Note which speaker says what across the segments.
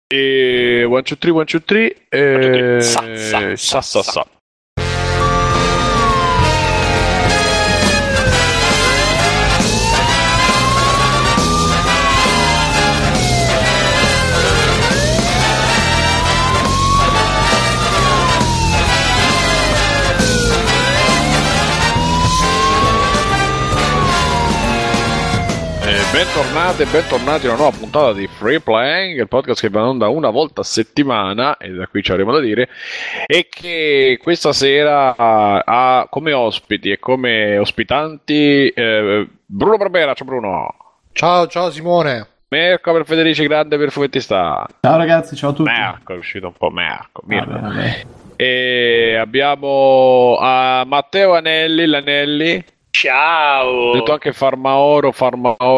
Speaker 1: E 1, 2, 3, 1, 2, 3. Sa. Bentornati a una nuova puntata di Free Playing, il podcast che va in onda una volta a settimana, e da qui ci avremo da dire, e che questa sera ha come ospiti e come ospitanti Bruno Barbera. Ciao Bruno.
Speaker 2: Ciao Simone.
Speaker 1: Mirko per Federici, grande per fumettista.
Speaker 3: Ciao ragazzi, ciao a tutti.
Speaker 1: Mirko, è uscito un po' Mirko.
Speaker 3: Vabbè.
Speaker 1: E abbiamo Matteo Anelli, l'Anelli.
Speaker 4: Ciao!
Speaker 1: Ho detto anche Farmaoro.
Speaker 4: Che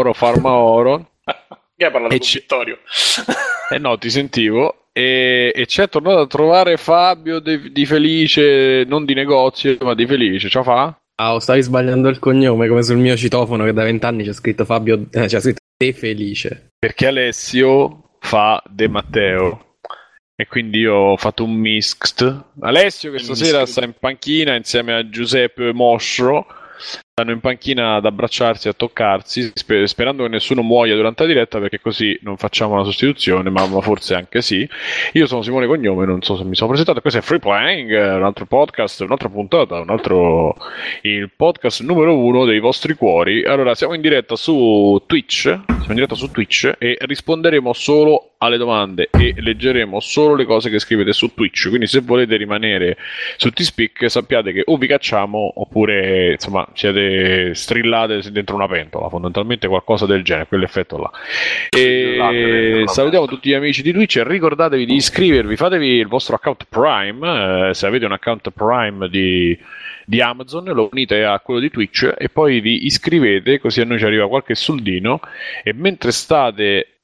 Speaker 4: hai parlato con Vittorio?
Speaker 1: No, ti sentivo. E ci è tornato a trovare Fabio di Felice, non di negozio, ma di Felice. Ciao Fa?
Speaker 5: Ciao, stavi sbagliando il cognome, come sul mio citofono che da 20 anni c'è scritto Fabio, c'è scritto De Felice.
Speaker 1: Perché Alessio fa De Matteo. E quindi io ho fatto un mixed. Alessio che stasera sta in panchina insieme a Giuseppe Moscio. Stanno in panchina ad abbracciarsi, a toccarsi, sperando che nessuno muoia durante la diretta, perché così non facciamo una sostituzione, ma forse anche sì. Io sono Simone Cognome, non so se mi sono presentato. Questo è Free Playing, un altro podcast, un'altra puntata, il podcast numero 1 dei vostri cuori. Allora, siamo in diretta su Twitch e risponderemo solo alle domande e leggeremo solo le cose che scrivete su Twitch. Quindi se volete rimanere su T-Speak, sappiate che o vi cacciamo oppure insomma siete strillate dentro una pentola, fondamentalmente qualcosa del genere, quell'effetto là. E salutiamo tutti gli amici di Twitch e ricordatevi di iscrivervi, fatevi il vostro account Prime, se avete un account Prime di Amazon, lo unite a quello di Twitch e poi vi iscrivete, così a noi ci arriva qualche soldino. E mentre state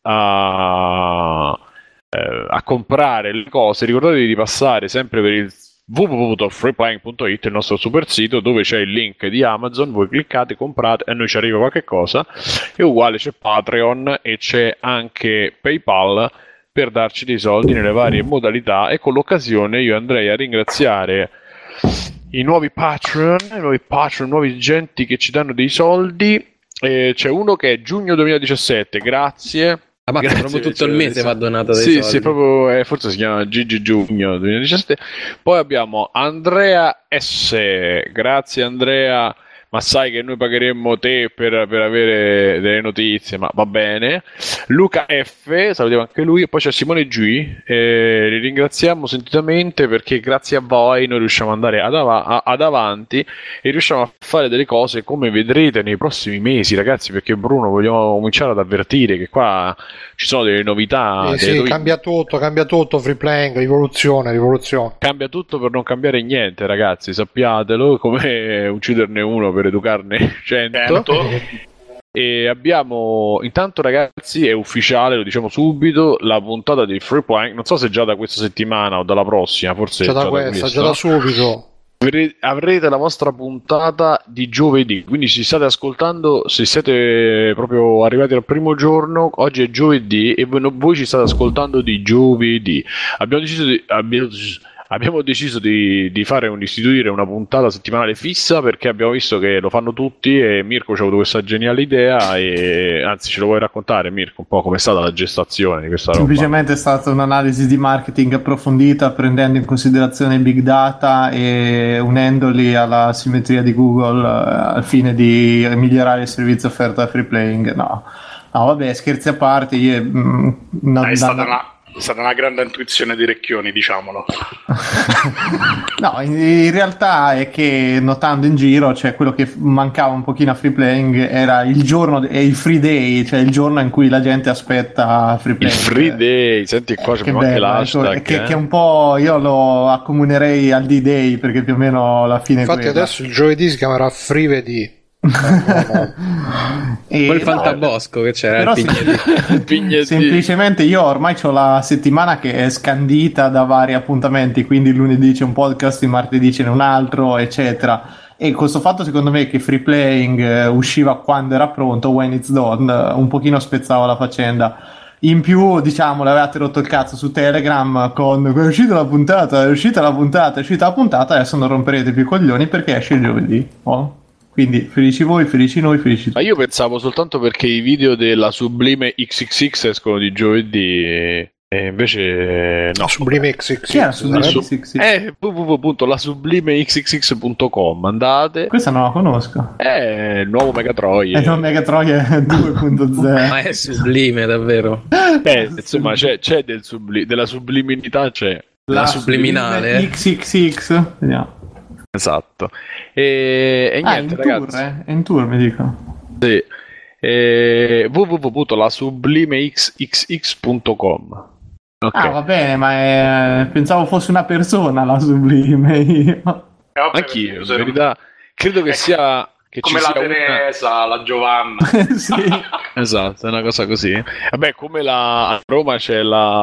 Speaker 1: a comprare le cose, ricordatevi di passare sempre per il www.freeplaying.it, il nostro super sito, dove c'è il link di Amazon. Voi cliccate, comprate e a noi ci arriva qualche cosa. E uguale c'è Patreon e c'è anche PayPal per darci dei soldi nelle varie modalità. E con l'occasione io andrei a ringraziare i nuovi Patreon, nuovi genti che ci danno dei soldi. C'è uno che è giugno 2017, grazie.
Speaker 5: Grazie, proprio tutto il mese va donato dei soldi.
Speaker 1: Sì, proprio, forse si chiama Gigi Giugno 2017. Poi abbiamo Andrea S. Grazie Andrea, ma sai che noi pagheremmo te per avere delle notizie, ma va bene. Luca F, salutiamo anche lui. E poi c'è Simone G, li ringraziamo sentitamente, perché grazie a voi noi riusciamo ad andare ad avanti e riusciamo a fare delle cose come vedrete nei prossimi mesi, ragazzi, perché Bruno, vogliamo cominciare ad avvertire che qua ci sono delle novità.
Speaker 2: Cambia tutto, Free Playing, rivoluzione.
Speaker 1: Cambia tutto per non cambiare niente, ragazzi, sappiatelo, come ucciderne uno per educarne 100. E abbiamo, intanto ragazzi, è ufficiale, lo diciamo subito, la puntata di Free Playing, non so se già da questa settimana o dalla prossima, forse
Speaker 2: già da subito.
Speaker 1: Avrete la vostra puntata di giovedì, quindi ci state ascoltando, se siete proprio arrivati al primo giorno, oggi è giovedì e voi ci state ascoltando di giovedì. Abbiamo deciso di istituire una puntata settimanale fissa, perché abbiamo visto che lo fanno tutti e Mirko ci ha avuto questa geniale idea. E anzi, ce lo vuoi raccontare, Mirko, un po' com'è stata la gestazione di questa roba?
Speaker 3: Semplicemente è stata un'analisi di marketing approfondita, prendendo in considerazione i big data e unendoli alla simmetria di Google al fine di migliorare il servizio offerto da Free Playing. No, vabbè, scherzi a parte,
Speaker 4: è stata una grande intuizione di Recchioni, diciamolo.
Speaker 3: No, in realtà è che, notando in giro, cioè, quello che mancava un pochino a Free Playing era il giorno, è il free day, cioè il giorno in cui la gente aspetta Free Playing.
Speaker 1: Il free day, senti qua c'è anche l'hashtag.
Speaker 3: Che un po' io lo accomunerei al D-Day, perché più o meno la fine.
Speaker 2: Infatti adesso il giovedì si chiamerà Frivedì.
Speaker 5: Quel fantabosco che c'era,
Speaker 3: il Pignedì. Semplicemente io ormai ho la settimana che è scandita da vari appuntamenti, quindi il lunedì c'è un podcast, il martedì c'è un altro, eccetera. E questo fatto, secondo me, che Free Playing usciva quando era pronto, when it's done, un pochino spezzava la faccenda. In più, diciamo, l'avevate rotto il cazzo su Telegram con è uscita la puntata, è uscita la puntata, adesso non romperete più i coglioni perché esce il giovedì. Oh. Quindi felici voi, felici noi, felici tutti.
Speaker 1: Ma io pensavo soltanto perché i video della Sublime XXX escono di giovedì e invece no.
Speaker 2: Sublime XXX.
Speaker 3: Chi era Sublime XXX?
Speaker 1: www.lasublimexxx.com, andate.
Speaker 3: Questa non la conosco.
Speaker 1: È il nuovo Megatroid.
Speaker 3: È il Megatroid 2.0.
Speaker 5: Ma è sublime, davvero.
Speaker 1: Insomma, c'è della subliminità c'è.
Speaker 5: La subliminale.
Speaker 3: XXX. Vediamo.
Speaker 1: Esatto. E niente,
Speaker 3: in
Speaker 1: ragazzi.
Speaker 3: Tour, È in tour, mi dicono.
Speaker 1: Sì. www.lasublimexxx.com. Okay.
Speaker 3: Va bene, ma pensavo fosse una persona la Sublime. Io.
Speaker 4: Vabbè,
Speaker 1: Anch'io, in verità, credo che sia che
Speaker 4: come
Speaker 1: ci
Speaker 4: la
Speaker 1: sia
Speaker 4: Teresa, la Giovanna.
Speaker 3: Sì.
Speaker 1: Esatto, è una cosa così. Vabbè, come a Roma c'è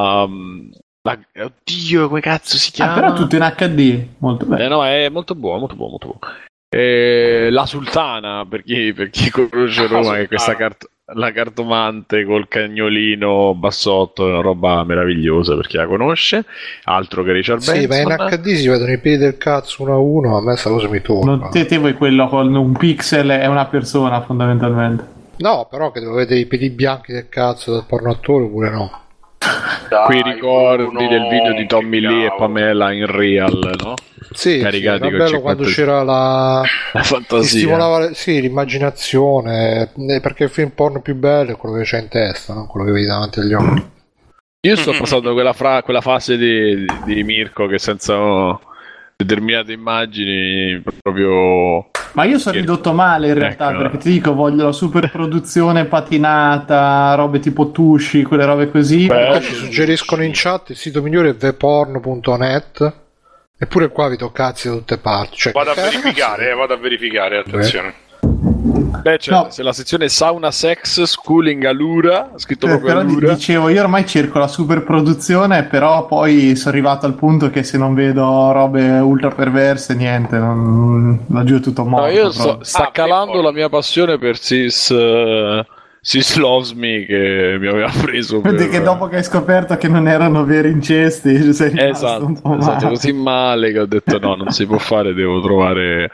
Speaker 1: oddio, come cazzo si chiama?
Speaker 3: Però tutto in HD, molto bello.
Speaker 1: No, è molto buono, molto buono, molto buono. La Sultana, per chi conosce Roma, che è questa la cartomante col cagnolino bassotto, è una roba meravigliosa per chi la conosce. Altro che Richard Benson.
Speaker 2: Sì, ma in HD si vedono i piedi del cazzo uno a uno, a me sta cosa mi torna.
Speaker 3: Non te vuoi quello con un pixel, è una persona fondamentalmente.
Speaker 2: No, però che devo vedere i piedi bianchi del cazzo del porno attore oppure no?
Speaker 1: Quei ricordi del video di Tommy Lee e Pamela in real, no?
Speaker 2: Sì,
Speaker 1: caricati
Speaker 2: era
Speaker 1: con
Speaker 2: bello quando c'era
Speaker 1: la fantasia,
Speaker 2: si stimolava l'immaginazione, perché il film porno più bello è quello che c'è in testa, non quello che vedi davanti agli occhi.
Speaker 1: Io sto passando quella fase di Mirko che senza determinate immagini proprio...
Speaker 3: Ma io sono ridotto male in realtà,
Speaker 1: ecco.
Speaker 3: Perché ti dico, voglio la super produzione patinata, robe tipo Tushy, quelle robe così.
Speaker 2: Ci suggeriscono in chat il sito migliore è veporno.net, eppure qua vi toccazzi da tutte parti. Cioè,
Speaker 4: Vado a verificare, attenzione.
Speaker 1: Beh, c'è
Speaker 3: No.
Speaker 1: la sezione sauna sex schooling Alura, scritto proprio
Speaker 3: Però
Speaker 1: Alura.
Speaker 3: dicevo, io ormai cerco la super produzione, però poi sono arrivato al punto che se non vedo robe ultra perverse, niente, la giù è tutto morto.
Speaker 1: No, io
Speaker 3: proprio.
Speaker 1: sta calando la mia passione per Sis Loves Me, che mi aveva preso
Speaker 3: Quindi che dopo che hai scoperto che non erano veri incesti, sei rimasto un po'
Speaker 1: esatto,
Speaker 3: male.
Speaker 1: così male che ho detto no, non si può fare, devo trovare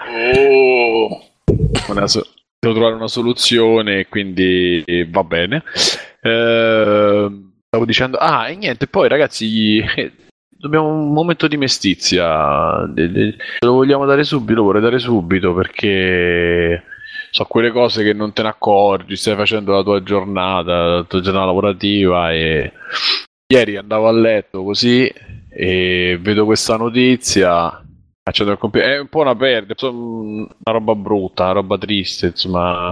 Speaker 1: devo trovare una soluzione, quindi va bene. Stavo dicendo e niente, poi ragazzi dobbiamo un momento di mestizia, lo vogliamo dare subito, lo vorrei dare subito perché so quelle cose che non te ne accorgi, stai facendo la tua giornata lavorativa e ieri andavo a letto così e vedo questa notizia, accendo il computer, è un po' una perdita, una roba brutta, una roba triste, insomma,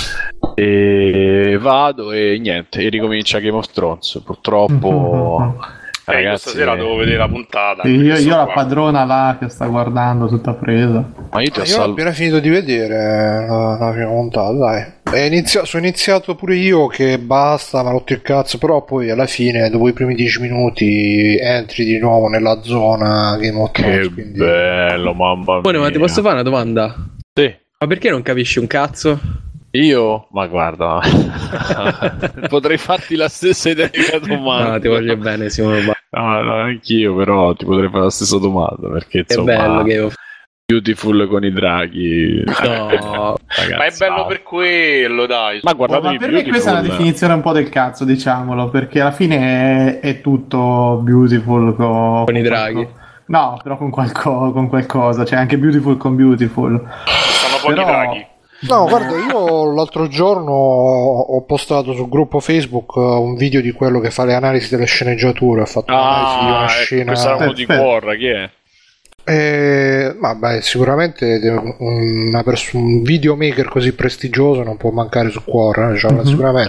Speaker 1: e vado e niente, e ricomincia Game of Thrones, purtroppo.
Speaker 4: Ragazzi, stasera devo vedere la puntata.
Speaker 3: Io la padrona là che sta guardando tutta presa.
Speaker 1: Ma io
Speaker 2: ho appena finito di vedere la prima puntata, dai. Sono iniziato pure io che basta, mi ha rotto il cazzo, però poi alla fine, dopo i primi 10 minuti, entri di nuovo nella zona Game of Thrones.
Speaker 1: Che bello, mamma mia.
Speaker 5: Ma ti posso fare una domanda?
Speaker 1: Sì.
Speaker 5: Ma perché non capisci un cazzo?
Speaker 1: Io? Ma guarda, potrei farti la stessa identica domanda.
Speaker 5: No, ti voglio bene, Simone.
Speaker 1: No, anch'io, però ti potrei fare la stessa domanda perché
Speaker 5: È
Speaker 1: insomma,
Speaker 5: bello che
Speaker 1: Beautiful con i draghi.
Speaker 5: No,
Speaker 1: ragazzi,
Speaker 4: ma è bello per quello, dai.
Speaker 1: Ma guardate,
Speaker 3: ma per me questa è una definizione un po' del cazzo, diciamolo, perché alla fine è tutto Beautiful con
Speaker 5: i draghi.
Speaker 3: No, però con qualcosa, cioè anche Beautiful con Beautiful.
Speaker 4: Sono pochi draghi.
Speaker 2: No, guarda, io l'altro giorno ho postato sul gruppo Facebook un video di quello che fa le analisi delle sceneggiature. Ho fatto un'analisi di una scena.
Speaker 1: Questo è uno di Corra, chi è?
Speaker 2: Vabbè, sicuramente un videomaker così prestigioso non può mancare su Quora, sicuramente.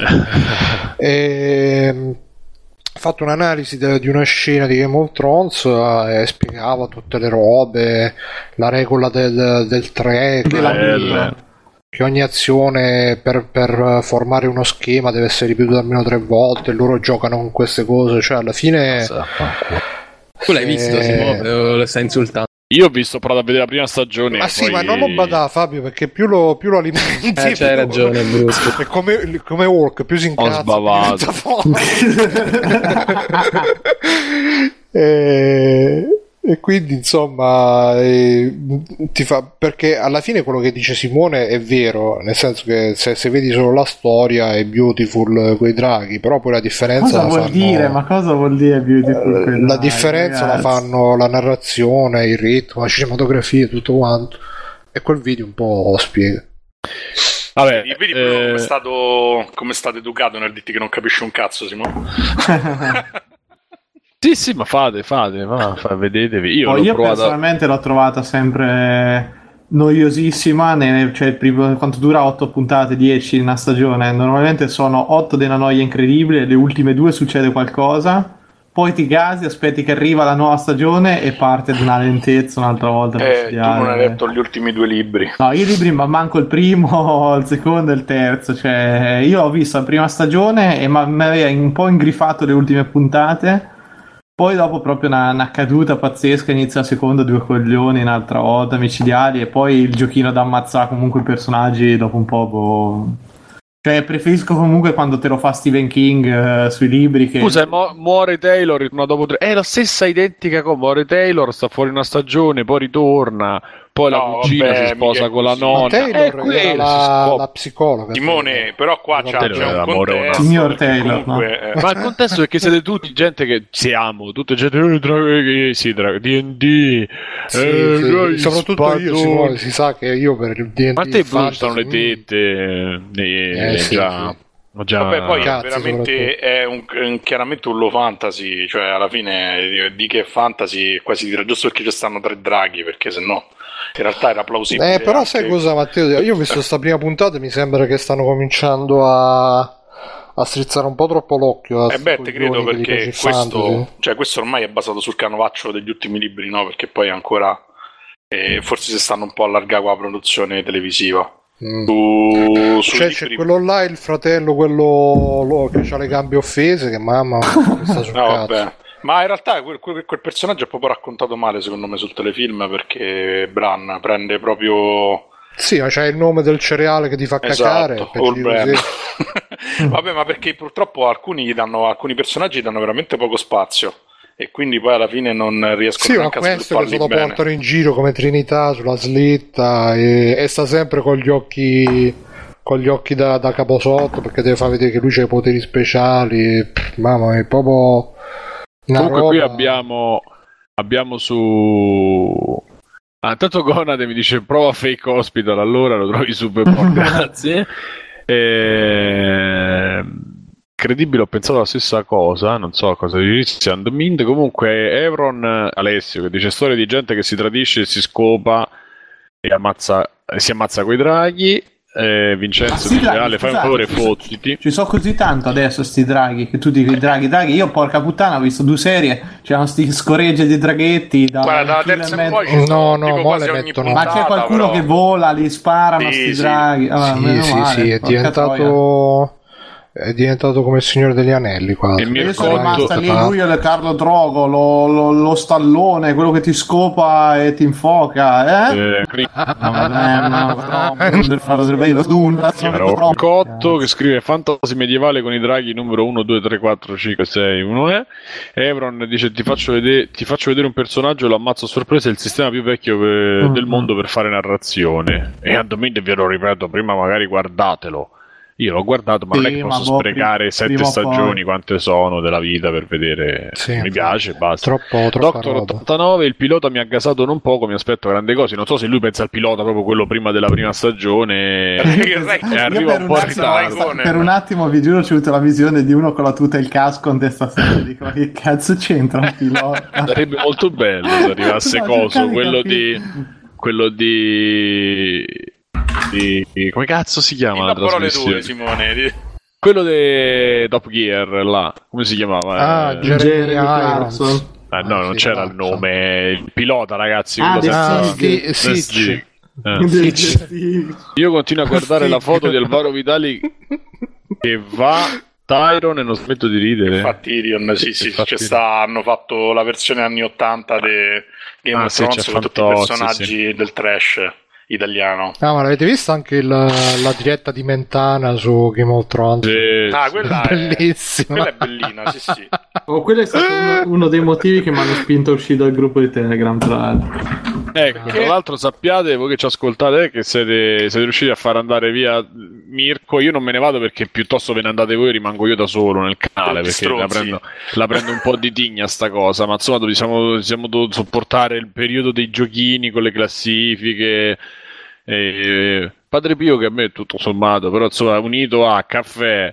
Speaker 2: Ho fatto un'analisi di una scena di Game of Thrones e spiegava tutte le robe, la regola del 3, che ogni azione per formare uno schema deve essere ripetuta almeno 3 volte, e loro giocano con queste cose, cioè alla fine
Speaker 5: tu l'hai visto, Simone, lo stai insultando?
Speaker 1: Io ho visto, provato a vedere la prima stagione.
Speaker 2: Ma sì,
Speaker 1: poi...
Speaker 2: ma non lo badà, Fabio, perché più lo alimenti.
Speaker 5: C'hai ragione, Bruce.
Speaker 2: È come Hulk, più si incazza.
Speaker 1: Ho sbavato.
Speaker 2: E quindi insomma ti fa, perché alla fine quello che dice Simone è vero, nel senso che se vedi solo la storia è Beautiful quei draghi, però poi la differenza
Speaker 3: cosa vuol dire? Ma cosa vuol dire Beautiful quei
Speaker 2: la
Speaker 3: draghi,
Speaker 2: differenza
Speaker 3: ragazzi?
Speaker 2: la fanno la narrazione, il ritmo, la cinematografia, tutto quanto, e quel video un po' lo spiega.
Speaker 1: Vabbè,
Speaker 4: Vedi come è stato educato nel dirti che non capisci un cazzo, Simone.
Speaker 1: sì, ma fate, vedetevi. Io
Speaker 3: personalmente l'ho trovata sempre noiosissima, cioè quanto dura 8 puntate, 10 in una stagione, normalmente sono 8 di una noia incredibile, le ultime 2 succede qualcosa, poi ti gasi, aspetti che arriva la nuova stagione e parte di una lentezza un'altra volta.
Speaker 4: Tu non hai letto gli ultimi 2 libri.
Speaker 3: No, i libri, ma manco il primo, il secondo e il terzo, cioè io ho visto la prima stagione e mi aveva un po' ingrifato le ultime puntate. Poi dopo proprio una caduta pazzesca, inizia la seconda, 2 coglioni, un'altra volta, micidiali, e poi il giochino da ammazzare comunque i personaggi dopo un po'. Cioè preferisco comunque quando te lo fa Stephen King sui libri che...
Speaker 1: Scusa, muore Taylor, ritorna dopo 3... È la stessa identica cosa, muore Taylor, sta fuori una stagione, poi ritorna... Poi la cugina si sposa con la nonna.
Speaker 2: Ma Taylor era la psicologa.
Speaker 4: Simone, però qua c'è un contesto.
Speaker 3: Signor Taylor,
Speaker 4: comunque,
Speaker 1: Ma il contesto è che siete tutti gente che siamo, tutte gente D&D.
Speaker 2: Sì. Soprattutto io, Simone, si sa che io per il D&D.
Speaker 1: Ma a te bruciano le tette. Già.
Speaker 4: Vabbè, poi
Speaker 2: Cazzi,
Speaker 4: veramente è chiaramente un low fantasy, cioè alla fine di che è fantasy quasi dirà giusto perché ci stanno 3 draghi, perché sennò in realtà era plausibile.
Speaker 2: Però
Speaker 4: anche...
Speaker 2: sai cosa, Matteo? Io ho visto sta prima puntata e mi sembra che stanno cominciando a strizzare un po' troppo l'occhio.
Speaker 4: te credo, perché questo ormai è basato sul canovaccio degli ultimi libri, no? Perché poi ancora forse si stanno un po' allargando la produzione televisiva.
Speaker 2: C'è quello là, il fratello, quello che ha le gambe offese, che mamma sta sul cazzo.
Speaker 4: Vabbè. Ma in realtà quel personaggio è proprio raccontato male secondo me sul telefilm, perché Bran prende proprio...
Speaker 2: Sì, ma c'è il nome del cereale che ti fa cacare.
Speaker 4: Vabbè, ma perché purtroppo alcuni personaggi danno veramente poco spazio e quindi poi alla fine non riescono neanche a svilupparli bene.
Speaker 2: Sì, ma questo che se lo portano in giro come Trinità sulla slitta e sta sempre con gli occhi da caposotto, perché deve far vedere che lui c'ha i poteri speciali. Mamma, è proprio una
Speaker 1: comunque
Speaker 2: roba...
Speaker 1: qui abbiamo su... intanto Gonade mi dice prova Fake Hospital, allora lo trovi super buono. Grazie. Credibile, ho pensato la stessa cosa, non so cosa dice Mind. Comunque Evron Alessio che dice storia di gente che si tradisce, si scopa e si ammazza coi draghi. Vincenzo dice Ale, fai un favore, fottiti.
Speaker 3: Ci sono così tanto adesso sti draghi, che tu dici draghi, io porca puttana ho visto 2 serie, c'erano sti scoregge di draghetti
Speaker 4: guarda, dalla terza in poi ci sono mo le mettono,
Speaker 3: ma c'è qualcuno che vola, li sparano sti draghi.
Speaker 2: Sì, è diventato come il Signore degli Anelli quasi.
Speaker 3: Io sono rimasta lì, lui è Carlo Drogo, lo stallone, quello che ti scopa e ti infoca,
Speaker 1: Cotto che scrive fantasy medievale con i draghi numero 1, 2, 3, 4, 5, 6, 1 è. Evron dice ti faccio vedere un personaggio e lo ammazzo a sorpresa, è il sistema più vecchio del mondo per fare narrazione. E a Dominic ve lo ripeto, prima magari guardatelo. Io l'ho guardato, ma non è che posso sprecare 7 stagioni, quante sono, della vita per vedere. Mi piace, basta. Doctor 89, il pilota mi ha gasato non poco, mi aspetto grandi cose. Non so se lui pensa al pilota proprio quello prima della prima stagione e arriva un po' in ritardo.
Speaker 3: Per un attimo vi giuro, c'è avuto la visione di uno con la tuta e il casco in testa sempre. Dico, ma che cazzo c'entra un pilota?
Speaker 1: Sarebbe molto bello se arrivasse quello di come cazzo si chiama la trasmissione?
Speaker 4: Simone.
Speaker 1: Quello di Top Gear là, come si chiamava?
Speaker 2: Jeremy Irons.
Speaker 1: No, non c'era il nome, il pilota, ragazzi.
Speaker 2: Sì.
Speaker 1: Io continuo a guardare la foto di Alvaro Vitali che va Tyron e non smetto di ridere.
Speaker 4: Infatti Tyrion, sì, hanno fatto la versione anni 80 di Game of Thrones con tutti i personaggi del trash italiano.
Speaker 2: Ma l'avete vista anche la diretta di Mentana su Game of Thrones?
Speaker 4: Sì. Quella è bellissima. Quella è bellina, sì.
Speaker 3: Quello è stato uno dei motivi che mi hanno spinto a uscire dal gruppo di Telegram, tra l'altro.
Speaker 1: Ecco, tra l'altro sappiate, voi che ci ascoltate, che siete riusciti a far andare via Mirko. Io non me ne vado perché piuttosto ve ne andate voi, rimango io da solo nel canale, perché la prendo un po' di tigna sta cosa, ma insomma siamo dovuti sopportare il periodo dei giochini con le classifiche. Padre Pio, che a me è tutto sommato, però insomma, unito a caffè,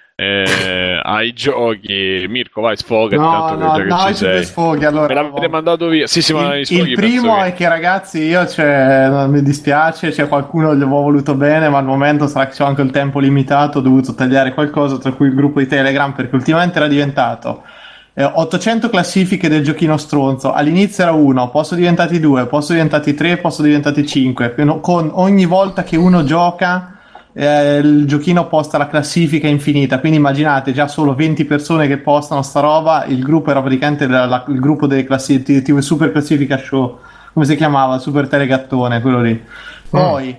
Speaker 1: ai giochi. Mirko, vai, sfogati.
Speaker 3: No, ci sfoghi, allora.
Speaker 1: Me l'avete mandato via. Sì, ma
Speaker 3: il primo è che ragazzi, io non mi dispiace, c'è qualcuno gli avevo voluto bene, ma al momento sarà che c'ho anche il tempo limitato, ho dovuto tagliare qualcosa, tra cui il gruppo di Telegram, perché ultimamente era diventato 800 classifiche del giochino stronzo. All'inizio era 1, poi sono diventati 2, poi sono diventati 3, poi sono diventati 5, con ogni volta che uno gioca il giochino posta la classifica infinita, quindi immaginate già solo 20 persone che postano sta roba. Il gruppo era praticamente il gruppo delle classifiche, tipo Super Classifica Show, come si chiamava? Super Telegattone, quello lì. Poi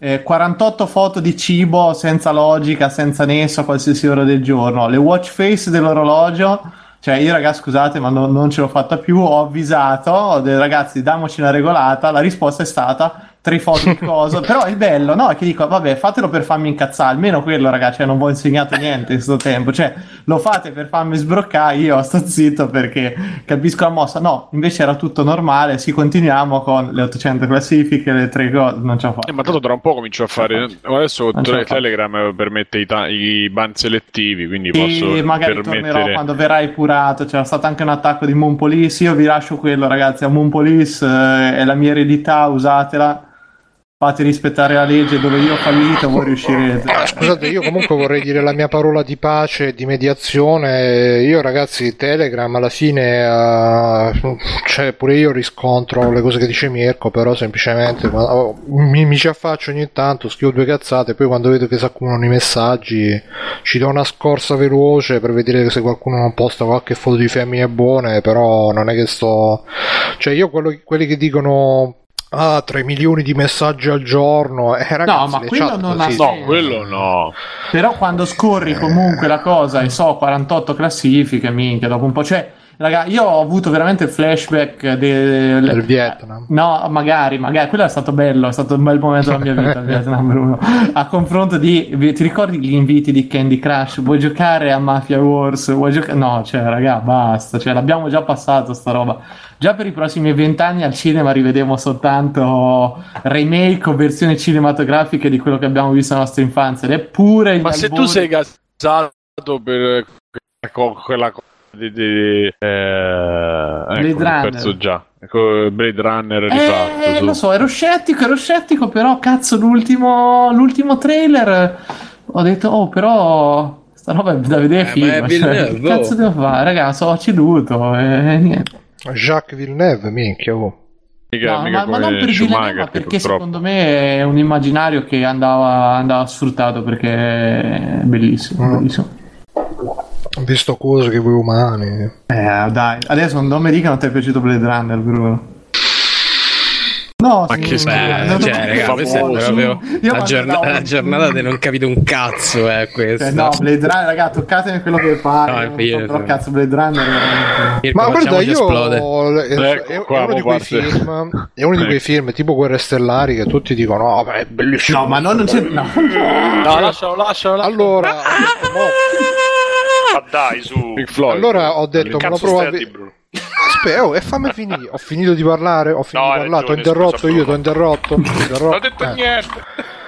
Speaker 3: 48 foto di cibo senza logica, senza nesso a qualsiasi ora del giorno, le watch face dell'orologio. Cioè io ragazzi scusate ma non ce l'ho fatta più, ho avvisato ragazzi damoci una regolata, la risposta è stata 3 foto di cosa. Però il bello è che dico vabbè, fatelo per farmi incazzare, almeno quello ragazzi, non vi ho insegnato niente in questo tempo, cioè lo fate per farmi sbroccare, io sto zitto perché capisco la mossa. No, invece era tutto normale, continuiamo con le 800 classifiche, le 3 cose, non ce la faccio.
Speaker 1: Ma tanto tra un po' comincio a fare, adesso Telegram permette i ban selettivi, quindi posso
Speaker 3: magari tornerò quando verrà epurato. C'era stato anche un attacco di Moon Police, io vi lascio quello ragazzi, a Moon Police è la mia eredità, usatela, fate rispettare la legge, dove io ho fallito voi riuscirete.
Speaker 2: Scusate, io comunque vorrei dire la mia parola di pace e di mediazione. Io ragazzi, Telegram alla fine cioè pure io riscontro le cose che dice Mirko, però semplicemente mi ci affaccio ogni tanto, scrivo 2 cazzate, poi quando vedo che si accumulano i messaggi ci do una scorsa veloce per vedere se qualcuno non posta qualche foto di femmine buone, però non è che cioè io quelli che dicono 3 milioni di messaggi al giorno, ragazzi,
Speaker 3: no, ma quello non ha senso.
Speaker 1: No, quello no.
Speaker 3: Però quando scorri comunque la cosa e 48 classifiche, minchia, dopo un po', cioè raga, io ho avuto veramente il flashback del
Speaker 2: Vietnam.
Speaker 3: No, magari quello è stato bello, è stato un bel momento della mia vita il Vietnam, Bruno. A confronto ti ricordi gli inviti di Candy Crush? Vuoi giocare a Mafia Wars? No, cioè raga, basta, cioè l'abbiamo già passato sta roba. Già per i prossimi 20 anni al cinema rivedremo soltanto remake o versioni cinematografiche di quello che abbiamo visto nella nostra infanzia. Eppure
Speaker 1: ma se tu sei gassato per quella cosa Blade
Speaker 3: Runner.
Speaker 1: Blade Runner rifatto,
Speaker 3: lo so, ero scettico, però cazzo l'ultimo trailer ho detto però sta roba è da vedere film, che cazzo devo fare ragazzi, ho ceduto niente.
Speaker 2: Jacques Villeneuve, minchia
Speaker 3: ma non per Villeneuve, perché secondo me è un immaginario che andava sfruttato, perché è bellissimo.
Speaker 2: Ho visto cose che voi umani.
Speaker 3: Dai, adesso non mi dica che non ti è piaciuto Blade Runner, Bruno. No,
Speaker 5: ma che raga, questa è proprio la giornata di non capito un cazzo, questa.
Speaker 3: No, Blade Runner, raga, toccatemi quello che pare. Però cazzo, Blade Runner
Speaker 2: ma guarda, io è uno di quei film tipo Guerre Stellari che tutti dicono è bellissimo.
Speaker 3: No, ma non c'è
Speaker 1: no, lascialo.
Speaker 2: Allora
Speaker 4: dai, su
Speaker 1: Pink Floyd.
Speaker 2: Allora ho detto me lo provo aspetta, e fammi finire. Ho finito di parlare, ho interrotto. Ti ho interrotto.
Speaker 4: Non ho detto niente.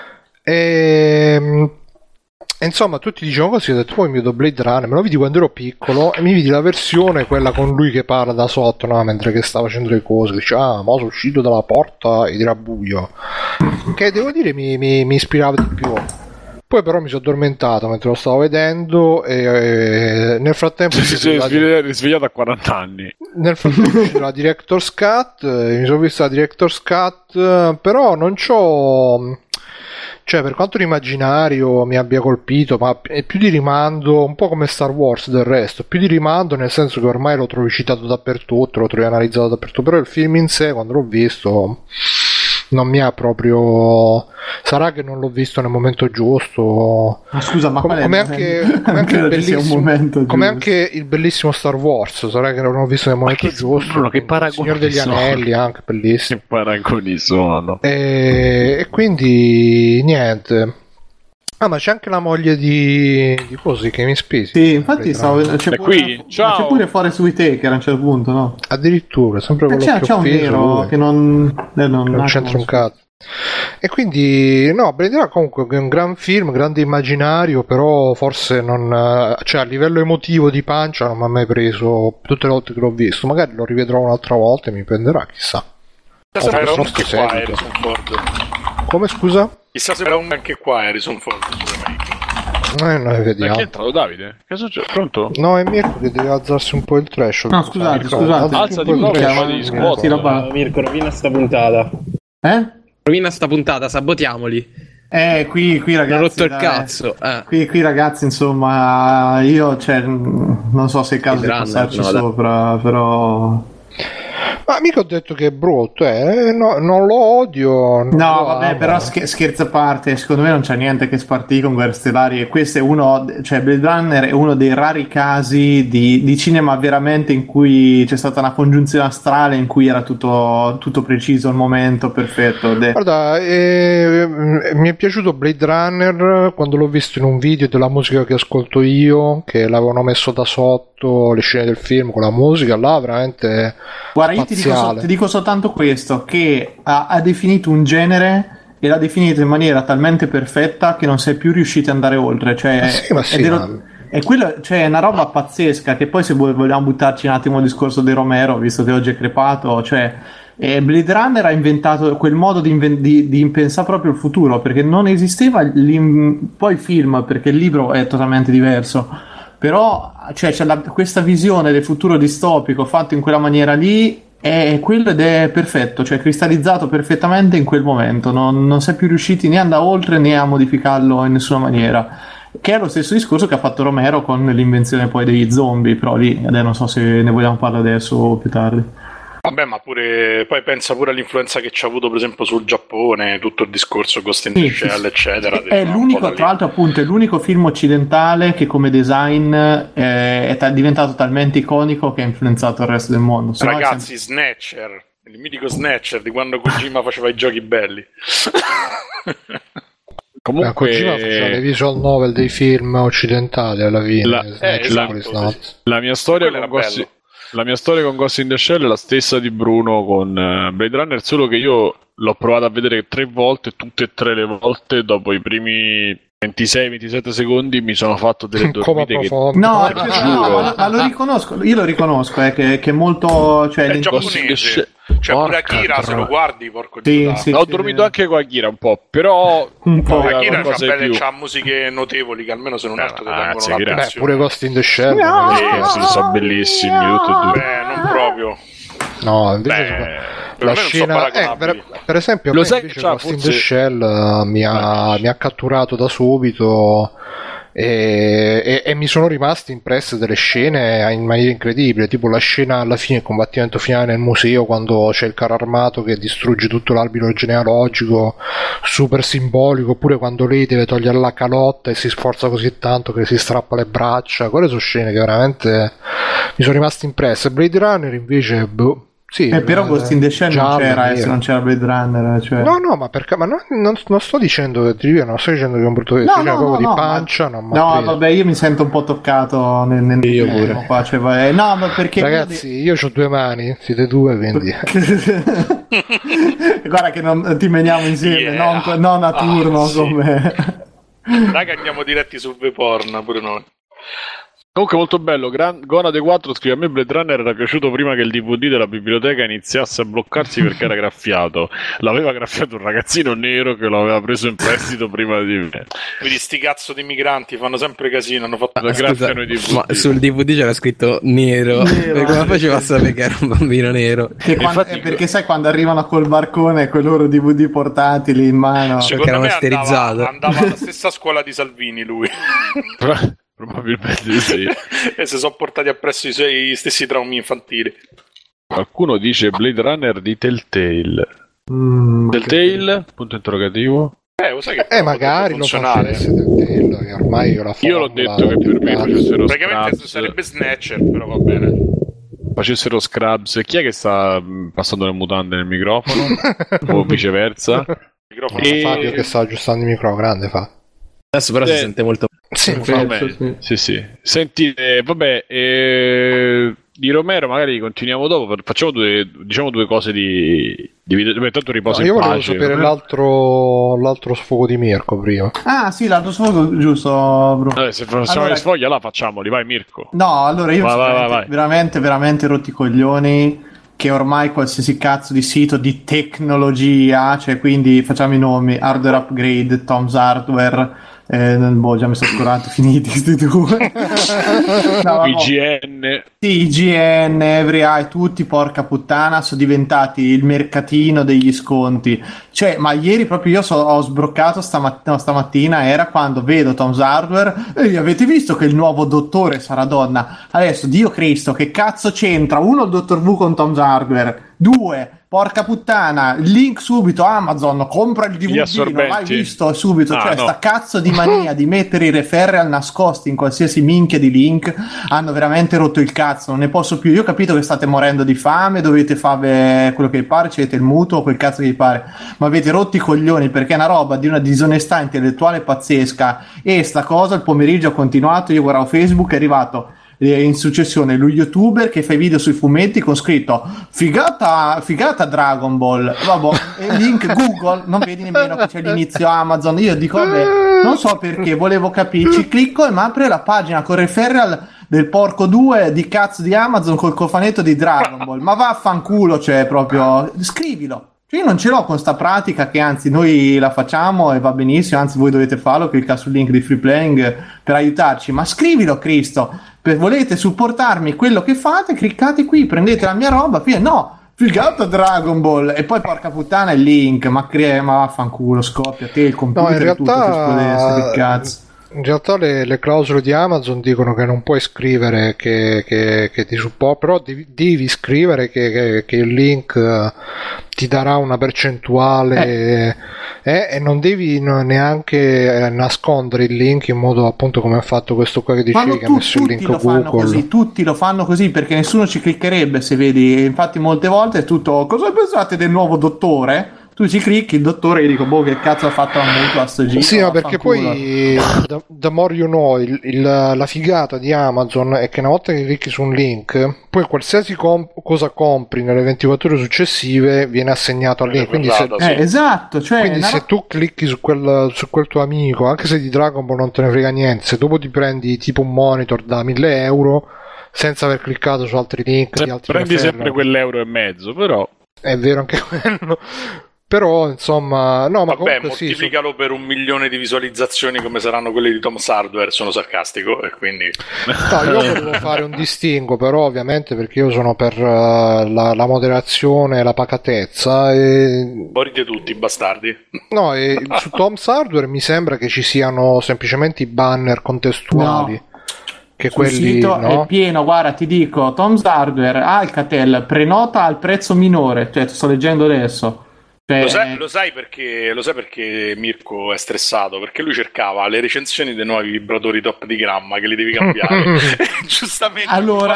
Speaker 2: E insomma tutti dicevano così, ho detto poi mi vedo Blade Runner, me lo vidi quando ero piccolo e mi vidi la versione quella con lui che parla da sotto, no? Mentre che stava facendo le cose, dice ma sono uscito dalla porta ed era buio, che devo dire mi ispirava di più. Poi però mi sono addormentato mentre lo stavo vedendo e nel frattempo
Speaker 1: si è risvegliato a 40 anni.
Speaker 2: Nel frattempo la Director's Cut, mi sono visto la Director's Cut, però non c'ho Cioè, per quanto l'immaginario mi abbia colpito, ma è più di rimando, un po' come Star Wars del resto, più di rimando nel senso che ormai lo trovi citato dappertutto, lo trovi analizzato dappertutto, però il film in sé, quando l'ho visto, non mi ha proprio... Sarà che non l'ho visto nel momento giusto.
Speaker 3: Ma scusa, ma
Speaker 2: come anche il bellissimo Star Wars, sarà che non l'ho visto nel momento giusto.
Speaker 1: Che paragoni
Speaker 2: Signor degli Anelli, anche bellissimo.
Speaker 1: Che paragoni sono.
Speaker 2: E quindi niente. Ah, ma c'è anche la moglie di Cosi che mi spesi.
Speaker 3: Sì, infatti c'è pure fuori sui Taker a un certo punto, no?
Speaker 2: Addirittura, sempre quello
Speaker 3: c'è un nero che non
Speaker 2: c'entra un cazzo. E quindi no, Blade Runner comunque è un gran film, grande immaginario, però forse non, cioè a livello emotivo di pancia non mi ha mai preso tutte le volte che l'ho visto. Magari lo rivedrò un'altra volta e mi prenderà, chissà. Come, scusa?
Speaker 4: Chissà se era anche qua Harrison Ford.
Speaker 2: Noi vediamo.
Speaker 1: Ma chi è entrato, Davide? Che c'è? Pronto?
Speaker 2: No, è Mirko che deve alzarsi un po' il trash.
Speaker 3: No, scusate.
Speaker 1: Alzati un po' di squat.
Speaker 5: Mirko, rovina sta puntata. Rovina sta puntata, sabotiamoli.
Speaker 3: Qui ragazzi.
Speaker 5: Ho rotto il cazzo.
Speaker 3: Qui ragazzi, insomma, io non so se è il caso di passarci sopra, però...
Speaker 2: Ma mica ho detto che è brutto, non lo odio.
Speaker 3: No, vabbè, però scherzo a parte, secondo me non c'è niente che spartire con Guerre Stellari. E questo è Blade Runner è uno dei rari casi di cinema veramente in cui c'è stata una congiunzione astrale, in cui era tutto preciso, il momento perfetto.
Speaker 2: Guarda, mi è piaciuto Blade Runner quando l'ho visto in un video della musica che ascolto io, che l'avevano messo da sotto le scene del film con la musica, là veramente...
Speaker 3: Guarda, io ti dico soltanto questo, che ha definito un genere e l'ha definito in maniera talmente perfetta che non sei più riusciti ad andare oltre. E quello, cioè, è una roba pazzesca, che poi se vogliamo buttarci un attimo nel discorso di Romero, visto che oggi è crepato, cioè Blade Runner ha inventato quel modo di pensare proprio il futuro, perché non esisteva poi il film, perché il libro è totalmente diverso. Però c'è questa visione del futuro distopico fatto in quella maniera lì, è quello, ed è perfetto, cioè cristallizzato perfettamente in quel momento, non si è più riusciti né ad andare oltre né a modificarlo in nessuna maniera, che è lo stesso discorso che ha fatto Romero con l'invenzione poi degli zombie, però lì adesso non so se ne vogliamo parlare adesso o più tardi.
Speaker 4: Vabbè, ma poi pensa pure all'influenza che ci ha avuto per esempio sul Giappone, tutto il discorso Ghost in the Shell, eccetera.
Speaker 3: È l'unico, tra l'altro, appunto, è l'unico film occidentale che come design è diventato talmente iconico che ha influenzato il resto del mondo.
Speaker 4: Ragazzi, Snatcher, il mitico Snatcher di quando Kojima faceva i giochi belli.
Speaker 2: Comunque Kojima faceva le visual novel dei film occidentali alla fine.
Speaker 1: La mia storia con Ghost in the Shell è la stessa di Bruno con Blade Runner, solo che io l'ho provato a vedere 3 volte, tutte e 3 le volte dopo i primi 26-27 secondi mi sono fatto delle dormite che...
Speaker 3: No, ma lo riconosco, io lo riconosco, che è molto... Cioè,
Speaker 4: è giapponese. Cioè pure Akira, se lo guardi, porco Dio.
Speaker 1: Ho dormito anche con Akira un po', però
Speaker 4: Akira c'ha musiche notevoli che almeno se non altro ti tengono l'attenzione.
Speaker 2: Pure Ghost in the Shell
Speaker 1: sono bellissimi tutti e due.
Speaker 4: Non proprio.
Speaker 2: No, invece la scena per esempio
Speaker 1: lo sai,
Speaker 2: invece Ghost in the Shell mi ha catturato da subito. E mi sono rimaste impresse delle scene in maniera incredibile, tipo la scena alla fine, il combattimento finale nel museo, quando c'è il carro armato che distrugge tutto l'albero genealogico, super simbolico, oppure quando lei deve togliere la calotta e si sforza così tanto che si strappa le braccia. Quelle sono scene che veramente mi sono rimaste impresse. Blade Runner invece sì,
Speaker 3: però Ghost in the Shell non c'era, se non c'era Blade Runner, cioè...
Speaker 2: no, ma perché? Ma non sto dicendo che non sto dicendo che è un brutto film, proprio di pancia.
Speaker 3: Vabbè, io mi sento un po' toccato io pure. Qua, cioè, no, ma perché
Speaker 2: ragazzi, io ho 2 mani, siete 2, quindi
Speaker 3: guarda che non ti meniamo insieme, non a turno come.
Speaker 4: Raga, andiamo diretti su V-Porn pure noi.
Speaker 1: Comunque molto bello, Gonade 4 scrive: a me Blade Runner era piaciuto prima che il DVD della biblioteca iniziasse a bloccarsi perché era graffiato. L'aveva graffiato un ragazzino nero che lo aveva preso in prestito prima di me.
Speaker 4: Vedi, sti cazzo di migranti fanno sempre casino, hanno fatto
Speaker 5: graffiano i DVD. Ma sul DVD c'era scritto nero. Come faceva a sapere che era un bambino nero?
Speaker 3: Perché sai quando arrivano col barcone con i loro DVD portatili in mano?
Speaker 4: Secondo me andava alla stessa scuola di Salvini lui.
Speaker 1: Probabilmente sì.
Speaker 4: E si sono portati appresso i suoi stessi traumi infantili.
Speaker 1: Qualcuno dice Blade Runner di Telltale. Telltale? Punto interrogativo.
Speaker 4: Lo sai che
Speaker 2: magari lo facesse Telltale, che ormai
Speaker 1: io l'ho detto che per me facessero
Speaker 4: praticamente
Speaker 1: Scrubs.
Speaker 4: Sarebbe Snatcher, però va bene.
Speaker 1: Facessero Scrubs. Chi è che sta passando le mutande nel microfono? O viceversa?
Speaker 2: Fabio che sta aggiustando il microfono, grande fa.
Speaker 5: Adesso però si sente molto.
Speaker 1: Sì. Senti, vabbè, di Romero magari continuiamo dopo. Facciamo due cose di video. Tanto riposo in pace.
Speaker 2: Io volevo sapere l'altro sfogo di Mirko prima.
Speaker 3: Ah sì, l'altro sfogo, giusto, bro.
Speaker 1: Se facciamo le sfoglie, là facciamoli, vai Mirko.
Speaker 3: No, allora io
Speaker 1: vai.
Speaker 3: veramente rotti i coglioni che ormai qualsiasi cazzo di sito di tecnologia, cioè quindi facciamo i nomi, Hardware Upgrade, Tom's Hardware, già mi sono scordato, finiti questi due. No,
Speaker 1: IGN.
Speaker 3: Sì, IGN, Every Eye, tutti porca puttana sono diventati il mercatino degli sconti. Cioè, ma ieri proprio io ho sbroccato stamattina era quando vedo Tom's Hardware e avete visto che il nuovo dottore sarà donna. Adesso, Dio Cristo, che cazzo c'entra? Uno, il dottor V con Tom's Hardware. Due, porca puttana, link subito Amazon, compra il DVD, non l'hai visto subito, sta cazzo di mania di mettere i referral nascosti in qualsiasi minchia di link, hanno veramente rotto il cazzo, non ne posso più. Io ho capito che state morendo di fame, dovete fare quello che vi pare, avete il mutuo, quel cazzo che vi pare, ma avete rotto i coglioni perché è una roba di una disonestà intellettuale pazzesca. E sta cosa il pomeriggio ha continuato, io guardavo Facebook, è arrivato in successione lo youtuber che fa i video sui fumetti con scritto figata Dragon Ball, vabbè, e link Google, non vedi nemmeno che c'è l'inizio Amazon. Io dico vabbè, non so perché, volevo capirci, clicco e mi apre la pagina con referral del porco 2 di cazzo di Amazon col cofanetto di Dragon Ball. Ma vaffanculo, cioè proprio scrivilo. Io non ce l'ho con sta pratica che anzi noi la facciamo e va benissimo, anzi voi dovete farlo, cliccare sul link di Free Playing per aiutarci, ma scrivilo Cristo, volete supportarmi quello che fate, cliccate qui, prendete la mia roba, no, figata Dragon Ball, e poi porca puttana il link, ma vaffanculo, scoppia te il computer,
Speaker 2: in realtà,
Speaker 3: tutto per esplodere, che cazzo.
Speaker 2: In realtà le clausole di Amazon dicono che non puoi scrivere che ti supporta, però devi scrivere che il link ti darà una percentuale e non devi neanche nascondere il link in modo appunto come ha fatto questo qua che dicevi che ha messo il link Google.
Speaker 3: Tutti lo fanno così perché nessuno ci cliccherebbe se vedi, infatti molte volte è tutto cosa pensate del nuovo dottore? Tu ci clicchi, il dottore, e dico, che cazzo ha fatto a sto giro?
Speaker 2: Sì, ma perché poi, the more you know, la figata di Amazon è che una volta che clicchi su un link, poi qualsiasi cosa compri nelle 24 ore successive viene assegnato al link. Quindi
Speaker 3: esatto, cioè
Speaker 2: quindi se tu clicchi su quel tuo amico, anche se di Dragon Ball non te ne frega niente, se dopo ti prendi tipo un monitor da 1.000 euro senza aver cliccato su altri link, di altri
Speaker 1: prendi sempre quell'1,50 €, però
Speaker 2: è vero anche quello. Però insomma no, ma
Speaker 4: vabbè, moltiplicalo per 1 milione di visualizzazioni come saranno quelle di Tom's Hardware, sono sarcastico e quindi
Speaker 2: no, io volevo fare un distinguo, però ovviamente perché io sono per la moderazione e la pacatezza e...
Speaker 4: morite tutti bastardi.
Speaker 2: No, e su Tom's Hardware mi sembra che ci siano semplicemente i banner contestuali.
Speaker 3: No.
Speaker 2: Che
Speaker 3: sul
Speaker 2: quelli
Speaker 3: sito
Speaker 2: no?
Speaker 3: È pieno, guarda, ti dico, Tom's Hardware, Alcatel prenota al prezzo minore, cioè sto leggendo adesso.
Speaker 4: Lo sai perché Mirko è stressato? Perché lui cercava le recensioni dei nuovi vibratori top di gamma che li devi cambiare. Giustamente.
Speaker 3: Allora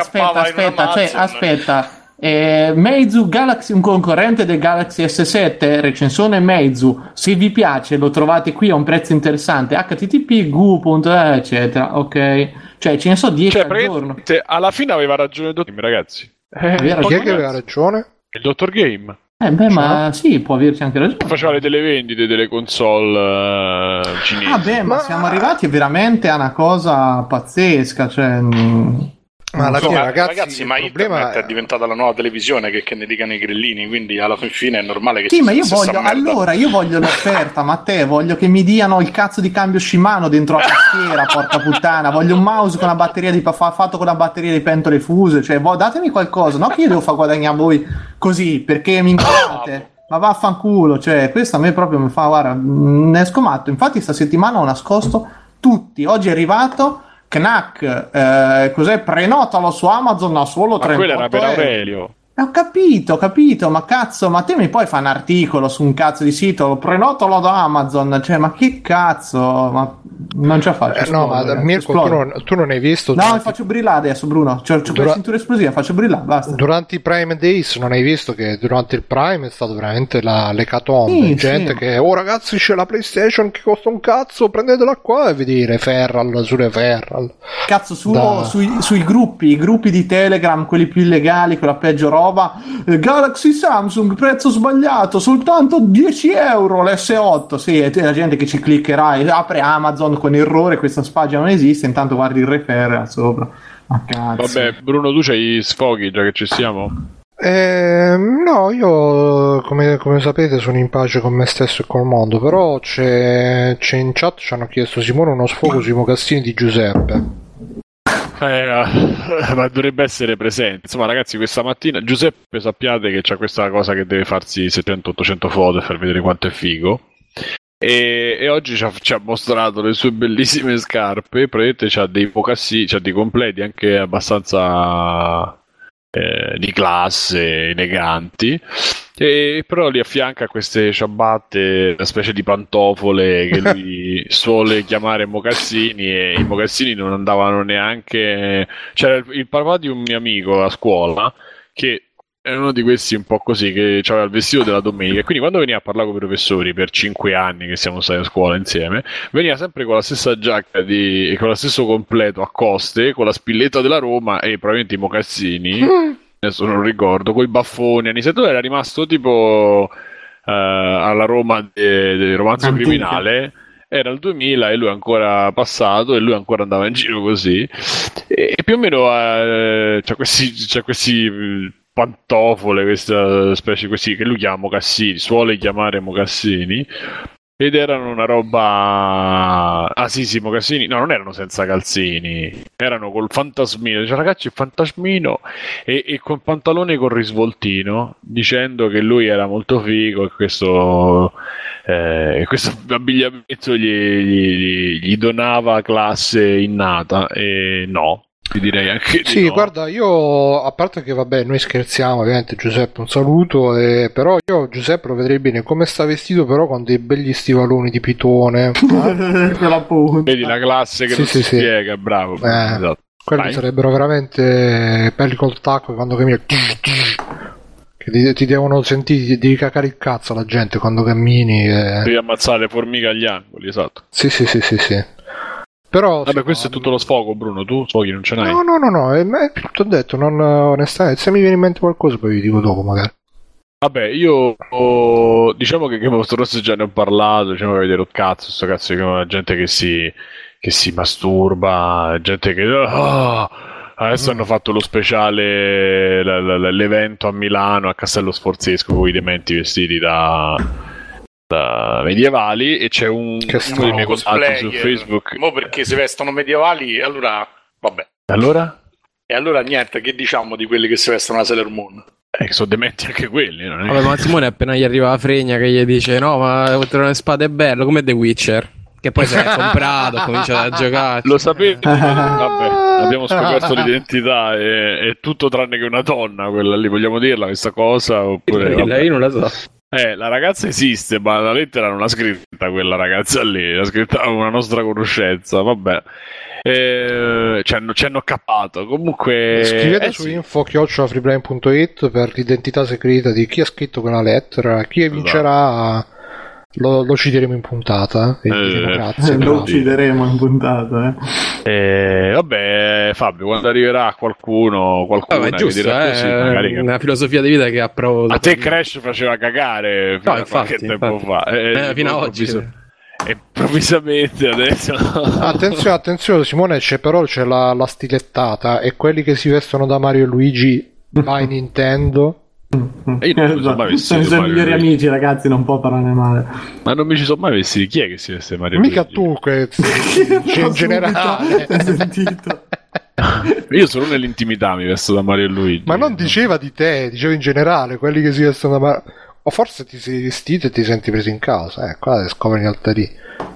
Speaker 3: aspetta. Meizu Galaxy, un concorrente del Galaxy S7, recensione Meizu, se vi piace lo trovate qui a un prezzo interessante, http eccetera, ok, cioè ce ne so 10 al giorno.
Speaker 1: Alla fine aveva ragione il dottor Game, ragazzi.
Speaker 2: Chi è che aveva ragione?
Speaker 1: Il dottor Game.
Speaker 3: Ma sì, può averci anche ragione.
Speaker 1: Faceva le televendite delle console cinesi.
Speaker 3: Ma siamo arrivati veramente a una cosa pazzesca, cioè...
Speaker 2: Ma alla fine, ragazzi,
Speaker 4: ma internet è diventata la nuova televisione, che ne dicano i grillini, quindi alla fine è normale che
Speaker 3: sì, ma io voglio l'offerta, Matteo, voglio che mi diano il cazzo di cambio Shimano dentro la tastiera, porca puttana, voglio un mouse con una batteria fatto con una batteria di pentole fuse, cioè datemi qualcosa, no che io devo far guadagnare a voi così, perché mi incazzate. Ma vaffanculo, cioè questo a me proprio mi fa, guarda, ne esco matto. Infatti sta settimana ho nascosto tutti, oggi è arrivato Knack, cos'è? Prenotalo su Amazon a solo 38
Speaker 1: quello era per Aurelio.
Speaker 3: Ho capito, ma cazzo, ma te mi puoi fare un articolo su un cazzo di sito? Prenotalo da Amazon, cioè, ma che cazzo? Ma non ce la faccio.
Speaker 2: No, ma Mirko, tu non hai visto?
Speaker 3: No, mi faccio brillare adesso, Bruno. C'ho la cintura esplosiva, faccio brillare, basta.
Speaker 2: Durante i Prime Days non hai visto che durante il Prime è stato veramente l'ecatombe, gente che, ragazzi, c'è la PlayStation che costa un cazzo, prendetela qua e vedi referral sulle referral.
Speaker 3: Cazzo, sui gruppi, i gruppi di Telegram, quelli più illegali, con la peggio roba. Galaxy Samsung, prezzo sbagliato, soltanto 10 euro l'S8. Sì, e la gente che ci cliccherà e apre Amazon con errore, questa pagina non esiste, intanto guardi il referral sopra. Ma cazzo.
Speaker 1: Vabbè, Bruno, tu c'hai sfoghi già che ci siamo?
Speaker 2: No, io come sapete sono in pace con me stesso e col mondo, però c'è in chat, ci hanno chiesto Simone uno sfogo sui mocassini di Giuseppe.
Speaker 1: Ma dovrebbe essere presente. Insomma, ragazzi, questa mattina Giuseppe, sappiate che c'ha questa cosa che deve farsi 700-800 foto e far vedere quanto è figo. E oggi ci ha mostrato le sue bellissime scarpe. Praticamente c'ha dei mocassini, c'ha dei completi anche abbastanza di classe, eleganti. E però li affianca a queste ciabatte, una specie di pantofole che lui suole chiamare mocassini, e i mocassini non andavano neanche. C'era il papà di un mio amico a scuola che è uno di questi un po' così, che aveva il vestito della domenica, e quindi quando veniva a parlare con i professori per 5 anni che siamo stati a scuola insieme, veniva sempre con la stessa giacca e con lo stesso completo a coste, con la spilletta della Roma e probabilmente i mocassini. Adesso non ricordo, coi baffoni. Anisetto era rimasto tipo alla Roma del romanzo criminale. Era il 2000 e lui è ancora passato e lui ancora andava in giro così. E più o meno c'ha questi pantofole, questa specie così che lui chiama mocassini, suole chiamare mocassini. Ed erano una roba. Ah sì, mocassini. No, non erano senza calzini. Erano col fantasmino. Dice, ragazzi, il fantasmino. E con pantalone con risvoltino. Dicendo che lui era molto figo. E questo abbigliamento gli donava classe innata. E no. Ti direi anche di
Speaker 2: sì,
Speaker 1: no.
Speaker 2: Guarda, io a parte che vabbè, noi scherziamo, ovviamente Giuseppe un saluto, però io Giuseppe lo vedrei bene come sta vestito, però con dei begli stivaloni di pitone.
Speaker 1: Vedi la classe che si spiega, bravo. Esatto.
Speaker 2: Quelli sarebbero veramente belli col tacco quando cammini, che ti devono sentire, devi cacare il cazzo alla gente quando cammini.
Speaker 1: Devi ammazzare le formiche agli angoli, esatto.
Speaker 2: Sì. Però,
Speaker 1: vabbè, questo è tutto lo sfogo, Bruno. Tu sfoghi non ce n'hai?
Speaker 2: No, ti ho detto, non, onestamente, se mi viene in mente qualcosa poi vi dico dopo magari.
Speaker 1: Vabbè, io diciamo che Game of Thrones già ne ho parlato, diciamo che vedere sto cazzo di gente che si masturba, gente che adesso hanno fatto lo speciale, l'evento a Milano, a Castello Sforzesco, con i dementi vestiti da medievali, e c'è uno dei miei contatti su Facebook.
Speaker 4: Mo perché si vestono medievali, allora vabbè. E allora niente, che diciamo di quelli che si vestono la Sailor Moon?
Speaker 1: Sono dementi anche quelli, non è?
Speaker 5: Vabbè, ma Simone appena gli arriva la fregna che gli dice no, ma le spade è bello, come The Witcher, che poi se l'è comprato, ha cominciato a giocare.
Speaker 1: Lo sapevi? Vabbè, abbiamo scoperto l'identità, è tutto tranne che una donna quella lì, vogliamo dirla questa cosa? Oppure
Speaker 5: io non la so.
Speaker 1: La ragazza esiste, ma la lettera non l'ha scritta quella ragazza lì, l'ha scritta una nostra conoscenza, vabbè. Ci hanno cappato. Comunque
Speaker 2: scrivete su info@freebrain.it per l'identità segreta di chi ha scritto quella lettera, chi vincerà Lo citeremo in puntata. Grazie.
Speaker 3: Lo uccideremo in puntata.
Speaker 1: Vabbè, Fabio, quando arriverà qualcuno
Speaker 5: è giusto,
Speaker 1: che dirà così, magari
Speaker 5: una filosofia di vita che approvo.
Speaker 1: A te Crash faceva cagare fino a qualche tempo fa.
Speaker 5: Fino a oggi.
Speaker 1: Improvvisamente adesso.
Speaker 2: Attenzione, Simone, c'è la stilettata e quelli che si vestono da Mario e Luigi by Nintendo.
Speaker 3: Sono i suoi migliori amici, ragazzi, non può parlarne male.
Speaker 1: Ma non mi ci sono mai vestiti. Chi è che si veste Mario?
Speaker 2: Mica tu, che in generale.
Speaker 3: Sentito.
Speaker 1: Io solo nell'intimità mi vesto da Mario e Luigi.
Speaker 2: Ma non diceva di te, diceva in generale quelli che si vestono da Mario. O forse ti sei vestito e ti senti preso in causa. Qua scopri in realtà lì.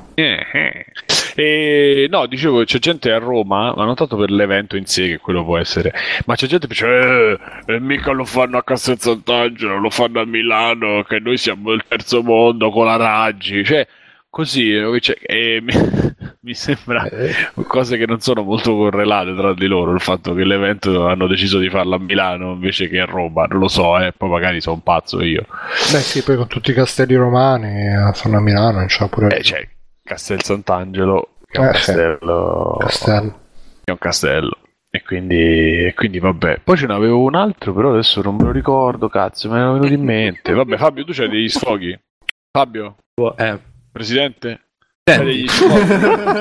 Speaker 1: No, dicevo, c'è gente a Roma, ma non tanto per l'evento in sé, che quello può essere, ma c'è gente che dice mica lo fanno a Castel Sant'Angelo, lo fanno a Milano, che noi siamo il terzo mondo con la Raggi, cioè così, mi sembra cose che non sono molto correlate tra di loro, il fatto che l'evento hanno deciso di farlo a Milano invece che a Roma, non lo so, poi magari sono pazzo io.
Speaker 2: Beh sì, poi con tutti i castelli romani fanno a Milano, non c'è pure
Speaker 1: c'è Castel Sant'Angelo che è un castello. È un castello. E quindi vabbè. Poi ce n'avevo un altro, però adesso non me lo ricordo, cazzo, me ne è venuto in mente. Vabbè, Fabio, tu c'hai degli sfoghi? Fabio? Presidente? C'hai degli sfoghi?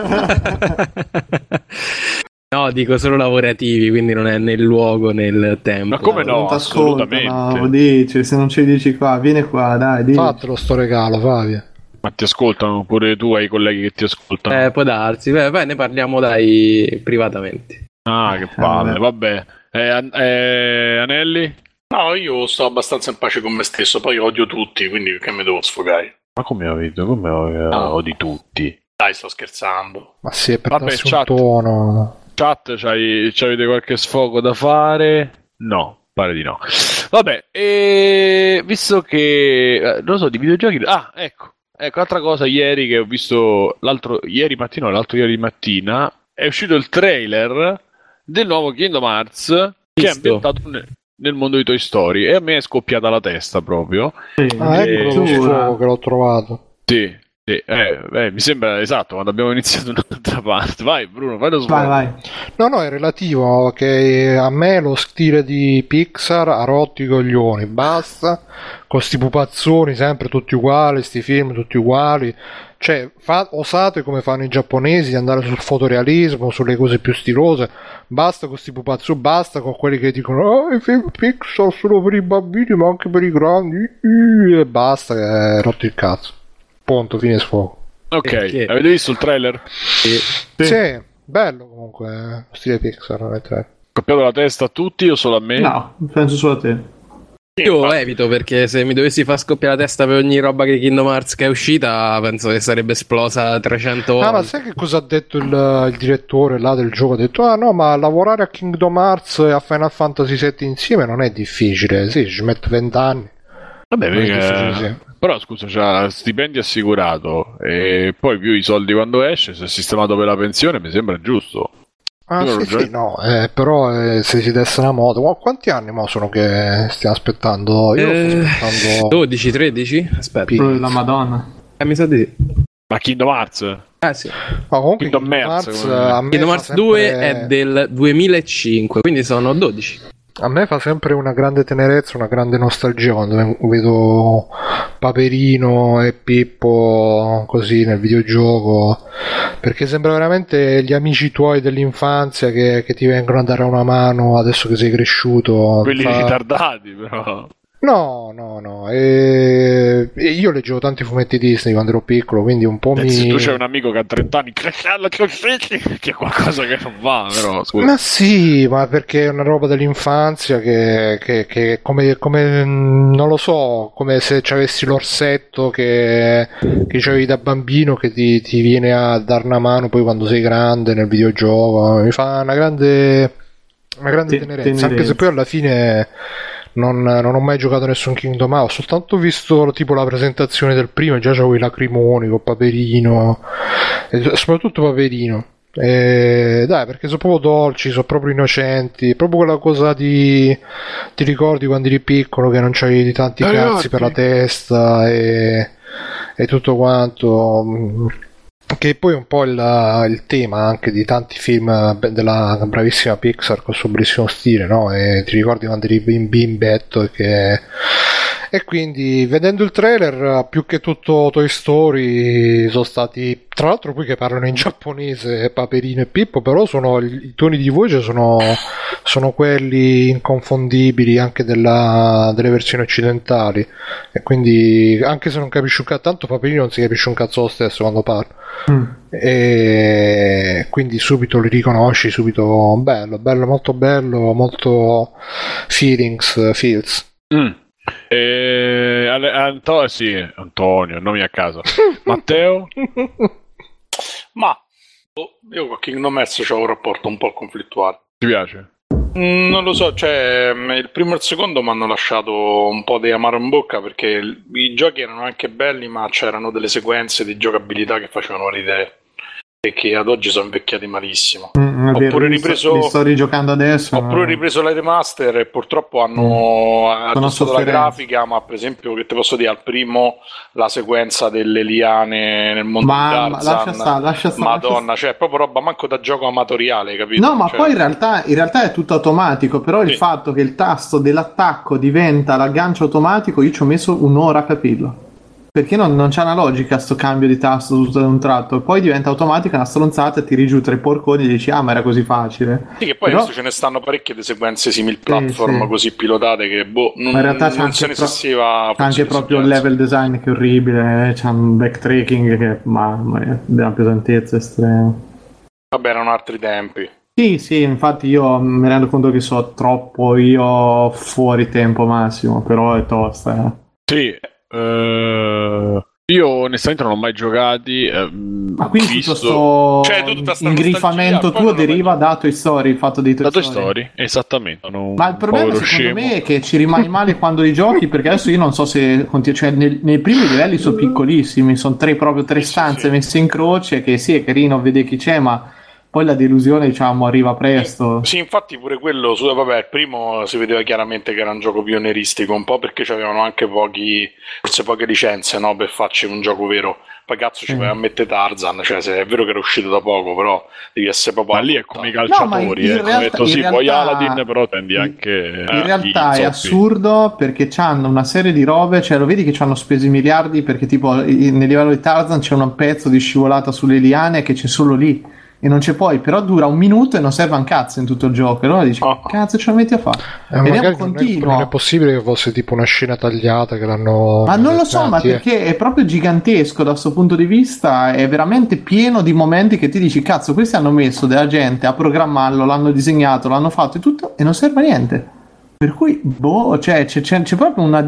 Speaker 5: No, dico solo lavorativi, quindi non è nel luogo, nel tempo.
Speaker 1: Ma come no? Assolutamente.
Speaker 3: No, dici, se non ci dici qua, vieni qua, dai. Dici.
Speaker 2: Fatelo sto regalo, Fabio.
Speaker 1: Ma ti ascoltano pure tu, hai colleghi che ti ascoltano?
Speaker 5: Può darsi, poi ne parliamo privatamente.
Speaker 1: Ah, che palle, vabbè. Anelli?
Speaker 4: No, io sto abbastanza in pace con me stesso, poi odio tutti, quindi che mi devo sfogare?
Speaker 1: Ma come odi tutti?
Speaker 4: Dai, sto scherzando.
Speaker 2: Ma sì, per darsi un tono.
Speaker 1: Chat, c'avete qualche sfogo da fare? No, pare di no. Vabbè, visto che... non lo so, di videogiochi... Ah, ecco, altra cosa, ieri che ho visto, l'altro ieri mattina, è uscito il trailer del nuovo Kingdom Hearts che è ambientato nel mondo di Toy Story e a me è scoppiata la testa proprio.
Speaker 2: Ecco lo sfogo che l'ho trovato.
Speaker 1: Sì, mi sembra esatto quando abbiamo iniziato un'altra parte. Vai Bruno, fai lo sfogo.
Speaker 3: Vai.
Speaker 2: No, è relativo che a me lo stile di Pixar ha rotto i coglioni, basta con sti pupazzoni sempre tutti uguali, sti film tutti uguali, cioè osate come fanno i giapponesi di andare sul fotorealismo, sulle cose più stilose, basta con sti pupazzoni, basta con quelli che dicono i film Pixar sono per i bambini ma anche per i grandi, e basta, che è rotto il cazzo. Punto, fine sfogo.
Speaker 1: Ok, avete visto il trailer?
Speaker 2: Sì, bello comunque, stile Pixar.
Speaker 1: Scoppiato la testa a tutti o solo a me?
Speaker 3: No, penso solo a te.
Speaker 5: Io evito, perché se mi dovessi far scoppiare la testa per ogni roba che Kingdom Hearts che è uscita, penso che sarebbe esplosa 300 volte.
Speaker 2: Ma sai che cosa ha detto il direttore là del gioco? Ha detto, no, ma lavorare a Kingdom Hearts e a Final Fantasy VII insieme non è difficile, sì, ci metto 20 anni.
Speaker 1: Vabbè, però scusa, c'ha stipendio assicurato e poi più i soldi quando esce, se è sistemato per la pensione mi sembra giusto.
Speaker 2: Però se si desse una moto, quanti anni mo sono che stiamo aspettando? Io sto aspettando
Speaker 5: 12, 13? Aspetta.
Speaker 3: La Madonna.
Speaker 5: Mi sa di sì.
Speaker 1: Ma Kingdom Hearts?
Speaker 5: Sì.
Speaker 2: Ma comunque
Speaker 1: Kingdom Hearts
Speaker 5: Kingdom Hearts 2 è del 2005, quindi sono 12.
Speaker 2: A me fa sempre una grande tenerezza, una grande nostalgia quando vedo Paperino e Pippo così nel videogioco, perché sembra veramente gli amici tuoi dell'infanzia che ti vengono a dare una mano adesso che sei cresciuto.
Speaker 1: Quelli ritardati però.
Speaker 2: No. E io leggevo tanti fumetti Disney quando ero piccolo, quindi un po'
Speaker 1: Se tu c'hai un amico che ha 30 anni, che è qualcosa che non va, però. Scusa.
Speaker 2: Ma sì, ma perché è una roba dell'infanzia che come non lo so, come se c'avessi l'orsetto che c'avevi da bambino che ti viene a dare una mano poi quando sei grande nel videogioco. Mi fa una grande tenerezza, anche se poi alla fine non ho mai giocato nessun Kingdom Hearts, ho soltanto visto tipo la presentazione del primo e già c'avevo i lacrimoni con Paperino, e soprattutto Paperino, dai, perché sono proprio dolci, sono proprio innocenti, proprio quella cosa ti ricordi quando eri piccolo che non c'avevi tanti cazzi per la testa e e tutto quanto, che poi è un po' il tema anche di tanti film della bravissima Pixar con il suo bellissimo stile, no? E ti ricordi quando eri bimbetto e quindi vedendo il trailer, più che tutto Toy Story, sono stati, tra l'altro poi che parlano in giapponese Paperino e Pippo, però i toni di voce sono quelli inconfondibili anche delle versioni occidentali, e quindi anche se non capisci un cazzo, tanto Paperino non si capisce un cazzo lo stesso quando parla, e quindi subito li riconosci, subito bello, molto bello, molto feels.
Speaker 1: Antonio, nomi a caso. Matteo?
Speaker 4: Ma io con Kingdom Hearts c'ho un rapporto un po' conflittuale.
Speaker 1: Ti piace?
Speaker 4: Non lo so, cioè il primo e il secondo mi hanno lasciato un po' di amaro in bocca, perché i giochi erano anche belli, ma c'erano delle sequenze di giocabilità che facevano ridere e che ad oggi sono invecchiati malissimo.
Speaker 3: Li sto rigiocando adesso.
Speaker 4: Ho pure ripreso la remaster e purtroppo hanno aggiustato la grafica, ma per esempio, che te posso dire, al primo la sequenza delle liane nel mondo di Tarzan,
Speaker 3: lascia stare,
Speaker 4: Madonna, cioè proprio roba manco da gioco amatoriale, capito?
Speaker 3: No, ma poi in realtà è tutto automatico, però il fatto che il tasto dell'attacco diventa l'aggancio automatico, io ci ho messo un'ora a capirlo. Perché non c'è una logica sto cambio di tasto tutto ad un tratto, poi diventa automatica una stronzata e tiri giù tra i porconi e dici ma era così facile.
Speaker 4: Sì, che poi adesso ce ne stanno parecchie di sequenze simil platform così pilotate che in realtà
Speaker 3: non
Speaker 4: se ne eccessiva.
Speaker 3: C'è anche proprio il level design che è orribile, c'è un backtracking che ma della pesantezza estrema.
Speaker 4: Vabbè, erano altri tempi.
Speaker 3: Sì, infatti io mi rendo conto che so troppo io fuori tempo massimo, però è tosta.
Speaker 1: Sì. Io onestamente non ho mai giocati,
Speaker 3: ma quindi tutto ingrifamento tuo deriva da Toy Story, il fatto di Toy
Speaker 1: Story, esattamente.
Speaker 3: Ma il problema secondo me è che ci rimani male quando li giochi, perché adesso io non so se cioè nei primi livelli sono piccolissimi, sono tre stanze messe in croce, che sì è carino vedere chi c'è, ma poi la delusione diciamo arriva presto.
Speaker 4: Sì, infatti pure quello, vabbè, il primo si vedeva chiaramente che era un gioco pionieristico, un po' perché c'avevano anche forse poche licenze, no, per farci un gioco vero. Poi cazzo ci vai a mettere Tarzan, cioè se è vero che era uscito da poco, però devi essere proprio.
Speaker 1: Ma lì è come i calciatori, detto sì, poi Aladdin, però tendi anche
Speaker 3: in realtà è assurdo, perché c'hanno una serie di robe, cioè lo vedi che ci hanno speso i miliardi, perché tipo nel livello di Tarzan c'è un pezzo di scivolata sulle liane che c'è solo lì. E non c'è poi, però dura un minuto e non serve un cazzo in tutto il gioco. E allora dici, cazzo ce la metti a fare? Ed è un continuo.
Speaker 2: Non è possibile che fosse tipo una scena tagliata che l'hanno.
Speaker 3: Ma non lo so, ma perché è proprio gigantesco da questo punto di vista. È veramente pieno di momenti che ti dici, cazzo, questi hanno messo della gente a programmarlo, l'hanno disegnato, l'hanno fatto e tutto, e non serve a niente. Per cui, cioè, c'è proprio una.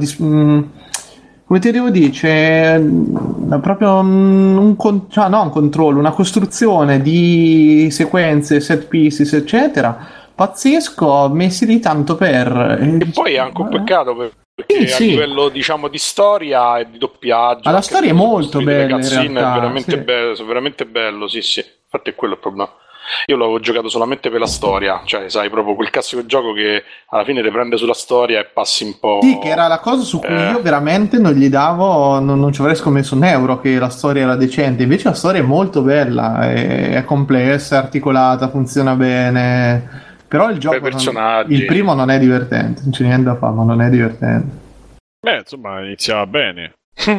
Speaker 3: Come ti devo dire, c'è proprio un controllo, una costruzione di sequenze, set pieces, eccetera, pazzesco, messi lì tanto per.
Speaker 4: E poi è anche un peccato perché a livello diciamo di storia e di doppiaggio.
Speaker 3: Ma la storia è molto bella, in realtà.
Speaker 4: È veramente bello, veramente bello, sì. Infatti è quello il problema. Io l'avevo giocato solamente per la storia, cioè sai proprio quel classico gioco che alla fine riprende sulla storia e passi un po'.
Speaker 3: Sì, che era la cosa su cui io veramente non gli davo, non ci avrei scommesso un euro che la storia era decente, invece la storia è molto bella, è complessa, è articolata, funziona bene, però il gioco il primo non è divertente, non c'è niente da fare, ma non è divertente.
Speaker 1: Beh, insomma, iniziava bene.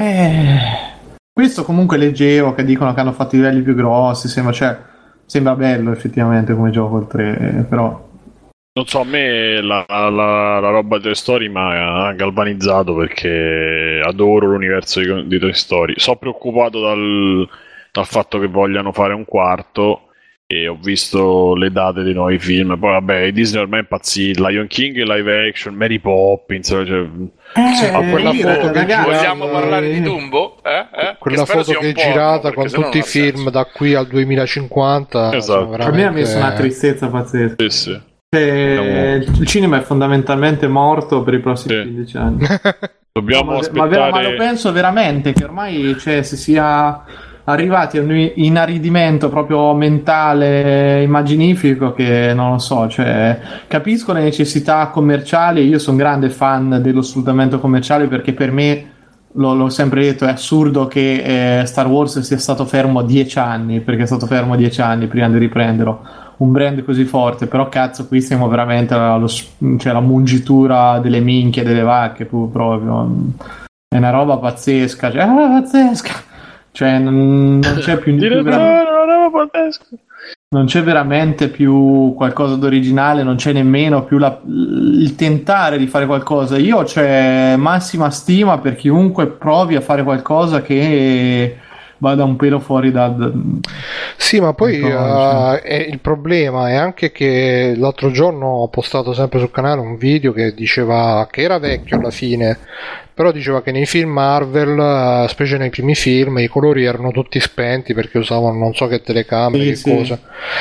Speaker 3: Questo comunque leggevo che dicono che hanno fatto i livelli più grossi, sembra bello effettivamente come gioco il 3, però
Speaker 1: non so, a me la roba di Toy Story mi ha galvanizzato perché adoro l'universo di Toy Story. Sono preoccupato dal fatto che vogliano fare un quarto e ho visto le date dei nuovi film. Poi vabbè, Disney ormai è impazzito, Lion King live action, Mary Poppins,
Speaker 2: quella foto che
Speaker 4: vogliamo parlare di Dumbo?
Speaker 2: Quella foto che è girata con tutti i film da qui al 2050,
Speaker 1: esatto.
Speaker 3: Per me ha messo una tristezza pazzesca.
Speaker 1: Sì.
Speaker 3: Il cinema è fondamentalmente morto per i prossimi 15 anni.
Speaker 1: Dobbiamo aspettare.
Speaker 3: Ma lo penso veramente che ormai si sia arrivati a un inaridimento proprio mentale immaginifico che non lo so, cioè capisco le necessità commerciali, io sono grande fan dello sfruttamento commerciale perché per me l'ho sempre detto, è assurdo che Star Wars sia stato fermo 10 anni, perché è stato fermo 10 anni prima di riprenderlo, un brand così forte, però cazzo qui siamo veramente cioè la mungitura delle minchie delle vacche proprio, è una roba pazzesca, cioè, pazzesca, cioè non c'è più non c'è veramente più qualcosa d'originale, non c'è nemmeno più il tentare di fare qualcosa. Io c'è massima stima per chiunque provi a fare qualcosa che vada un pelo fuori
Speaker 2: Sì, ma poi il problema è anche che l'altro giorno ho postato sempre sul canale un video che diceva che era vecchio alla fine, però diceva che nei film Marvel, specie nei primi film, i colori erano tutti spenti perché usavano non so che telecamere, cosa.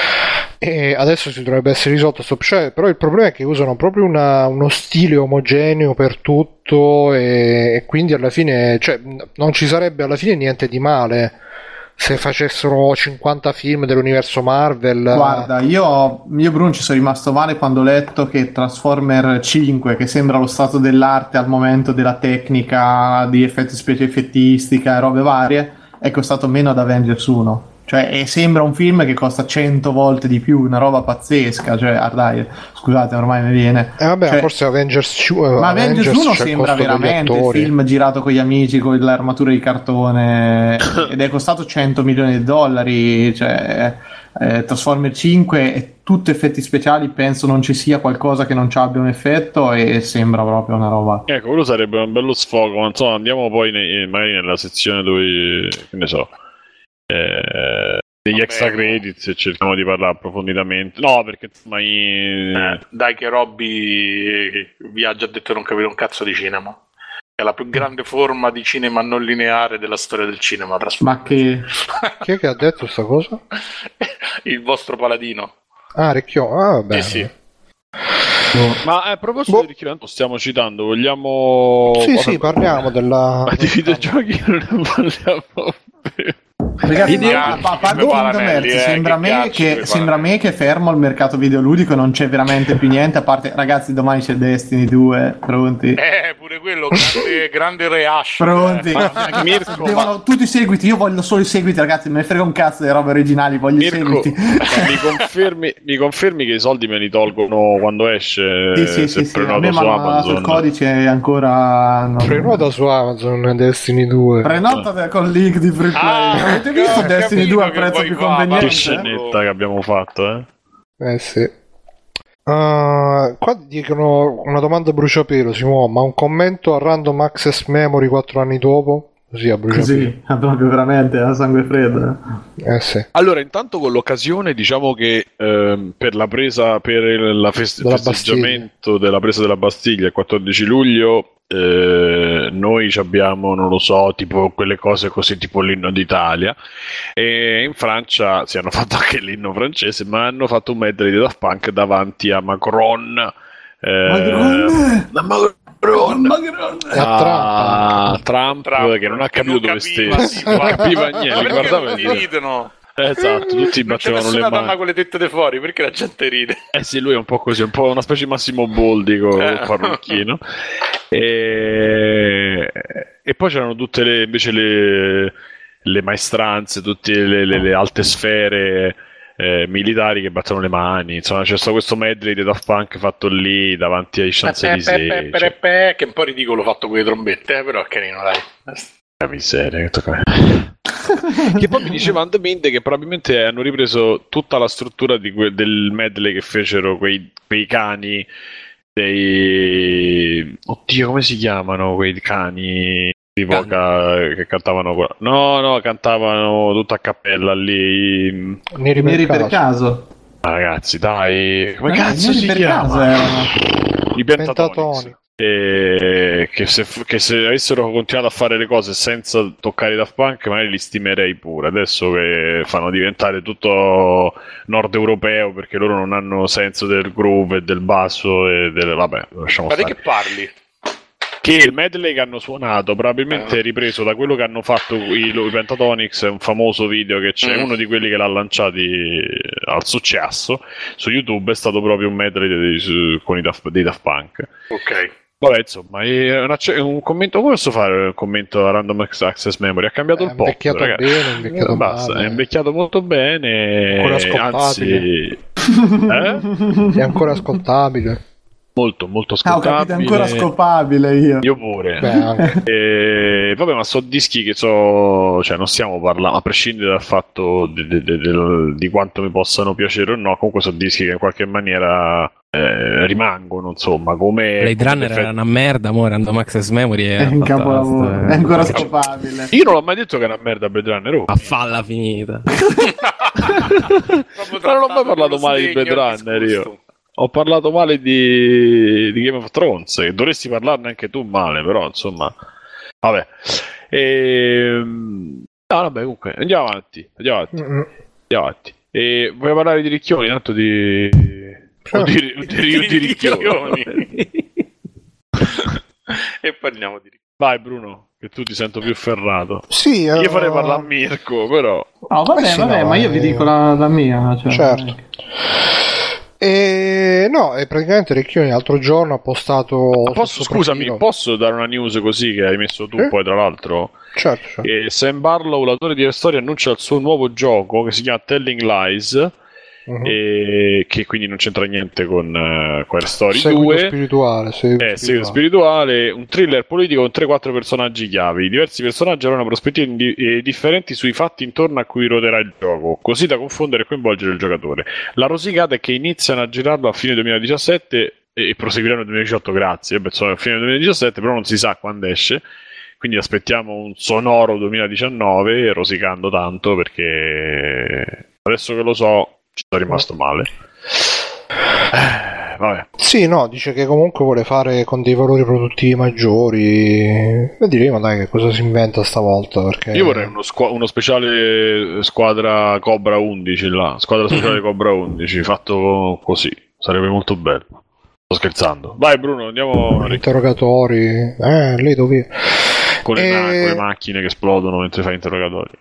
Speaker 2: E adesso si dovrebbe essere risolto però il problema è che usano proprio uno stile omogeneo per tutto e quindi alla fine, cioè, non ci sarebbe alla fine niente di male se facessero 50 film dell'universo Marvel.
Speaker 3: Guarda, io Bruno ci sono rimasto male quando ho letto che Transformer 5, che sembra lo stato dell'arte al momento della tecnica di effetti effettistica e robe varie, è costato meno ad Avengers 1. Cioè, sembra un film che costa 100 volte di più, una roba pazzesca. Cioè, dai, scusate, ormai mi viene.
Speaker 2: Vabbè,
Speaker 3: cioè,
Speaker 2: forse Avengers 2.
Speaker 3: Ma Avengers 1 sembra veramente il film girato con gli amici, con l'armatura di cartone, ed è costato $100 milioni. Cioè, Transformer 5 è tutto effetti speciali. Penso non ci sia qualcosa che non ci abbia un effetto, e sembra proprio una roba.
Speaker 1: Ecco, quello sarebbe un bello sfogo. Ma insomma, andiamo poi magari nella sezione dove, che ne so, degli extra credits e cerchiamo di parlare approfonditamente. No, perché
Speaker 4: dai, che Robby vi ha già detto non capire un cazzo di cinema. È la più grande forma di cinema non lineare della storia del cinema.
Speaker 3: Ma chi
Speaker 2: è che ha detto sta cosa?
Speaker 4: Il vostro paladino.
Speaker 2: Ah, Ricchione. Ah, vabbè.
Speaker 4: Sì.
Speaker 1: Ma a proposito di Ricchione, stiamo citando, vogliamo...
Speaker 2: Sì, parliamo della...
Speaker 1: Ma di videogiochi non ne parliamo più.
Speaker 3: Ragazzi, sembra a me che fermo il mercato videoludico, non c'è veramente più niente, a parte, ragazzi, domani c'è Destiny 2, pronti?
Speaker 4: Pure quello, grande rehash.
Speaker 3: Pronti? Mirko, tutti i seguiti, io voglio solo i seguiti, ragazzi, me ne frega un cazzo delle robe originali, voglio i seguiti.
Speaker 1: mi confermi che i soldi me li tolgono quando esce?
Speaker 3: Sì,
Speaker 1: prenoto su Amazon.
Speaker 3: Il codice è ancora...
Speaker 2: Prenota su Amazon Destiny 2.
Speaker 3: Prenota con il link di Free Play. Avete visto Destiny 2 a prezzo più conveniente?
Speaker 1: Che scenetta che abbiamo fatto,
Speaker 2: sì. Qua dicono una domanda a bruciapelo, Simone, ma un commento a Random Access Memory 4 anni dopo? Così a bruciapelo.
Speaker 3: Così, proprio veramente a sangue freddo.
Speaker 2: Sì.
Speaker 1: Allora, intanto con l'occasione, diciamo che per la presa, per il festeggiamento della presa della Bastiglia il 14 luglio, noi abbiamo, non lo so, tipo quelle cose così, tipo l'inno d'Italia, e in Francia si hanno fatto anche l'inno francese, ma hanno fatto un medley di Daft Punk davanti a Macron. Trump che non ha capito dove stesse, non capiva niente, guardava
Speaker 4: ridono.
Speaker 1: Esatto, tutti battevano le mani.
Speaker 4: Donna con le tette fuori, perché la gente ride.
Speaker 1: Sì, lui è un po' così, un po' una specie di Massimo Boldi con il parrucchino. E poi c'erano tutte le maestranze, tutte le alte sfere militari che battono le mani. Insomma, c'è stato questo medley di Daft Punk fatto lì davanti ai Champs-Élysées,
Speaker 4: che è un po' ridicolo fatto con le trombette, però è carino, dai.
Speaker 1: La miseria che tocca. Che poi mi diceva Andaminde che probabilmente hanno ripreso tutta la struttura del medley che fecero quei cani oddio, come si chiamano quei cani di Voca che cantavano? No, cantavano tutta a cappella lì.
Speaker 3: Neri per caso.
Speaker 1: Ragazzi, dai, come cazzo si chiama? I Pentatonix. Che se avessero continuato a fare le cose senza toccare i Daft Punk, magari li stimerei pure. Adesso che fanno diventare tutto nord europeo, perché loro non hanno senso del groove e del basso e vabbè, lasciamo stare.
Speaker 4: Ma di che parli?
Speaker 1: Che il medley che hanno suonato probabilmente è ripreso da quello che hanno fatto i Pentatonix. È un famoso video che c'è, uno di quelli che l'ha lanciati al successo su YouTube, è stato proprio un medley con dei Daft Punk.
Speaker 4: Ok.
Speaker 1: Vabbè, insomma, è un commento. Come posso fare un commento a Random Access Memory? Ha cambiato il pop,
Speaker 2: È invecchiato
Speaker 1: ragazzi.
Speaker 2: bene, è invecchiato
Speaker 1: Basta,
Speaker 2: male.
Speaker 1: è invecchiato molto bene.
Speaker 2: Ancora ascoltabile.
Speaker 1: Anzi,
Speaker 2: È ancora ascoltabile.
Speaker 1: molto, molto
Speaker 3: Ho
Speaker 1: ascoltabile.
Speaker 3: capito, è ancora scopabile io
Speaker 1: pure.
Speaker 2: Beh, anche.
Speaker 1: Vabbè, ma so dischi che cioè non stiamo parlando, a prescindere dal fatto di quanto mi possano piacere o no, comunque so dischi che in qualche maniera rimangono, insomma, come
Speaker 5: Blade Runner era una merda, mo Random Access Memory
Speaker 3: è un capolavoro, è ancora scopabile.
Speaker 1: Io non l'ho mai detto che è una merda Blade Runner.
Speaker 5: a falla finita.
Speaker 1: Ma non ho mai parlato male di Blade Runner io. Ho parlato male di Game of Thrones, che dovresti parlarne anche tu male, però insomma. Vabbè. No, vabbè, comunque, andiamo avanti. E vuoi parlare di Ricchioni? Tanto di Ricchioni.
Speaker 4: E parliamo di Ricchioni.
Speaker 1: Vai Bruno, che tu ti sento più ferrato.
Speaker 2: Sì,
Speaker 1: Io farei parlare a Mirko, però.
Speaker 3: No, vabbè,
Speaker 2: sì,
Speaker 3: vabbè,
Speaker 2: no,
Speaker 3: ma io vi dico la mia. Cioè,
Speaker 2: certo. E praticamente Recchioni l'altro giorno ha postato
Speaker 1: Scusami, posso dare una news così che hai messo tu poi tra l'altro?
Speaker 2: Certo.
Speaker 1: Che Sam Barlow, l'autore di Story, annuncia il suo nuovo gioco che si chiama Telling Lies, e che quindi non c'entra niente con Air Story
Speaker 2: Seguito
Speaker 1: 2.
Speaker 2: spirituale,
Speaker 1: Seguito spirituale, un thriller politico con 3-4 personaggi chiavi. Diversi personaggi avranno prospettive differenti sui fatti intorno a cui ruoterà il gioco, così da confondere e coinvolgere il giocatore. La rosicata è che iniziano a girarlo a fine 2017 e proseguiranno nel 2018, grazie. A fine 2017, però non si sa quando esce. Quindi aspettiamo un sonoro 2019, rosicando tanto, perché adesso che lo so ci sono rimasto male. Vabbè.
Speaker 2: Sì, no, dice che comunque vuole fare con dei valori produttivi maggiori. Vedremo, dai, che cosa si inventa stavolta, perché
Speaker 1: Io vorrei uno speciale squadra Cobra 11 là, squadra speciale Cobra 11 fatto così, sarebbe molto bello. Sto scherzando. Vai Bruno, andiamo
Speaker 2: interrogatori. Lei dove
Speaker 1: con le macchine che esplodono mentre fai interrogatori.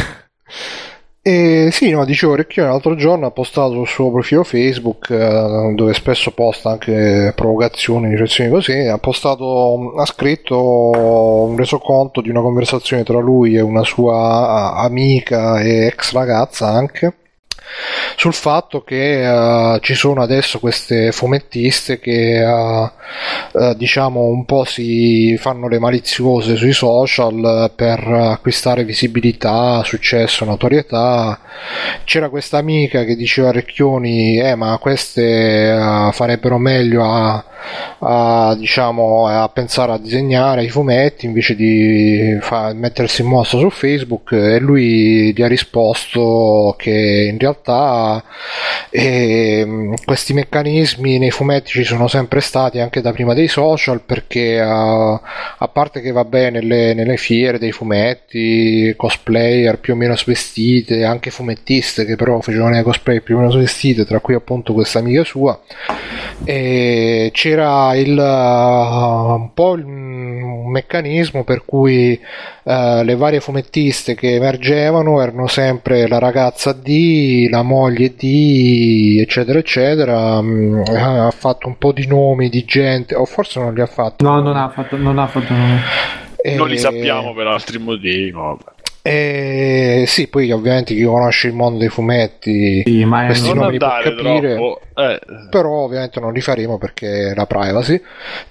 Speaker 2: Sì, no, dicevo, Recchione l'altro giorno ha postato sul suo profilo Facebook, dove spesso posta anche provocazioni, recensioni così, ha scritto un resoconto di una conversazione tra lui e una sua amica e ex ragazza anche, sul fatto che ci sono adesso queste fumettiste che diciamo un po' si fanno le maliziose sui social per acquistare visibilità, successo, notorietà. C'era questa amica che diceva a Recchioni ma queste farebbero meglio diciamo a pensare a disegnare i fumetti invece di mettersi in mostra su Facebook, e lui gli ha risposto che in realtà questi meccanismi nei fumetti ci sono sempre stati anche da prima dei social, perché a parte che va bene nelle fiere dei fumetti, cosplayer più o meno svestite, anche fumettiste che però facevano le cosplay più o meno svestite, tra cui appunto questa amica sua, e c'era un po' un meccanismo per cui le varie fumettiste che emergevano erano sempre la ragazza di, la moglie di, eccetera eccetera. Ha fatto un po' di nomi di gente, o forse non li ha fatti.
Speaker 3: No, non ha fatto nomi.
Speaker 1: Non li sappiamo per altri motivi, vabbè.
Speaker 2: Sì, poi ovviamente chi conosce il mondo dei fumetti
Speaker 3: sì, ma
Speaker 2: questi nomi li può capire,
Speaker 1: troppo.
Speaker 2: Però ovviamente non li faremo perché è la privacy.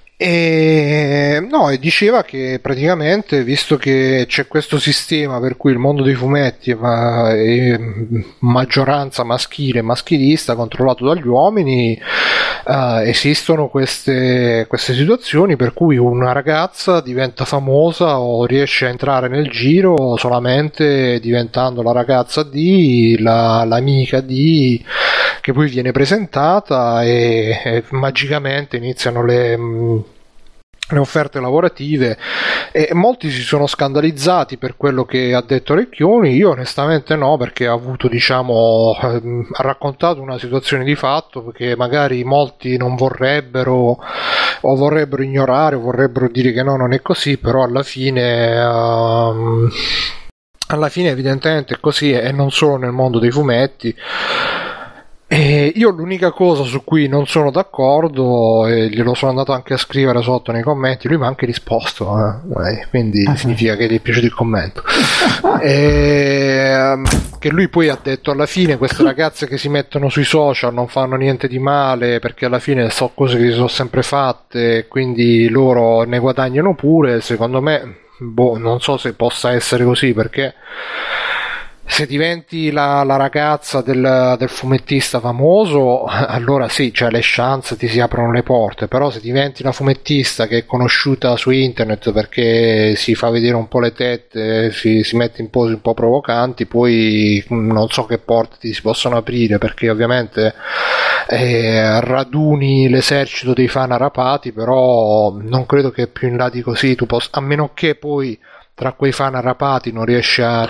Speaker 2: E diceva che praticamente, visto che c'è questo sistema per cui il mondo dei fumetti è maggioranza maschile, maschilista, controllato dagli uomini, esistono queste situazioni per cui una ragazza diventa famosa o riesce a entrare nel giro solamente diventando la ragazza di, l'amica di, che poi viene presentata e magicamente iniziano le offerte lavorative, e molti si sono scandalizzati per quello che ha detto Recchioni. Io onestamente no, perché ha avuto, diciamo, ha raccontato una situazione di fatto che magari molti non vorrebbero, o vorrebbero ignorare, o vorrebbero dire che no, non è così, però alla fine evidentemente è così, e non solo nel mondo dei fumetti. E io l'unica cosa su cui non sono d'accordo, e glielo sono andato anche a scrivere sotto nei commenti, lui mi ha anche risposto, quindi significa che gli è piaciuto il commento. Che lui poi ha detto alla fine queste ragazze che si mettono sui social non fanno niente di male perché alla fine so cose che si sono sempre fatte, quindi loro ne guadagnano pure. Secondo me, non so se possa essere così, perché se diventi la ragazza del fumettista famoso, allora sì, cioè le chance ti si aprono le porte, però se diventi una fumettista che è conosciuta su internet perché si fa vedere un po' le tette, si mette in pose un po' provocanti, poi non so che porte ti si possono aprire, perché ovviamente raduni l'esercito dei fan arrapati, però non credo che più in là di così tu possa, a meno che poi tra quei fan arrapati non riesce a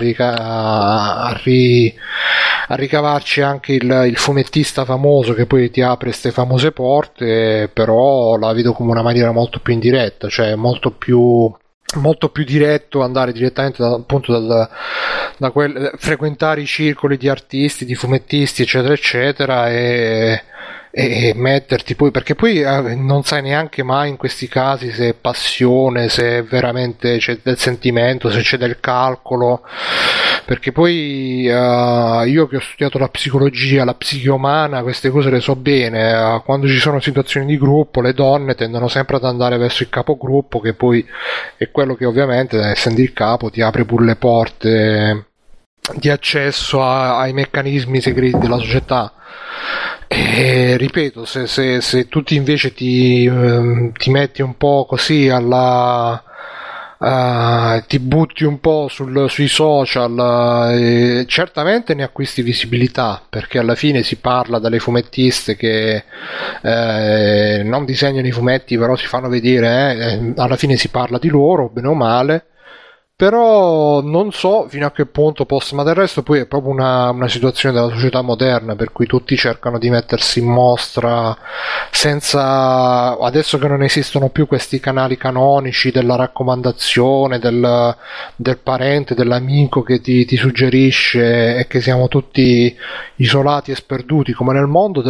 Speaker 2: ricavarci anche il fumettista famoso che poi ti apre queste famose porte. Però la vedo come una maniera molto più indiretta, cioè molto più diretto andare direttamente frequentare i circoli di artisti, di fumettisti, eccetera eccetera, e metterti poi, perché poi non sai neanche mai in questi casi se è passione, se veramente c'è del sentimento, se c'è del calcolo, perché poi io che ho studiato la psicologia, la psiche umana, queste cose le so bene. Quando ci sono situazioni di gruppo, le donne tendono sempre ad andare verso il capogruppo, che poi è quello che ovviamente, essendo il capo, ti apre pure le porte di accesso ai meccanismi segreti della società. E ripeto, se tu invece ti metti un po' così ti butti un po' sui social, certamente ne acquisti visibilità, perché alla fine si parla dalle fumettiste che non disegnano i fumetti però si fanno vedere, alla fine si parla di loro bene o male. Però non so fino a che punto possa, ma del resto poi è proprio una situazione della società moderna per cui tutti cercano di mettersi in mostra senza, adesso che non esistono più questi canali canonici della raccomandazione del parente, dell'amico che ti suggerisce, e che siamo tutti isolati e sperduti come nel mondo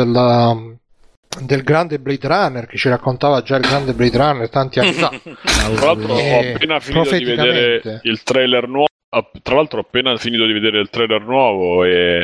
Speaker 2: del grande Blade Runner, che ci raccontava già il grande Blade Runner tanti anni fa.
Speaker 1: Tra l'altro ho appena finito di vedere il trailer nuovo. Tra l'altro ho appena finito di vedere il trailer nuovo e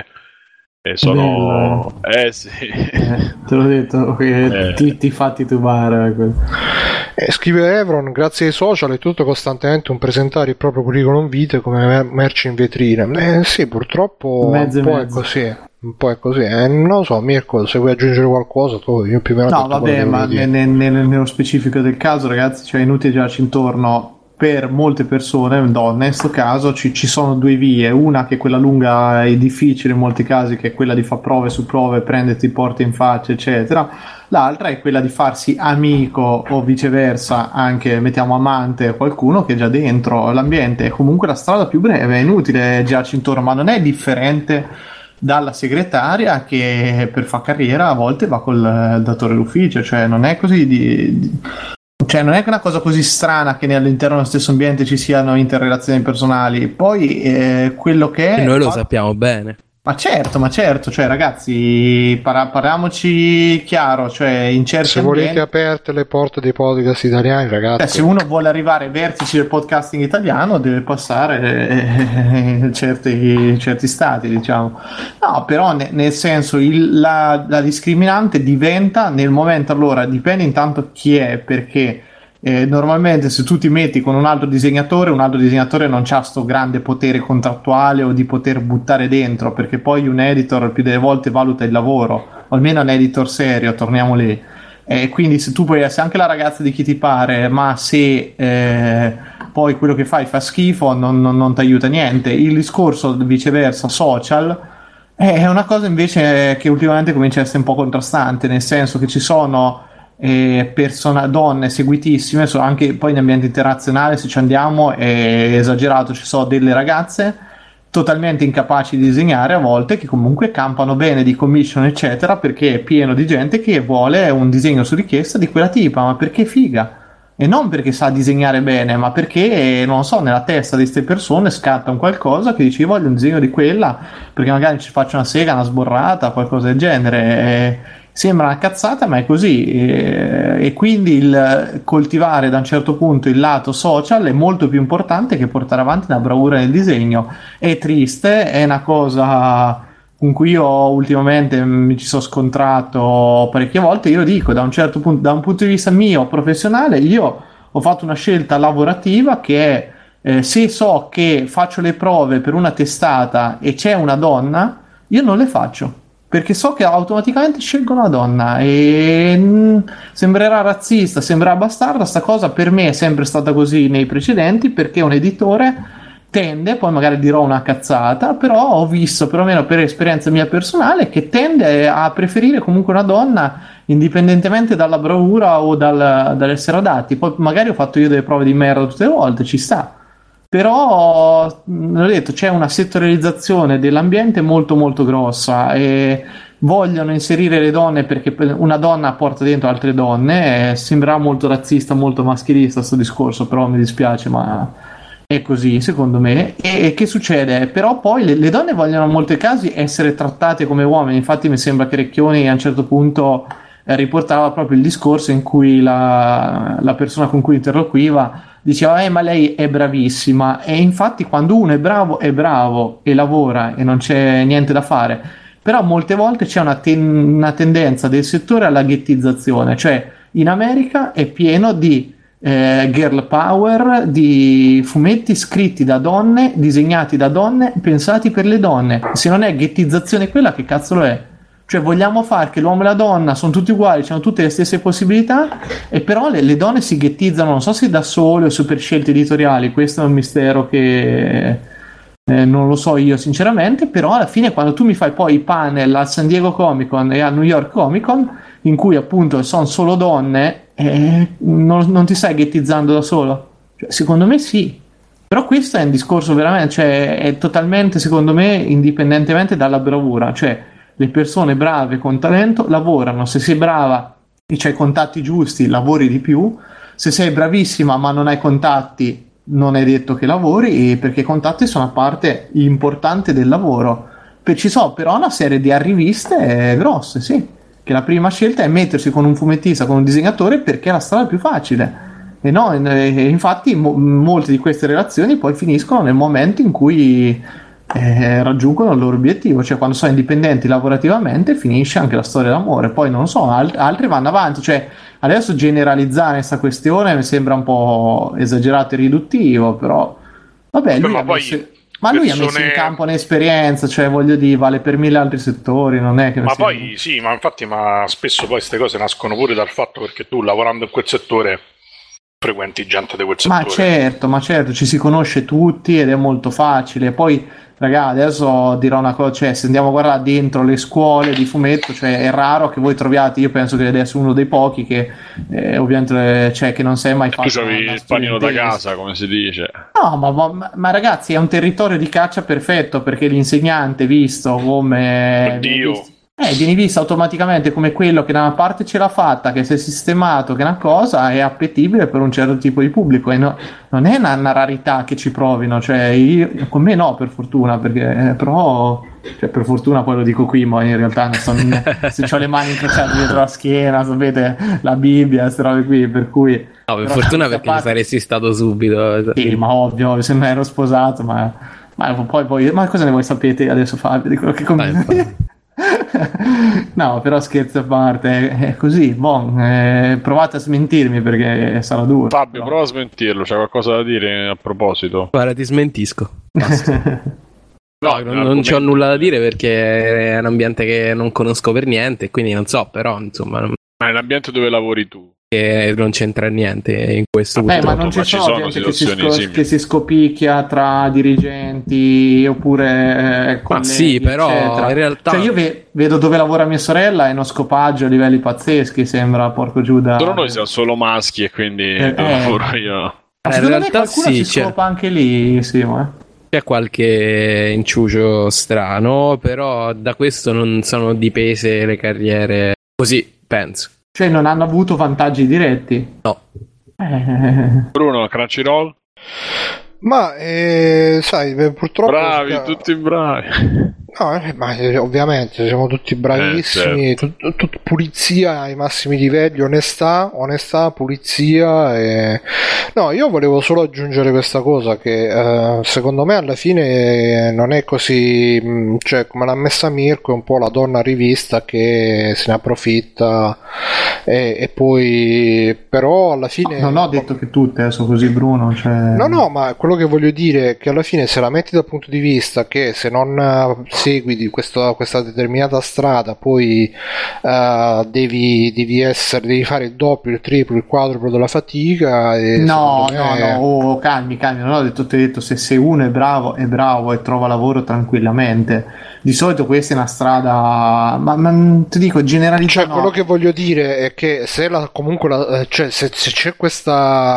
Speaker 1: sono sì.
Speaker 3: Te l'ho detto che ti fa titubare.
Speaker 2: Scrive Evron: grazie ai social è tutto costantemente un presentare il proprio curriculum vitae come merce in vetrina. Sì, purtroppo un po' è così. Non lo so, Mirko, se vuoi aggiungere qualcosa tu, io più o meno.
Speaker 3: No, vabbè, ma nello specifico del caso, ragazzi, cioè è inutile girarci intorno. Per molte persone, donne in questo caso, ci sono due vie: una che è quella lunga e difficile in molti casi, che è quella di fare prove su prove, prenderti porte in faccia eccetera. L'altra è quella di farsi amico o viceversa, anche mettiamo amante, qualcuno che è già dentro l'ambiente. È comunque la strada più breve, è inutile girarci intorno, ma non è differente dalla segretaria che per fare carriera a volte va col datore d'ufficio, cioè non è così cioè non è una cosa così strana che all'interno dello stesso ambiente ci siano interrelazioni personali. Poi quello che è,
Speaker 5: noi lo sappiamo bene.
Speaker 3: Ma certo, cioè ragazzi, parliamoci chiaro, cioè in certi
Speaker 2: se volete aperte le porte dei podcast italiani, ragazzi,
Speaker 3: se uno vuole arrivare ai vertici del podcasting italiano deve passare certi stati, diciamo. No, però nel senso la discriminante diventa nel momento, allora dipende intanto chi è, perché normalmente se tu ti metti con un altro disegnatore non c'ha sto grande potere contrattuale o di poter buttare dentro, perché poi un editor più delle volte valuta il lavoro, o almeno un editor serio, torniamo lì. Quindi se tu puoi essere anche la ragazza di chi ti pare, ma se poi quello che fai fa schifo, non ti aiuta niente. Il discorso viceversa social è una cosa invece che ultimamente comincia a essere un po' contrastante, nel senso che ci sono donne seguitissime, anche poi in ambiente internazionale, se ci andiamo è esagerato, ci sono delle ragazze totalmente incapaci di disegnare a volte, che comunque campano bene di commission eccetera, perché è pieno di gente che vuole un disegno su richiesta di quella tipa, ma perché figa, E non perché sa disegnare bene, ma perché, non lo so, nella testa di queste persone scatta un qualcosa che dici: voglio un disegno di quella, perché magari ci faccio una sega, una sborrata, qualcosa del genere. Sembra una cazzata, ma è così. E quindi il coltivare da un certo punto il lato social è molto più importante che portare avanti una bravura nel disegno. È triste, è una cosa con cui io ultimamente mi ci sono scontrato parecchie volte. Io dico, da un certo punto, da un punto di vista mio professionale, io ho fatto una scelta lavorativa che è, se so che faccio le prove per una testata e c'è una donna, io non le faccio, perché so che automaticamente scelgo una donna. E sembrerà razzista, sembrerà bastarda, sta cosa per me è sempre stata così nei precedenti, perché un editore tende, poi magari dirò una cazzata, però ho visto, perlomeno per esperienza mia personale, che tende a preferire comunque una donna indipendentemente dalla bravura o dall'essere adatti. Poi magari ho fatto io delle prove di merda tutte le volte, ci sta, però l'ho detto, c'è una settorializzazione dell'ambiente molto molto grossa e vogliono inserire le donne perché una donna porta dentro altre donne. Sembra molto razzista, molto maschilista sto discorso, però mi dispiace, ma è così secondo me. E che succede? Però poi le donne vogliono in molti casi essere trattate come uomini. Infatti mi sembra che Recchioni a un certo punto riportava proprio il discorso in cui la persona con cui interloquiva diceva ma lei è bravissima. E infatti quando uno è bravo e lavora e non c'è niente da fare. Però molte volte c'è una tendenza del settore alla ghettizzazione, cioè in America è pieno di girl power, di fumetti scritti da donne, disegnati da donne, pensati per le donne. Se non è ghettizzazione quella, che cazzo lo è? Cioè vogliamo fare che l'uomo e la donna sono tutti uguali, hanno tutte le stesse possibilità, e però le donne si ghettizzano, non so se da sole o se per scelte editoriali. Questo è un mistero che non lo so io sinceramente. Però alla fine quando tu mi fai poi i panel al San Diego Comic Con e al New York Comic Con in cui appunto sono solo donne, non ti stai ghettizzando da solo? Cioè, secondo me sì. Però questo è un discorso veramente, cioè è totalmente, secondo me, indipendentemente dalla bravura. Cioè le persone brave con talento lavorano. Se sei brava e c'hai i contatti giusti, lavori di più. Se sei bravissima ma non hai contatti, non è detto che lavori, perché i contatti sono una parte importante del lavoro. Ci sono però una serie di arriviste grosse, sì, che la prima scelta è mettersi con un fumettista, con un disegnatore, perché è la strada più facile. E no, infatti molte di queste relazioni poi finiscono nel momento in cui raggiungono il loro obiettivo. Cioè quando sono indipendenti lavorativamente finisce anche la storia d'amore. Poi non so, altri vanno avanti. Cioè adesso generalizzare questa questione mi sembra un po' esagerato e riduttivo, però vabbè, lui lui ha messo in campo un'esperienza, cioè voglio dire, vale per 1000 altri settori, non è che...
Speaker 4: Ma poi sì, ma infatti, ma spesso poi queste cose nascono pure dal fatto perché tu lavorando in quel settore frequenti gente di quel settore.
Speaker 3: Ma certo, ci si conosce tutti ed è molto facile. Poi raga, adesso dirò una cosa, cioè se andiamo a guardare dentro le scuole di fumetto, cioè è raro che voi troviate, io penso che adesso uno dei pochi che ovviamente, cioè, che non sei mai fatto.
Speaker 1: Tu c'avevi il panino da casa, come si dice.
Speaker 3: No, ma ragazzi, è un territorio di caccia perfetto, perché l'insegnante visto come vieni visto automaticamente come quello che da una parte ce l'ha fatta, che si è sistemato, che è una cosa è appetibile per un certo tipo di pubblico. E non è una rarità che ci provino, cioè con me no, per fortuna, perché però, cioè, per fortuna poi lo dico qui, ma in realtà non sono, se ho le mani incrociate dietro la schiena, sapete, la Bibbia, queste robe qui, per cui
Speaker 5: no, per fortuna, perché ci saresti stato subito.
Speaker 3: Sì, ma ovvio, se non ero sposato, ma poi ma cosa ne vuoi sapere adesso, Fabio, di quello che no, però scherzi a parte, è così. Provate a smentirmi, perché sarà duro.
Speaker 1: Fabio, prova a smentirlo, c'è qualcosa da dire a proposito?
Speaker 5: Guarda, ti smentisco. No, non c'ho nulla da dire, perché è un ambiente che non conosco per niente, quindi non so, però insomma... Ma
Speaker 1: è l'ambiente dove lavori tu?
Speaker 5: Che non c'entra niente in questo.
Speaker 3: Ma non ci sono gente che si scopicchia tra dirigenti oppure colleghi,
Speaker 5: ma sì, però
Speaker 3: eccetera.
Speaker 5: In realtà,
Speaker 3: cioè io vedo dove lavora mia sorella, è uno scopaggio a livelli pazzeschi, sembra, porco Giuda.
Speaker 1: Però noi siamo solo maschi e quindi lavoro io.
Speaker 3: In realtà sì, si scopa anche lì, sì,
Speaker 5: c'è qualche inciucio strano, però da questo non sono dipese le carriere, così penso.
Speaker 3: Cioè non hanno avuto vantaggi diretti?
Speaker 5: No.
Speaker 1: Bruno, Crunchyroll?
Speaker 2: Ma sai, purtroppo
Speaker 1: bravi, tutti bravi.
Speaker 2: No, ma ovviamente siamo tutti bravissimi,
Speaker 1: certo.
Speaker 2: Pulizia ai massimi livelli, onestà, pulizia e... No, io volevo solo aggiungere questa cosa che secondo me alla fine non è così, cioè come l'ha messa Mirko, è un po' la donna rivista che se ne approfitta e poi però alla fine...
Speaker 3: Non ho detto che tutte sono così, Bruno, cioè...
Speaker 2: No, ma quello che voglio dire è che alla fine se la metti dal punto di vista che se non segui di questa determinata strada poi devi fare il doppio, il triplo, il quadruplo della fatica e
Speaker 3: no,
Speaker 2: me...
Speaker 3: calmi, non ho detto, ti ho detto se uno è bravo e trova lavoro tranquillamente. Di solito questa è una strada, ma ti dico generalizzata.
Speaker 2: Cioè, quello che voglio dire è che se cioè se c'è questo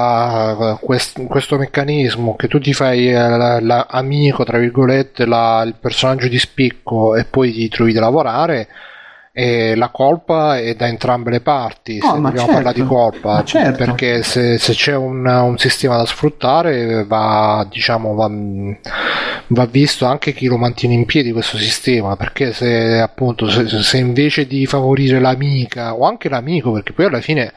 Speaker 2: meccanismo che tu ti fai l'amico, tra virgolette, il personaggio di spicco e poi ti trovi da lavorare, e la colpa è da entrambe le parti, se dobbiamo parlare di colpa, perché se c'è un sistema da sfruttare va visto anche chi lo mantiene in piedi questo sistema, perché se appunto se invece di favorire l'amica o anche l'amico, perché poi alla fine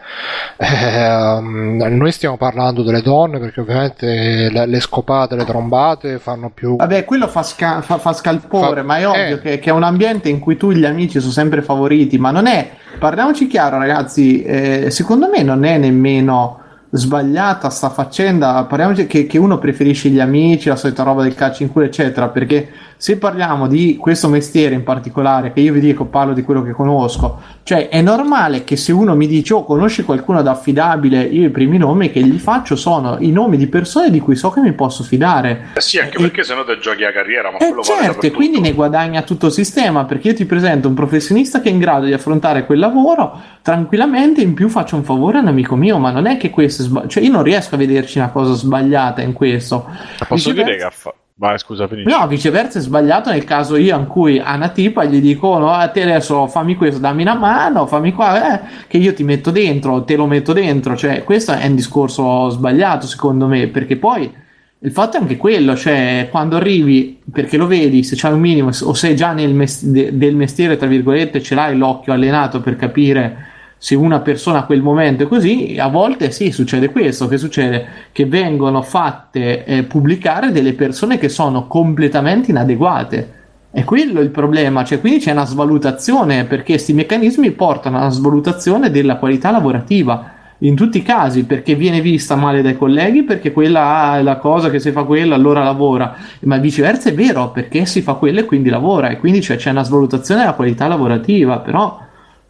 Speaker 2: noi stiamo parlando delle donne perché ovviamente le scopate, le trombate fanno più,
Speaker 3: vabbè, quello fa scalpore, ma è ovvio che è un ambiente in cui tu gli amici sono sempre favoriti, ma non è, parliamoci chiaro ragazzi, secondo me non è nemmeno sbagliata sta faccenda, parliamoci che uno preferisce gli amici, la solita roba del calcio in culo eccetera, perché se parliamo di questo mestiere in particolare, che io vi dico, parlo di quello che conosco, cioè è normale che se uno mi dice conosci qualcuno da affidabile, io i primi nomi che gli faccio sono i nomi di persone di cui so che mi posso fidare.
Speaker 4: Sì, anche perché sennò te giochi la carriera, ma quello
Speaker 3: certo, e quindi ne guadagna tutto il sistema, perché io ti presento un professionista che è in grado di affrontare quel lavoro tranquillamente, in più faccio un favore a un amico mio, ma non è che questo cioè io non riesco a vederci una cosa sbagliata in questo.
Speaker 1: Posso dire che vai, scusa, finisci.
Speaker 3: No, viceversa è sbagliato nel caso io in cui a una tipa gli dico no, a te adesso fammi questo, dammi una mano, fammi qua, che io ti metto dentro, te lo metto dentro, cioè questo è un discorso sbagliato secondo me, perché poi il fatto è anche quello, cioè quando arrivi, perché lo vedi, se c'hai un minimo o se già del mestiere tra virgolette ce l'hai l'occhio allenato per capire se una persona a quel momento è così, a volte sì, succede questo, che succede? Che vengono fatte pubblicare delle persone che sono completamente inadeguate. È quello il problema, cioè quindi c'è una svalutazione, perché questi meccanismi portano a una svalutazione della qualità lavorativa, in tutti i casi, perché viene vista male dai colleghi, perché quella è la cosa che se fa quella allora lavora, ma viceversa è vero, perché si fa quella e quindi lavora, e quindi c'è una svalutazione della qualità lavorativa, però...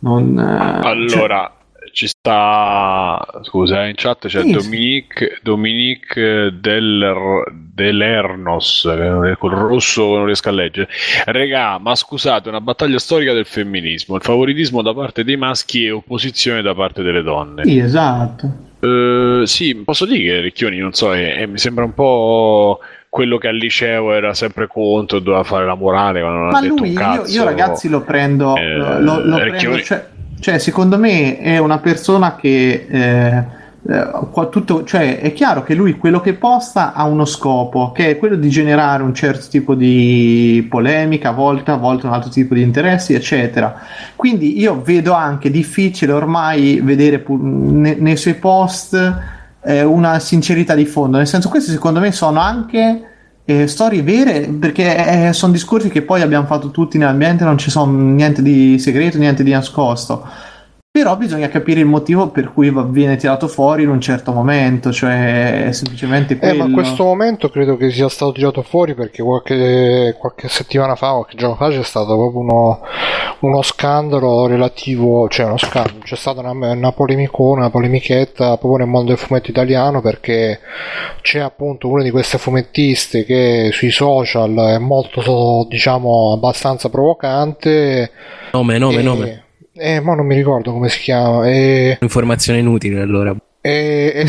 Speaker 1: allora ci sta, scusa, in chat c'è Dominique Delernos col rosso non riesco a leggere. Regà, ma scusate, una battaglia storica del femminismo, il favoritismo da parte dei maschi e opposizione da parte delle donne.
Speaker 3: Sì, esatto.
Speaker 1: Sì, posso dire che Ricchioni, non so, mi sembra un po' quello che al liceo era sempre contro, doveva fare la morale, ma non ha detto un cazzo.
Speaker 3: Io ragazzi lo prendo, prendo cioè secondo me è una persona che cioè è chiaro che lui quello che posta ha uno scopo, che è quello di generare un certo tipo di polemica, a volte un altro tipo di interessi eccetera, quindi io vedo anche difficile ormai vedere nei suoi post una sincerità di fondo, nel senso, questi secondo me sono anche storie vere, perché sono discorsi che poi abbiamo fatto tutti nell'ambiente, non ci sono niente di segreto, niente di nascosto, però bisogna capire il motivo per cui viene tirato fuori in un certo momento, cioè è semplicemente quello.
Speaker 2: Ma in questo momento credo che sia stato tirato fuori perché qualche settimana fa, qualche giorno fa c'è stato proprio uno scandalo relativo, cioè uno scandalo, c'è stata una polemichetta proprio nel mondo del fumetto italiano, perché c'è appunto una di queste fumettiste che sui social è molto, diciamo, abbastanza provocante.
Speaker 5: Nome.
Speaker 2: Ma non mi ricordo come si chiama.
Speaker 5: Informazione inutile allora.
Speaker 2: c'è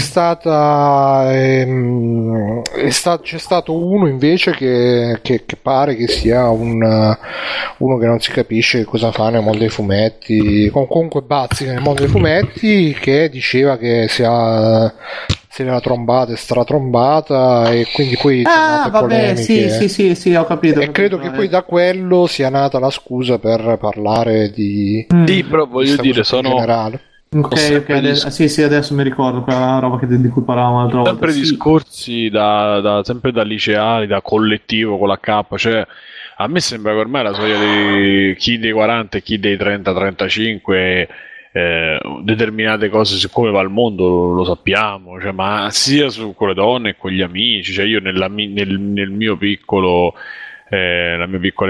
Speaker 2: stato uno invece che pare che sia uno che non si capisce cosa fa nel mondo dei fumetti, comunque bazzica nel mondo dei fumetti, che diceva che se l'era trombata e stratrombata, e quindi poi polemiche.
Speaker 3: Sì, ho capito.
Speaker 2: E credo che poi da quello sia nata la scusa per parlare di
Speaker 1: però voglio dire, sono
Speaker 2: in generale.
Speaker 3: Ok, adesso mi ricordo quella roba di cui parlavamo l'altra volta.
Speaker 1: Sempre discorsi sempre da liceali, da collettivo con la K, cioè a me sembra che ormai la soglia di chi dei 40 e chi dei 30-35 determinate cose, siccome va al mondo lo sappiamo, cioè, ma sia con le donne che con gli amici, cioè io nel mio piccolo la mia piccola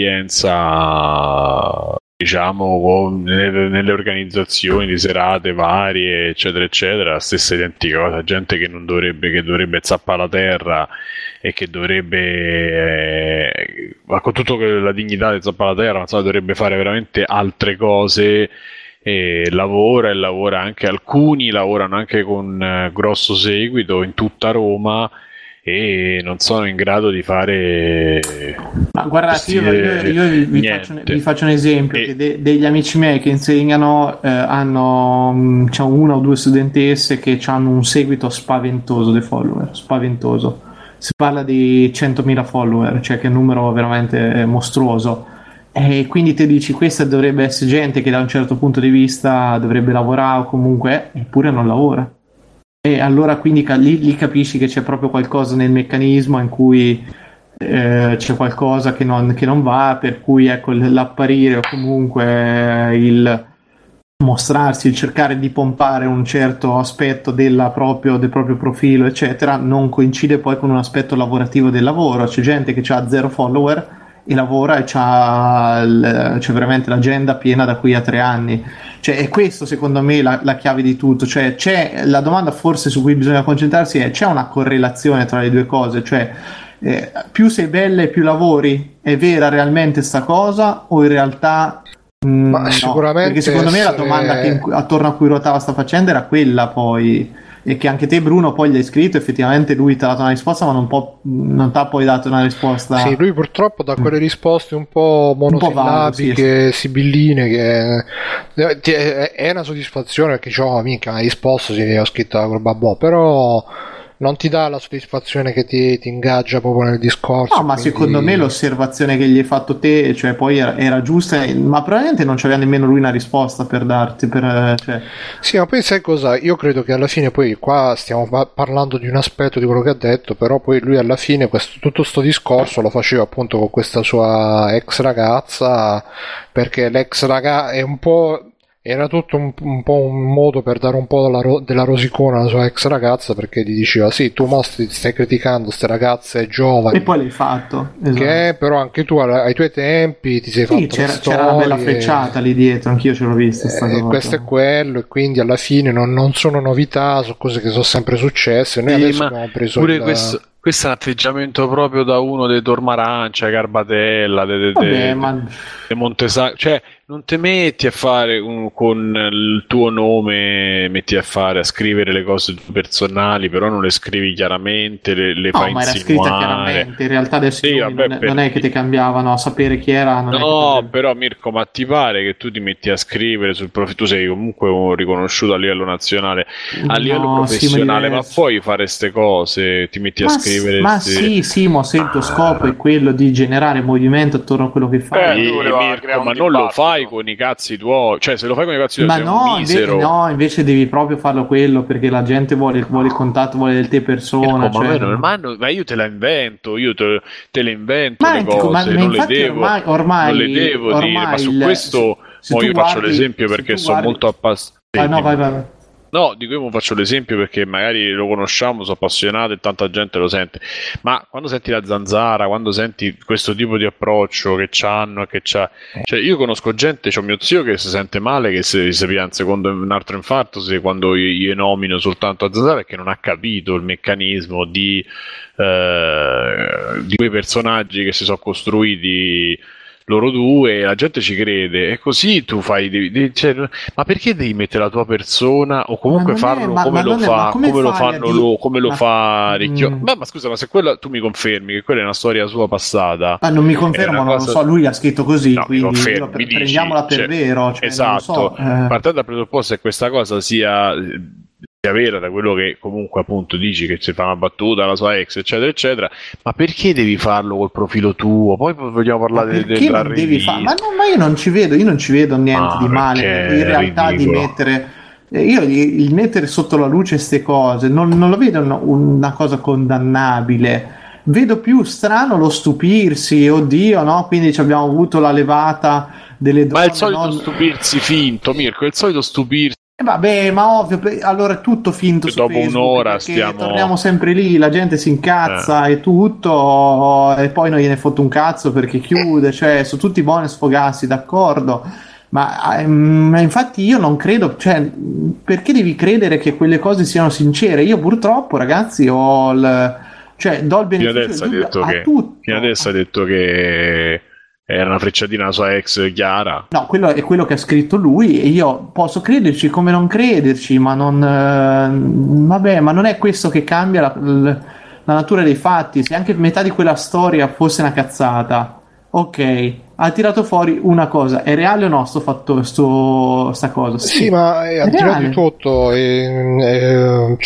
Speaker 1: esperienza, diciamo, nelle organizzazioni di serate varie, eccetera eccetera, la stessa identica cosa, gente che dovrebbe zappare la terra e che dovrebbe con tutto che la dignità di zappare la terra, insomma, dovrebbe fare veramente altre cose, e lavora anche, alcuni lavorano anche con grosso seguito in tutta Roma e non sono in grado di fare.
Speaker 3: Ma guardate, io vi faccio un esempio, che degli amici miei che insegnano hanno una o due studentesse che hanno un seguito spaventoso dei follower, spaventoso. Si parla di 100.000 follower, cioè che è un numero veramente mostruoso. E quindi ti dici, questa dovrebbe essere gente che da un certo punto di vista dovrebbe lavorare o comunque, eppure non lavora. E allora quindi lì capisci che c'è proprio qualcosa nel meccanismo in cui c'è qualcosa che non va, per cui ecco, l'apparire o comunque il mostrarsi, il cercare di pompare un certo aspetto del proprio profilo, eccetera, non coincide poi con un aspetto lavorativo del lavoro. C'è gente che ha 0 follower e lavora e c'è veramente l'agenda piena da qui a 3 anni. Cioè, è questo secondo me la chiave di tutto. Cioè, c'è la domanda forse su cui bisogna concentrarsi è: c'è una correlazione tra le due cose? Cioè, più sei bella e più lavori, è vera realmente sta cosa, o in realtà
Speaker 2: ma
Speaker 3: no?
Speaker 2: sicuramente,
Speaker 3: perché secondo me la domanda attorno a cui ruotava sta faccenda era quella, poi, e che anche te, Bruno, poi gli hai scritto, effettivamente lui ti ha dato una risposta, ma non ti ha poi dato una risposta.
Speaker 2: Sì, lui purtroppo dà quelle risposte un po' monosillabiche, sibilline, che è una soddisfazione, perché mica hai risposto, si ho scritto la babbo, però non ti dà la soddisfazione che ti ingaggia proprio nel discorso.
Speaker 3: No, ma quindi secondo me l'osservazione che gli hai fatto te, cioè, poi era giusta, ma probabilmente non c'aveva nemmeno lui una risposta per darti. Cioè.
Speaker 2: Sì, ma poi sai cosa? Io credo che alla fine, poi qua stiamo parlando di un aspetto di quello che ha detto, però poi lui alla fine tutto sto discorso lo faceva appunto con questa sua ex ragazza, perché l'ex ragazza è un po'. Era tutto un po' un modo per dare un po' della rosicona alla sua ex ragazza, perché gli diceva: sì, tu stai criticando queste ragazze giovani,
Speaker 3: e poi l'hai fatto, esatto.
Speaker 2: Che però anche tu ai tuoi tempi ti sei fatto
Speaker 3: c'era una bella frecciata lì dietro, anch'io ce l'ho vista
Speaker 2: questo è quello, e quindi alla fine non sono novità, sono cose che sono sempre successe. Noi adesso abbiamo preso
Speaker 1: pure questo è un atteggiamento proprio da uno dei Tormarancia, Garbatella, de Montesacro, cioè non ti metti a fare con il tuo nome, a scrivere le cose personali, però non le scrivi chiaramente, le fai insinuare.
Speaker 3: Ma era scritta chiaramente, in realtà adesso non è che ti cambiavano a sapere chi era.
Speaker 1: Però Mirko, ma ti pare che tu ti metti a scrivere sul profilo? Tu sei comunque riconosciuto a livello nazionale, a livello professionale, ma puoi fare ste cose, ti metti a scrivere?
Speaker 3: Ma sì, ma se il tuo scopo è quello di generare movimento attorno a quello che fai.
Speaker 1: Mirko, ma non lo fai con i cazzi tuoi, cioè se lo fai con i cazzi tuoi,
Speaker 3: ma invece devi proprio farlo quello, perché la gente vuole il contatto, vuole del te persona.
Speaker 1: Ma io te la invento, te le invento le cose, non le devo,
Speaker 3: ormai
Speaker 1: non le devo dire, ma su questo io faccio l'esempio perché sono molto appassionato.
Speaker 3: Vai.
Speaker 1: No, di cui non faccio l'esempio perché magari lo conosciamo, sono appassionato e tanta gente lo sente, ma quando senti la Zanzara, quando senti questo tipo di approccio che c'hanno e che c'ha, cioè io conosco gente, c'ho mio zio che si sente male, che si piange secondo un altro infarto quando io nomino soltanto a Zanzara, perché non ha capito il meccanismo di quei personaggi che si sono costruiti loro due, la gente ci crede, e così tu fai, cioè, ma perché devi mettere la tua persona o comunque farlo come lo fa Ricchio? Ma scusa, ma se quella tu mi confermi che quella è una storia sua passata,
Speaker 3: non mi confermo, non lo so, lui ha scritto così,
Speaker 1: no,
Speaker 3: quindi prendiamola per vero, cioè,
Speaker 1: esatto, partendo dal presupposto che questa cosa sia vera, da quello che comunque appunto dici, che si fa una battuta alla sua ex eccetera eccetera, ma perché devi farlo col profilo tuo? Poi vogliamo parlare della rivista.
Speaker 3: Ma io non ci vedo niente di male in realtà di mettere, io il mettere sotto la luce queste cose non lo vedo una cosa condannabile. Vedo più strano lo stupirsi, oddio, no? Quindi abbiamo avuto la levata delle donne.
Speaker 1: Ma è il solito stupirsi finto, Mirko, è il solito stupirsi.
Speaker 3: Vabbè, ma ovvio, allora è tutto finto su
Speaker 1: dopo
Speaker 3: Facebook,
Speaker 1: un'ora
Speaker 3: torniamo sempre lì, la gente si incazza e tutto, e poi non gliene fotte un cazzo perché chiude, cioè sono tutti buoni a sfogarsi, d'accordo, ma infatti io non credo, cioè perché devi credere che quelle cose siano sincere? Io purtroppo, ragazzi, do il beneficio del dubbio a tutto.
Speaker 1: Fino adesso hai detto che era una frecciatina la sua ex Chiara.
Speaker 3: No, quello è quello che ha scritto lui e io posso crederci come non crederci, ma non vabbè, ma non è questo che cambia la natura dei fatti. Se anche metà di quella storia fosse una cazzata, ok, ha tirato fuori una cosa, è reale o no sta cosa?
Speaker 2: Sì, ma al di là di tutto è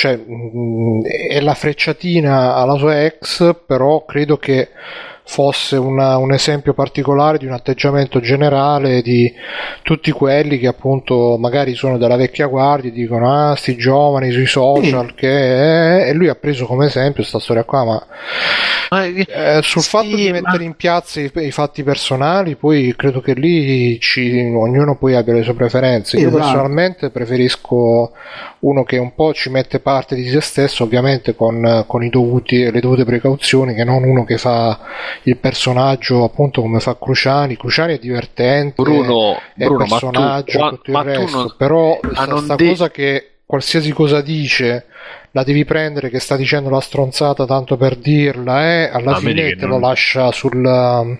Speaker 2: la frecciatina alla sua ex, però credo che fosse un esempio particolare di un atteggiamento generale di tutti quelli che appunto magari sono della vecchia guardia e dicono sti giovani sui social, e lui ha preso come esempio sta storia qua, ma sul fatto di mettere in piazza i fatti personali, poi credo che lì ognuno poi abbia le sue preferenze. Io personalmente preferisco uno che un po' ci mette parte di se stesso, ovviamente con le dovute precauzioni, che non uno che fa il personaggio appunto come fa Cruciani è divertente,
Speaker 1: Bruno,
Speaker 2: personaggio,
Speaker 1: ma
Speaker 2: tutto il resto, però sta cosa che qualsiasi cosa dice la devi prendere che sta dicendo la stronzata tanto per dirla, alla fine te lo lascia ma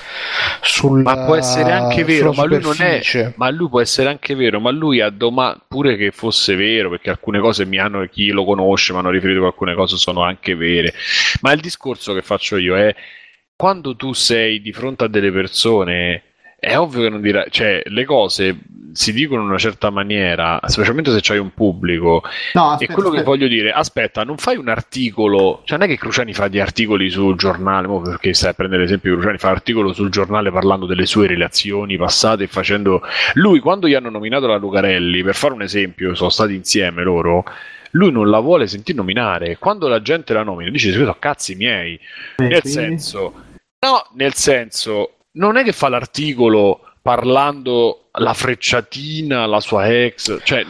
Speaker 1: può essere anche vero, ma lui non è, ma lui può essere anche vero, ma lui ha pure che fosse vero, perché alcune cose chi lo conosce mi hanno riferito che alcune cose sono anche vere, ma il discorso che faccio io è: quando tu sei di fronte a delle persone, è ovvio che non dirà, cioè le cose si dicono in una certa maniera, specialmente se c'hai un pubblico. E quello che voglio dire, aspetta, non fai un articolo, cioè non è che Cruciani fa gli articoli sul giornale, perché stai a prendere l'esempio che Cruciani fa l'articolo sul giornale parlando delle sue relazioni passate e facendo, lui quando gli hanno nominato la Lucarelli, per fare un esempio, sono stati insieme loro, lui non la vuole sentire nominare. Quando la gente la nomina dice sono cazzi miei, nel senso non è che fa l'articolo parlando la frecciatina, la sua ex, cioè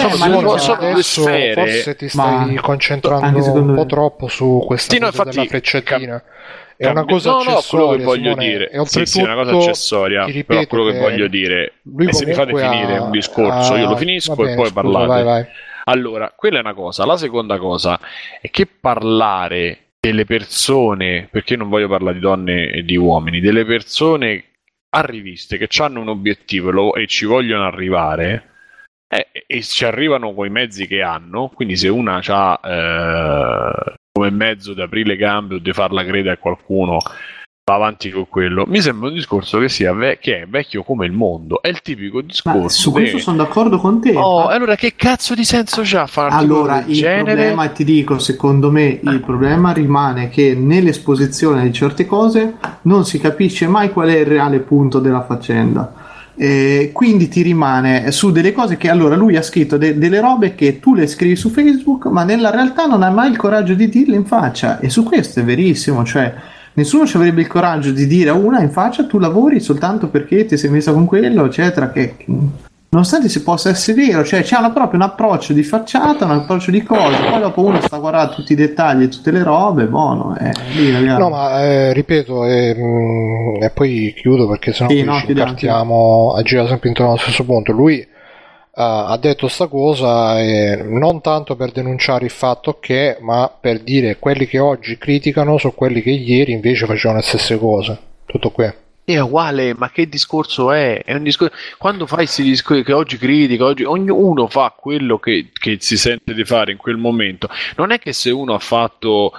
Speaker 2: forse ti stai concentrando un po' troppo su questa cosa della frecciatina. È una cosa accessoria,
Speaker 1: quello che voglio dire. E oltretutto, è una cosa accessoria, però quello che voglio dire, e se mi fate finire un discorso, io lo finisco e poi parlate.
Speaker 2: Vai.
Speaker 1: Allora, quella è una cosa. La seconda cosa è che parlare delle persone, perché non voglio parlare di donne e di uomini, delle persone a riviste che hanno un obiettivo e ci vogliono arrivare, e ci arrivano con i mezzi che hanno, quindi se una ha come mezzo di aprire le gambe o di farla credere a qualcuno, va avanti con quello. Mi sembra un discorso che che è vecchio come il mondo, è il tipico discorso. Ma
Speaker 3: su questo sono d'accordo con te.
Speaker 1: Allora che cazzo di senso c'ha fare
Speaker 3: allora il genere? Problema, ti dico, secondo me il problema rimane che nell'esposizione di certe cose non si capisce mai qual è il reale punto della faccenda. Quindi ti rimane su delle cose che allora lui ha scritto delle robe che tu le scrivi su Facebook, ma nella realtà non hai mai il coraggio di dirle in faccia, e su questo è verissimo, cioè nessuno ci avrebbe il coraggio di dire a una in faccia tu lavori soltanto perché ti sei messa con quello, eccetera, che nonostante si possa essere vero, cioè c'è proprio un approccio di facciata, un approccio di cose, poi dopo uno sta guardando tutti i dettagli e tutte le robe, buono, lì ragazzi.
Speaker 2: No, ma ripeto, e poi chiudo perché sennò ci incartiamo a girare sempre intorno allo stesso punto. Lui ha detto sta cosa non tanto per denunciare il fatto che, ma per dire quelli che oggi criticano sono quelli che ieri invece facevano le stesse cose. Tutto qui.
Speaker 1: È uguale, ma che discorso è? È un discorso. Quando fai questi discorsi che oggi critica, oggi ognuno fa quello che si sente di fare in quel momento. Non è che se uno ha fatto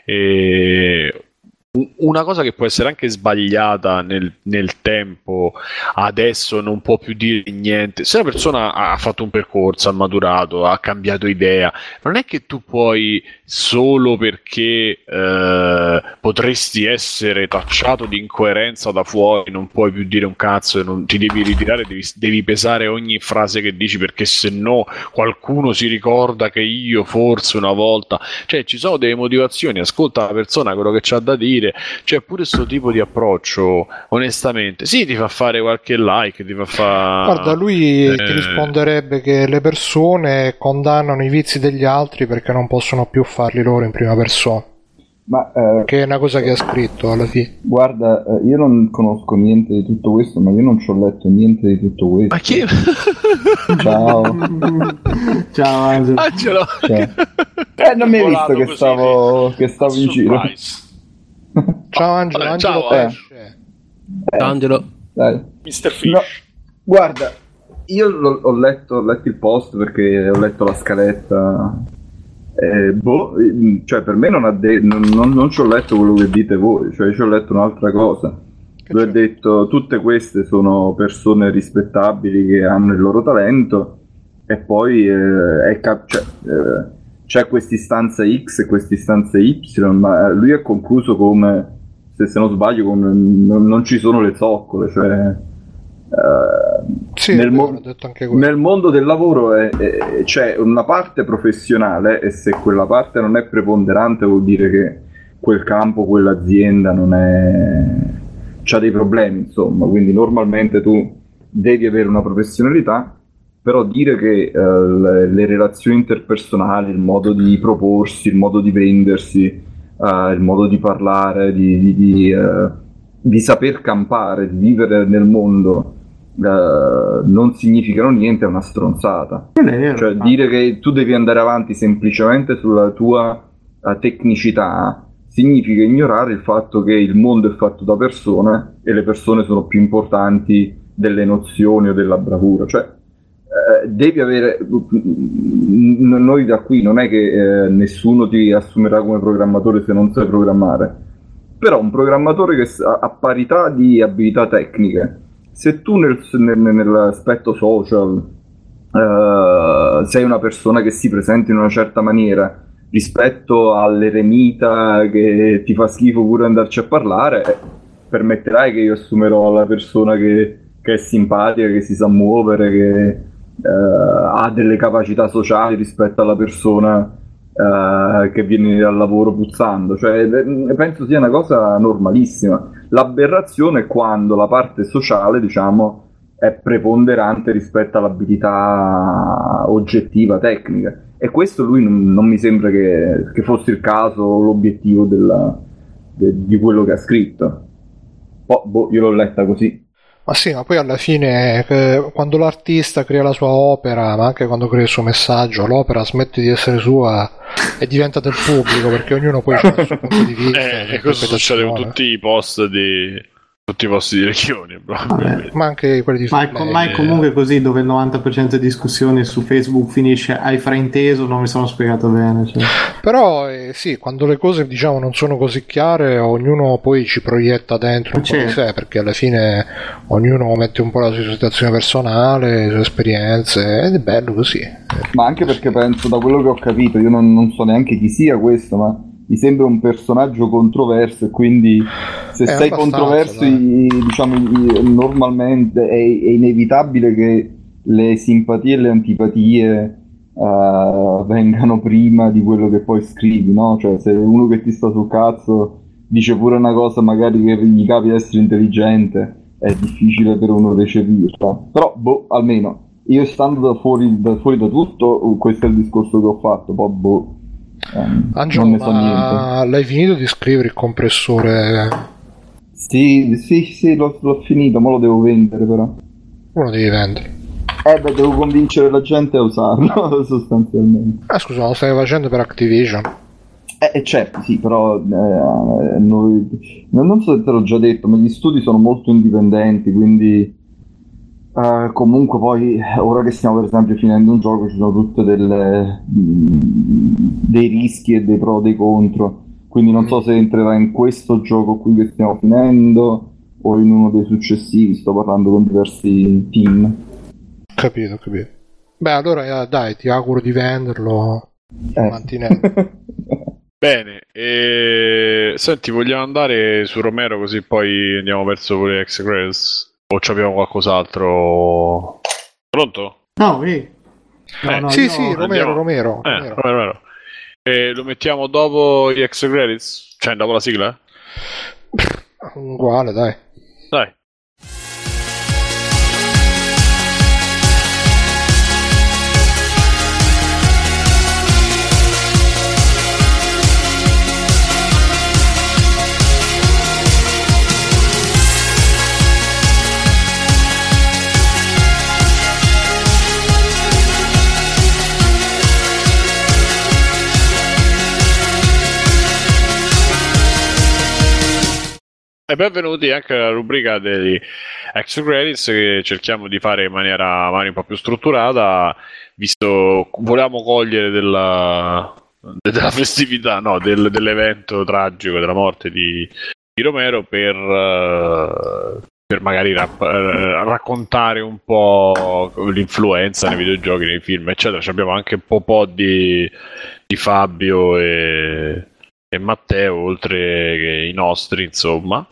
Speaker 1: una cosa che può essere anche sbagliata nel tempo, adesso non può più dire niente. Se una persona ha fatto un percorso, ha maturato, ha cambiato idea, non è che tu puoi, solo perché potresti essere tacciato di incoerenza da fuori, non puoi più dire un cazzo e non ti devi ritirare, devi pesare ogni frase che dici, perché se no qualcuno si ricorda che io forse una volta, cioè ci sono delle motivazioni, ascolta la persona quello che c'ha da dire. Cioè pure questo tipo di approccio, onestamente, sì, ti fa fare qualche like, ti fa fare.
Speaker 2: Guarda, lui ti risponderebbe che le persone condannano i vizi degli altri perché non possono più farli loro in prima persona.
Speaker 6: Ma,
Speaker 2: che è una cosa che ha scritto alla fine.
Speaker 6: Guarda, io non conosco niente di tutto questo, ma io non ci ho letto niente di tutto questo.
Speaker 1: Ma chi?
Speaker 6: Ciao.
Speaker 3: Ciao Angelo.
Speaker 1: Angelo.
Speaker 6: Non mi hai visto che stavo in giro.
Speaker 2: Ciao Angelo.
Speaker 1: Ciao,
Speaker 5: Angelo.
Speaker 6: Dai.
Speaker 4: Mr. Fish.
Speaker 6: No, guarda, io ho letto il post perché ho letto la scaletta. Cioè per me non ci ho letto quello che dite voi, cioè ci ho letto un'altra cosa. Lui ha detto tutte queste sono persone rispettabili che hanno il loro talento, e poi c'è quest'istanza X e quest'istanza Y, ma lui ha concluso come, se non sbaglio, come non ci sono le zoccole, cioè
Speaker 2: sì,
Speaker 6: nel mondo del lavoro c'è una parte professionale, e se quella parte non è preponderante vuol dire che quel campo, quell'azienda c'ha dei problemi, insomma. Quindi normalmente tu devi avere una professionalità, però dire che le relazioni interpersonali, il modo di proporsi, il modo di vendersi, il modo di parlare, di saper campare, di vivere nel mondo, non significano niente, è una stronzata. Cioè dire che tu devi andare avanti semplicemente sulla tua tecnicità significa ignorare il fatto che il mondo è fatto da persone e le persone sono più importanti delle nozioni o della bravura. Cioè devi avere, noi da qui non è che nessuno ti assumerà come programmatore se non sai programmare, però un programmatore che a parità di abilità tecniche, se tu nell'aspetto social sei una persona che si presenta in una certa maniera rispetto all'eremita che ti fa schifo pure andarci a parlare, permetterai che io assumerò la persona che è simpatica, che si sa muovere, che ha delle capacità sociali rispetto alla persona che viene al lavoro puzzando. Cioè, penso sia una cosa normalissima. L'aberrazione è quando la parte sociale, diciamo, è preponderante rispetto all'abilità oggettiva, tecnica, e questo lui non mi sembra che fosse il caso o l'obiettivo di quello che ha scritto. Io l'ho letta così.
Speaker 2: Ma sì, ma poi alla fine quando l'artista crea la sua opera, ma anche quando crea il suo messaggio, l'opera smette di essere sua e diventa del pubblico, perché ognuno poi ha il suo punto di vista.
Speaker 1: E questo succede con tutti i post di Recchioni,
Speaker 2: ma anche quelli di
Speaker 3: ma è comunque così, dove il 90% di discussioni su Facebook finisce hai frainteso, non mi sono spiegato bene, cioè.
Speaker 2: Però sì, quando le cose, diciamo, non sono così chiare, ognuno poi ci proietta dentro un po' di sé, perché alla fine ognuno mette un po' la sua situazione personale, le sue esperienze, ed è bello così.
Speaker 6: Ma anche perché penso, da quello che ho capito, io non so neanche chi sia questo, ma mi sembra un personaggio controverso, e quindi se sei controverso, diciamo, normalmente è inevitabile che le simpatie e le antipatie vengano prima di quello che poi scrivi, no? Cioè, se uno che ti sta sul cazzo dice pure una cosa magari che gli capita di essere intelligente, è difficile per uno recepirla. Però almeno io, stando fuori da tutto, questo è il discorso che ho fatto. Poi
Speaker 2: Angelo,
Speaker 6: non ne so niente.
Speaker 2: L'hai finito di scrivere il compressore?
Speaker 6: Sì, l'ho finito, ma lo devo vendere, però.
Speaker 2: Lo devi vendere?
Speaker 6: Devo convincere la gente a usarlo, sostanzialmente.
Speaker 2: Scusa, lo stai facendo per Activision?
Speaker 6: Certo, sì, però non so se te l'ho già detto, ma gli studi sono molto indipendenti, quindi comunque poi ora che stiamo per esempio finendo un gioco ci sono tutte dei rischi e dei pro e dei contro, quindi non so se entrerà in questo gioco qui che stiamo finendo o in uno dei successivi, sto parlando con diversi team.
Speaker 2: Capito. Beh, allora dai, ti auguro di venderlo mantenendo.
Speaker 1: Bene, senti, vogliamo andare su Romero così poi andiamo verso pure Ex Grace? O abbiamo qualcos'altro? Pronto?
Speaker 3: No, sì,
Speaker 2: Romero.
Speaker 1: Lo mettiamo dopo gli Ex Grace? Cioè dopo la sigla?
Speaker 2: Uguale, dai.
Speaker 1: Dai. E benvenuti anche alla rubrica degli Ex Credits che cerchiamo di fare in maniera magari un po' più strutturata, visto volevamo cogliere della festività, no, dell'evento tragico della morte di Romero per magari raccontare un po' l'influenza nei videogiochi, nei film, eccetera. Abbiamo anche un po' di Fabio e Matteo, oltre che i nostri, insomma,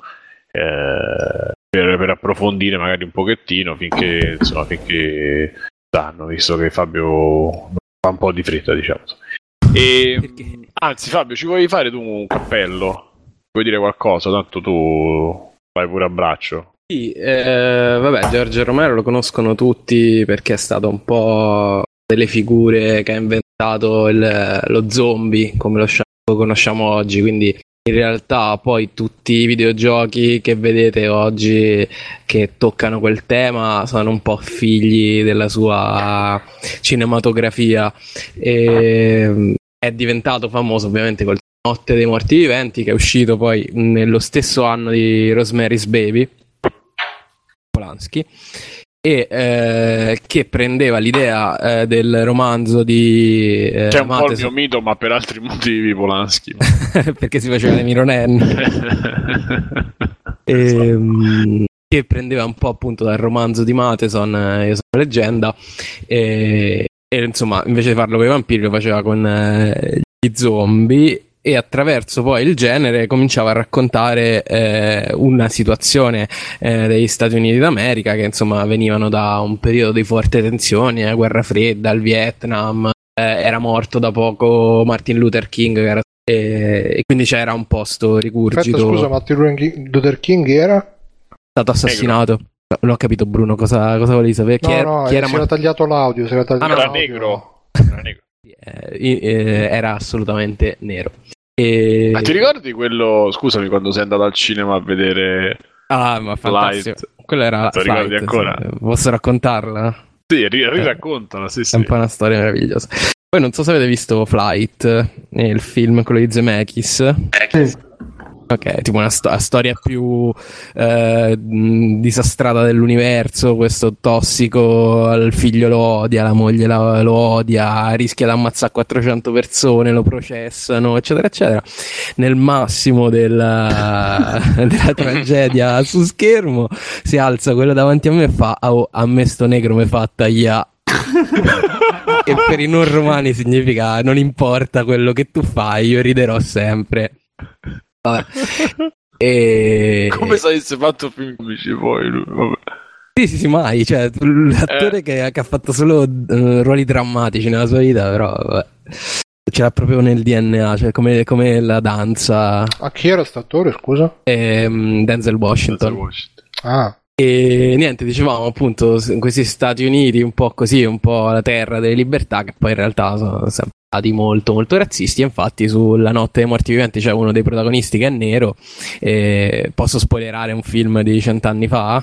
Speaker 1: per approfondire magari un pochettino finché stanno, visto che Fabio fa un po' di fretta, diciamo. Anzi, Fabio, ci vuoi fare tu un cappello? Vuoi dire qualcosa? Tanto tu vai pure a braccio.
Speaker 5: Sì, vabbè, Giorgio Romero lo conoscono tutti perché è stato un po' delle figure che ha inventato lo zombie come lo conosciamo oggi, quindi in realtà poi tutti i videogiochi che vedete oggi che toccano quel tema sono un po' figli della sua cinematografia, e è diventato famoso ovviamente col Notte dei Morti Viventi, che è uscito poi nello stesso anno di Rosemary's Baby, Polanski, e che prendeva l'idea del romanzo di
Speaker 1: c'è un po' il mio mito, ma per altri motivi, Polanski.
Speaker 5: perché si faceva le Mironen. Che prendeva un po' appunto dal romanzo di Matheson, Io sono leggenda, e insomma invece di farlo con i vampiri lo faceva con gli zombie, e attraverso poi il genere cominciava a raccontare una situazione degli Stati Uniti d'America, che insomma venivano da un periodo di forte tensione, guerra fredda, il Vietnam, era morto da poco Martin Luther King, che era, e quindi c'era un posto rigurgito.
Speaker 2: Aspetta, scusa, Martin Luther King era
Speaker 5: stato assassinato. Non ho capito, Bruno, cosa volevi sapere? Chi era
Speaker 2: si era tagliato l'audio,
Speaker 1: era negro.
Speaker 5: Era assolutamente nero.
Speaker 1: Ma ti ricordi quello, scusami, quando sei andato al cinema a vedere
Speaker 5: ma fantastico. Quello era
Speaker 1: Flight, ricordi ancora?
Speaker 5: Posso raccontarla?
Speaker 1: Sì, raccontala, sì.
Speaker 5: È un po' una storia meravigliosa. Poi non so se avete visto Flight, il film, quello di Zemeckis. Ok, tipo una storia più disastrata dell'universo. Questo tossico, il figlio lo odia, la moglie lo odia, rischia di ammazzare 400 persone, lo processano, eccetera eccetera. Nel massimo della tragedia su schermo si alza quello davanti a me e fa: "Oh, a me sto negro mi fa tagliare". E per i non romani significa: non importa quello che tu fai, io riderò sempre. Vabbè.
Speaker 1: Come se avesse fatto film comici poi lui, vabbè.
Speaker 5: Sì, mai, cioè l'attore che ha fatto solo ruoli drammatici nella sua vita, però vabbè. Ce l'ha proprio nel DNA, cioè come la danza.
Speaker 2: A chi era sto attore, scusa?
Speaker 5: Denzel Washington.
Speaker 2: Ah.
Speaker 5: E niente, dicevamo appunto in questi Stati Uniti un po' così, un po' la terra delle libertà, che poi in realtà sono sempre stati molto molto razzisti. E infatti sulla Notte dei Morti Viventi c'è uno dei protagonisti che è nero. Posso spoilerare un film di 100 anni fa?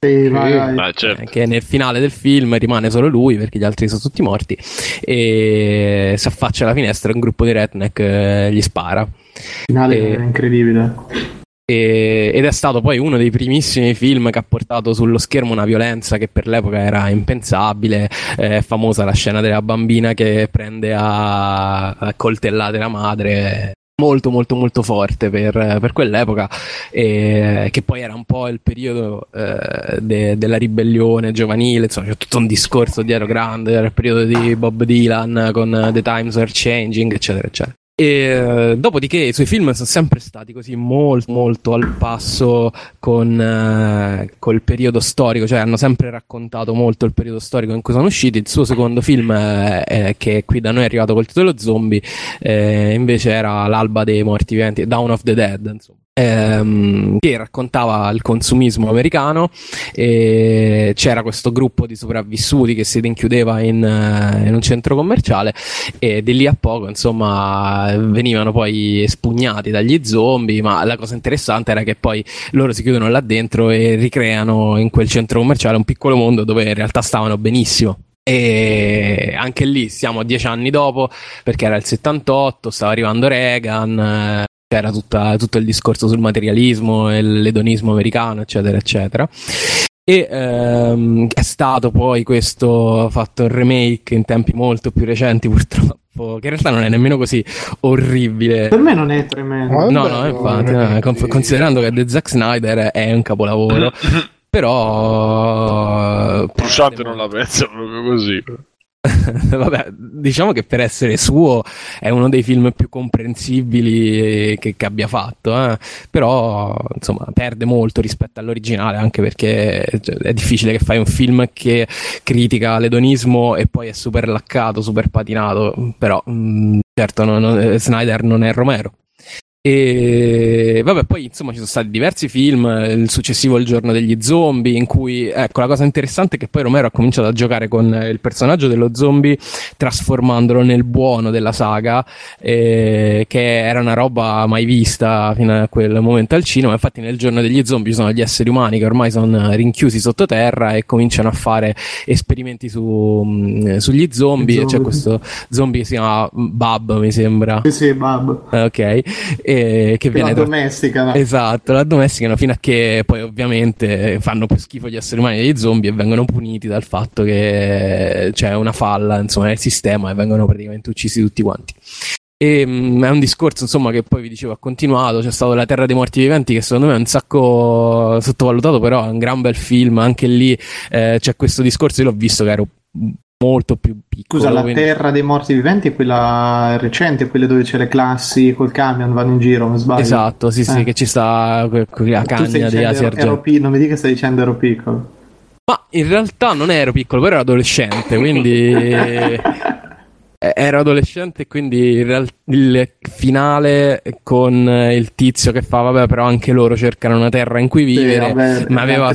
Speaker 3: Sì, vai.
Speaker 1: Certo.
Speaker 5: Che nel finale del film rimane solo lui perché gli altri sono tutti morti e si affaccia alla finestra e un gruppo di redneck gli spara.
Speaker 3: Finale incredibile.
Speaker 5: Ed è stato poi uno dei primissimi film che ha portato sullo schermo una violenza che per l'epoca era impensabile. È famosa la scena della bambina che prende a coltellate la madre, molto molto molto forte per quell'epoca, che poi era un po' il periodo della ribellione giovanile, insomma c'è tutto un discorso dietro grande, era il periodo di Bob Dylan con The Times Are Changing, eccetera eccetera. E dopodiché i suoi film sono sempre stati così molto molto al passo con col periodo storico, cioè hanno sempre raccontato molto il periodo storico in cui sono usciti. Il suo secondo film che qui da noi è arrivato col titolo Zombie, invece era L'alba dei morti viventi, Dawn of the Dead, insomma. Che raccontava il consumismo americano, e c'era questo gruppo di sopravvissuti che si rinchiudeva in un centro commerciale e di lì a poco insomma venivano poi espugnati dagli zombie, ma la cosa interessante era che poi loro si chiudono là dentro e ricreano in quel centro commerciale un piccolo mondo dove in realtà stavano benissimo. E anche lì siamo 10 anni dopo, perché era il 78, stava arrivando Reagan, c'era tutto il discorso sul materialismo e l'edonismo americano, eccetera eccetera. E è stato poi questo fatto il remake in tempi molto più recenti, purtroppo, che in realtà non è nemmeno così orribile.
Speaker 3: Per me non è tremendo.
Speaker 5: No, infatti, considerando che The Zack Snyder è un capolavoro, però
Speaker 1: Frusciante non la pensa proprio così.
Speaker 5: Vabbè, diciamo che per essere suo è uno dei film più comprensibili che abbia fatto, però insomma perde molto rispetto all'originale, anche perché è difficile che fai un film che critica l'edonismo e poi è super laccato, super patinato, però certo Snyder non è Romero. E vabbè, poi insomma ci sono stati diversi film, il successivo Il giorno degli zombie, in cui, ecco, la cosa interessante è che poi Romero ha cominciato a giocare con il personaggio dello zombie trasformandolo nel buono della saga, che era una roba mai vista fino a quel momento al cinema. Infatti nel giorno degli zombie ci sono gli esseri umani che ormai sono rinchiusi sottoterra e cominciano a fare esperimenti sugli zombie. C'è questo zombie che si chiama Bub, mi sembra.
Speaker 3: Sì, Bub.
Speaker 5: Ok. Che viene
Speaker 3: la domesticano.
Speaker 5: Esatto, la domesticano fino a che poi ovviamente fanno più schifo gli esseri umani degli zombie e vengono puniti dal fatto che c'è una falla insomma nel sistema e vengono praticamente uccisi tutti quanti. E è un discorso insomma che poi vi dicevo ha continuato. C'è stato La terra dei morti viventi, che secondo me è un sacco sottovalutato, però è un gran bel film. Anche lì c'è questo discorso, io l'ho visto che ero molto più piccolo.
Speaker 3: Scusa, La
Speaker 5: quindi...
Speaker 3: terra dei morti viventi è quella recente, quelle dove c'è le classi col camion vanno in giro, non sbaglio?
Speaker 5: Esatto, sì, che ci sta la cagna di Asia Argento.
Speaker 3: Non mi dica che stai dicendo ero piccolo.
Speaker 5: Ma in realtà non ero piccolo, però ero adolescente, quindi ero adolescente e quindi il finale con il tizio che fa vabbè, però anche loro cercano una terra in cui vivere, ma aveva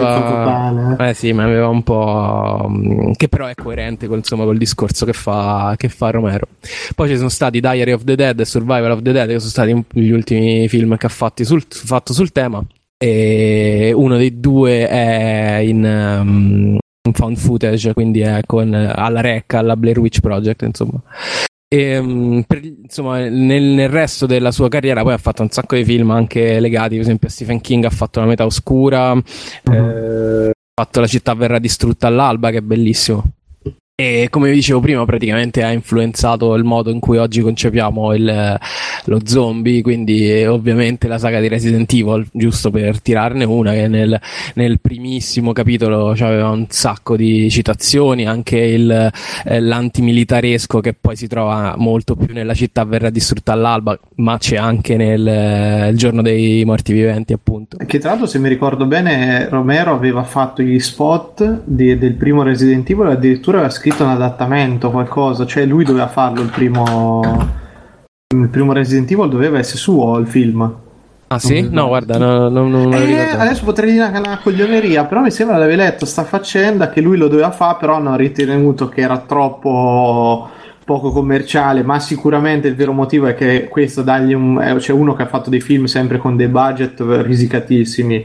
Speaker 5: un po' che però è coerente col discorso che fa Romero. Poi ci sono stati Diary of the Dead e Survival of the Dead, che sono stati gli ultimi film che ha fatto sul tema, e uno dei due è in found footage, quindi è alla REC, alla Blair Witch Project, insomma. E insomma nel resto della sua carriera poi ha fatto un sacco di film anche legati, per esempio a Stephen King. Ha fatto La metà oscura, ha fatto La città verrà distrutta all'alba, che è bellissimo. E come vi dicevo prima, praticamente ha influenzato il modo in cui oggi concepiamo lo zombie, quindi ovviamente la saga di Resident Evil, giusto per tirarne una, che nel primissimo capitolo aveva un sacco di citazioni, anche l'antimilitaresco che poi si trova molto più nella città verrà distrutta all'alba, ma c'è anche nel giorno dei morti viventi, appunto.
Speaker 3: Che tra l'altro, se mi ricordo bene, Romero aveva fatto gli spot del primo Resident Evil, addirittura aveva scritto un adattamento, qualcosa, cioè lui doveva farlo il primo Resident Evil, doveva essere suo il film.
Speaker 5: Ah sì? No, guarda, non
Speaker 3: adesso potrei dire una coglioneria, però mi sembra di aver letto sta faccenda che lui lo doveva fare, però hanno ritenuto che era troppo poco commerciale, ma sicuramente il vero motivo è che questo c'è uno che ha fatto dei film sempre con dei budget risicatissimi,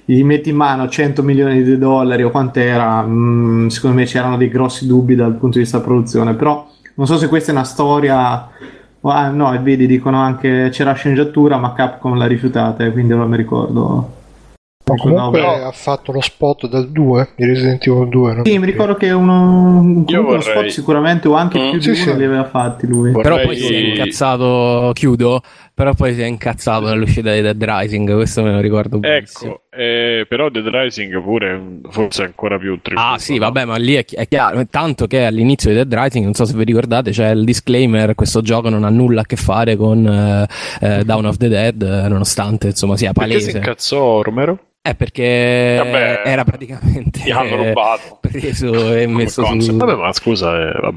Speaker 3: gli metti in mano 100 milioni di dollari o quant'era, secondo me c'erano dei grossi dubbi dal punto di vista della produzione, però non so se questa è una storia. No, e vedi, dicono anche c'era sceneggiatura ma Capcom l'ha rifiutata, quindi non mi ricordo.
Speaker 2: Ma comunque ha fatto lo spot del 2 di Resident Evil 2.
Speaker 3: Sì, mi ricordo che uno spot sicuramente, o anche più di uno li aveva fatti lui.
Speaker 5: Però poi si è incazzato, però poi si è incazzato nell'uscita di Dead Rising, questo me lo ricordo benissimo.
Speaker 1: Ecco, però Dead Rising pure forse ancora più tributo.
Speaker 5: Ah sì, vabbè, ma lì è chiaro, tanto che all'inizio di Dead Rising, non so se vi ricordate, c'è il disclaimer: questo gioco non ha nulla a che fare con Dawn of the Dead, nonostante insomma sia palese.
Speaker 1: Perché si incazzò Romero?
Speaker 5: Perché era praticamente
Speaker 4: gli hanno rubato,
Speaker 5: preso e messo su.
Speaker 1: Vabbè, ma scusa,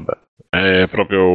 Speaker 1: è proprio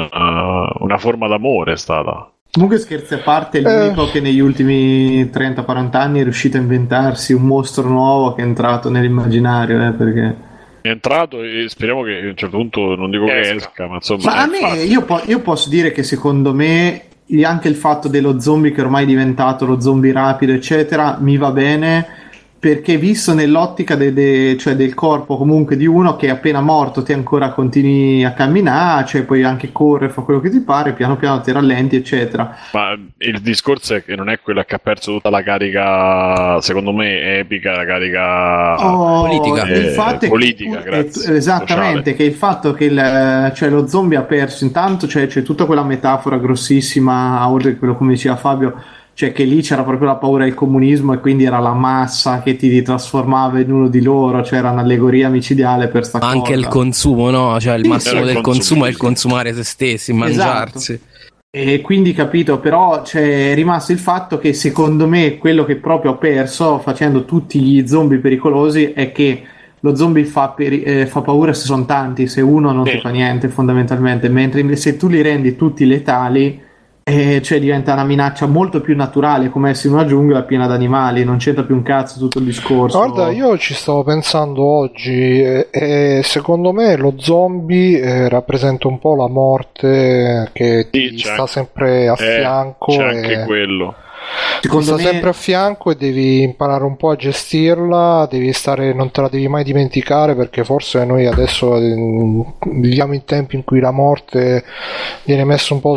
Speaker 1: una forma d'amore è stata.
Speaker 3: Comunque, scherzi a parte, è l'unico che negli ultimi 30-40 anni è riuscito a inventarsi un mostro nuovo che è entrato nell'immaginario, perché
Speaker 1: è entrato, e speriamo che a un certo punto, non dico che esca, ma insomma.
Speaker 3: Ma a me, io posso dire che secondo me anche il fatto dello zombie che ormai è diventato lo zombie rapido eccetera mi va bene, perché visto nell'ottica cioè del corpo comunque di uno che appena morto te ancora continui a camminare, cioè puoi anche correre, fa quello che ti pare, piano piano ti rallenti eccetera.
Speaker 1: Ma il discorso è che non è quella che ha perso tutta la carica, secondo me epica, la carica
Speaker 5: politica,
Speaker 3: il fatto è
Speaker 1: politica, grazie,
Speaker 3: esattamente sociale. Che il fatto che cioè lo zombie ha perso intanto, cioè c'è tutta quella metafora grossissima, oltre a quello come diceva Fabio, cioè che lì c'era proprio la paura del comunismo e quindi era la massa che ti trasformava in uno di loro, cioè era un'allegoria micidiale per sta cosa.
Speaker 5: Anche il consumo, no? Cioè il massimo del consumo è il consumare se stessi, mangiarsi.
Speaker 3: Esatto. E quindi capito, però c'è rimasto il fatto che secondo me quello che proprio ho perso facendo tutti gli zombie pericolosi è che lo zombie fa paura se sono tanti, se uno non ti fa niente fondamentalmente, mentre se tu li rendi tutti letali, cioè diventa una minaccia molto più naturale, come essere in una giungla piena di animali, non c'entra più un cazzo tutto il discorso.
Speaker 2: Guarda, io ci stavo pensando oggi e secondo me lo zombie rappresenta un po' la morte che ti sta sempre a fianco.
Speaker 1: C'è anche quello.
Speaker 2: Secondo me sta sempre a fianco e devi imparare un po' a gestirla, non te la devi mai dimenticare, perché forse noi adesso viviamo in tempi in cui la morte viene messa un po'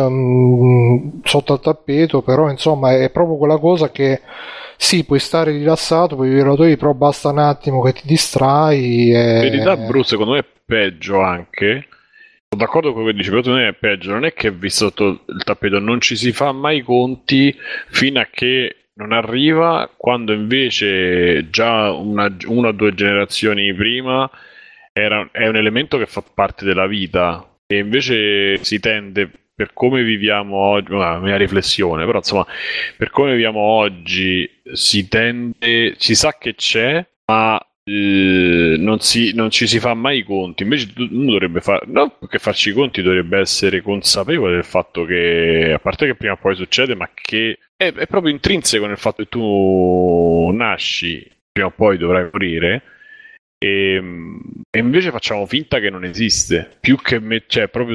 Speaker 2: sotto al tappeto, però insomma è proprio quella cosa che sì, puoi stare rilassato, puoi vivere la tua vita, però basta un attimo che ti distrai
Speaker 1: in verità Bruce secondo me è peggio anche. Sono d'accordo con quello che dici, però secondo me è peggio. Non è che visto sotto il tappeto, non ci si fa mai i conti fino a che non arriva, quando invece già una o due generazioni prima è un elemento che fa parte della vita, e invece si tende, per come viviamo oggi, una mia riflessione, però insomma, per come viviamo oggi si sa che c'è, ma non ci si fa mai i conti. Invece uno dovrebbe non che farci i conti, dovrebbe essere consapevole del fatto che, a parte che prima o poi succede, ma che è proprio intrinseco nel fatto che tu nasci, prima o poi dovrai morire, e invece facciamo finta che non esiste, più che cioè proprio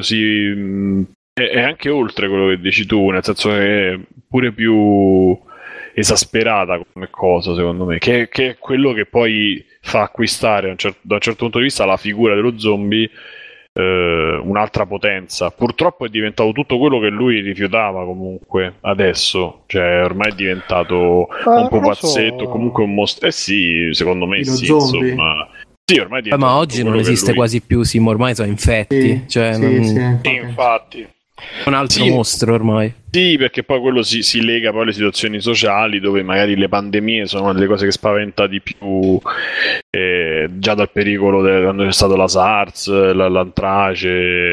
Speaker 1: è anche oltre quello che dici tu, nel senso che è pure più esasperata come cosa, secondo me, che è quello che poi fa acquistare da un certo punto di vista la figura dello zombie un'altra potenza. Purtroppo è diventato tutto quello che lui rifiutava comunque adesso, cioè ormai è diventato un po' pazzetto, comunque un mostro. Sì, secondo me sì, zombie. Insomma. Sì, ormai
Speaker 5: ma oggi non esiste quasi più, ormai sono infetti,
Speaker 4: infatti.
Speaker 5: Un altro mostro ormai.
Speaker 1: Sì, perché poi quello si lega poi alle situazioni sociali, dove magari le pandemie sono una delle cose che spaventa di più, già dal pericolo quando c'è stato la SARS, l'antrace,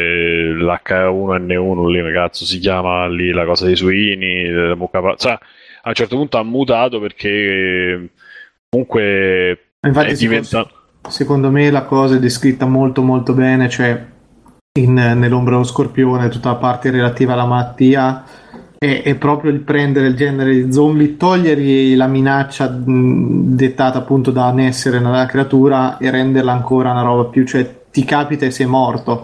Speaker 1: l'H1N1, lì, cazzo si chiama lì, la cosa dei suini, la mucca, cioè, a un certo punto ha mutato, perché comunque
Speaker 3: infatti secondo me la cosa è descritta molto molto bene, cioè nell'ombra dello scorpione, tutta la parte relativa alla malattia è proprio il prendere il genere di zombie, togliergli la minaccia dettata appunto da un essere, una creatura, e renderla ancora una roba più, cioè ti capita e sei morto,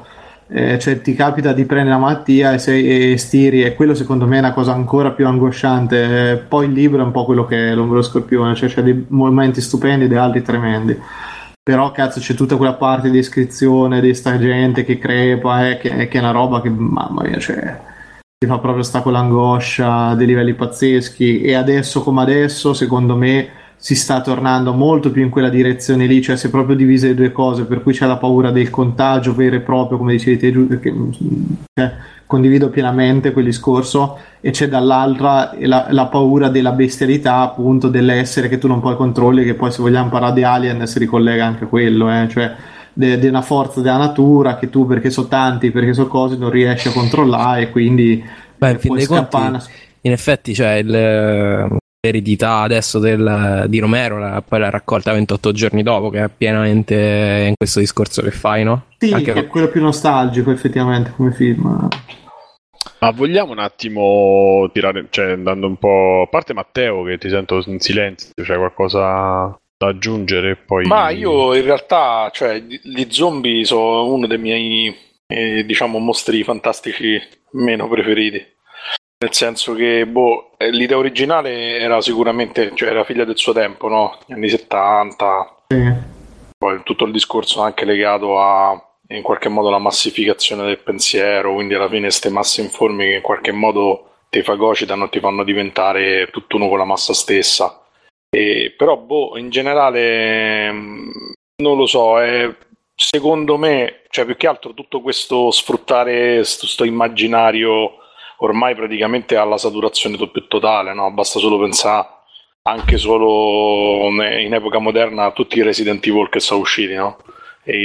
Speaker 3: cioè ti capita di prendere la malattia e stiri, e quello secondo me è una cosa ancora più angosciante. Poi il libro è un po' quello che è l'Ombra Scorpione, cioè c'è dei momenti stupendi e dei altri tremendi, però cazzo c'è tutta quella parte di descrizione di sta gente che crepa, che è una roba che mamma mia, cioè ti fa proprio sta con l'angoscia a dei livelli pazzeschi. E adesso come adesso secondo me si sta tornando molto più in quella direzione lì, cioè si è proprio divise le due cose, per cui c'è la paura del contagio vero e proprio, come dicevi te, che condivido pienamente quel discorso, e c'è dall'altra la paura della bestialità, appunto, dell'essere che tu non puoi controlli, che poi se vogliamo parlare di Alien si ricollega anche a quello, cioè di una forza della natura che tu, perché so tanti, perché so cose, non riesci a controllare, e quindi
Speaker 5: in fin dei conti, in effetti c'è l'eredità adesso di Romero, poi l'ha raccolta 28 giorni dopo, che è pienamente in questo discorso che fai, no?
Speaker 3: Sì,
Speaker 5: anche
Speaker 3: è quello più nostalgico effettivamente come film.
Speaker 1: Ma vogliamo un attimo tirare, cioè andando un po', a parte Matteo che ti sento in silenzio, c'è qualcosa da aggiungere? Poi...
Speaker 4: Ma io in realtà, cioè, gli zombie sono uno dei miei, diciamo, mostri fantastici meno preferiti. Nel senso che, l'idea originale era sicuramente, cioè, era figlia del suo tempo, no? Gli anni 70.
Speaker 3: Sì.
Speaker 4: Poi tutto il discorso anche legato a, in qualche modo, la massificazione del pensiero, quindi alla fine queste masse informi che in qualche modo ti fagocitano, ti fanno diventare tutt'uno con la massa stessa. Però, in generale, non lo so, secondo me, cioè, più che altro tutto questo sfruttare questo immaginario ormai praticamente alla saturazione più totale, no? Basta solo pensare, anche solo in epoca moderna, a tutti i Resident Evil che sono usciti, no? E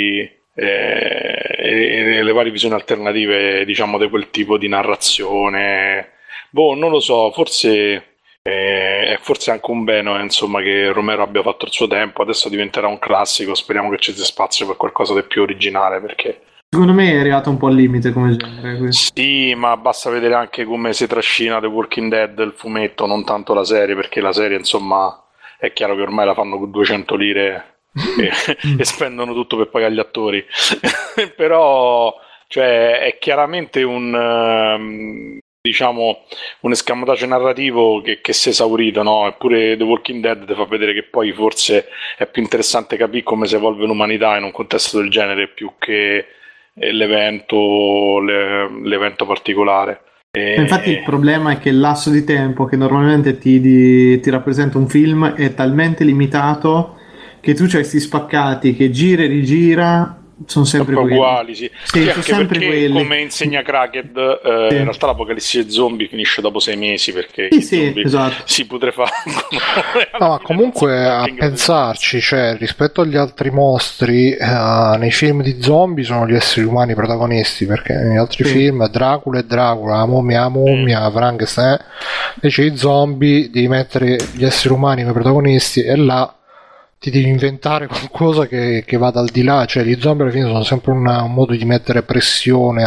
Speaker 4: le varie visioni alternative, diciamo, di quel tipo di narrazione. Non lo so, forse è forse anche un bene, insomma, che Romero abbia fatto il suo tempo. Adesso diventerà un classico, speriamo che ci sia spazio per qualcosa di più originale, perché
Speaker 3: secondo me è arrivato un po' al limite come genere questo.
Speaker 4: Sì, ma basta vedere anche come si trascina The Walking Dead, il fumetto, non tanto la serie, perché la serie, insomma, è chiaro che ormai la fanno con 200 lire e spendono tutto per pagare gli attori. Però, cioè, è chiaramente diciamo, un escamotage narrativo che si è esaurito, no? Eppure The Walking Dead ti fa vedere che poi forse è più interessante capire come si evolve l'umanità in un contesto del genere, più che l'evento particolare.
Speaker 3: Infatti il problema è che il lasso di tempo che normalmente ti rappresenta un film è talmente limitato che tu c'hai questi spaccati che gira e rigira, sono sempre
Speaker 4: uguali, sì,
Speaker 3: sono
Speaker 4: anche
Speaker 3: sempre
Speaker 4: perché,
Speaker 3: quelli.
Speaker 4: come insegna Cracked, in realtà l'apocalisse dei zombie finisce dopo 6 mesi, perché
Speaker 3: esatto.
Speaker 4: si potrà
Speaker 2: no, ma comunque a pensarci, cioè, rispetto agli altri mostri, nei film di zombie sono gli esseri umani protagonisti, perché negli altri film Dracula è Dracula, la mummia, Frankenstein, invece i zombie devi mettere gli esseri umani come protagonisti, e là ti devi inventare qualcosa che vada al di là. Cioè gli zombie alla fine sono sempre un modo di mettere pressione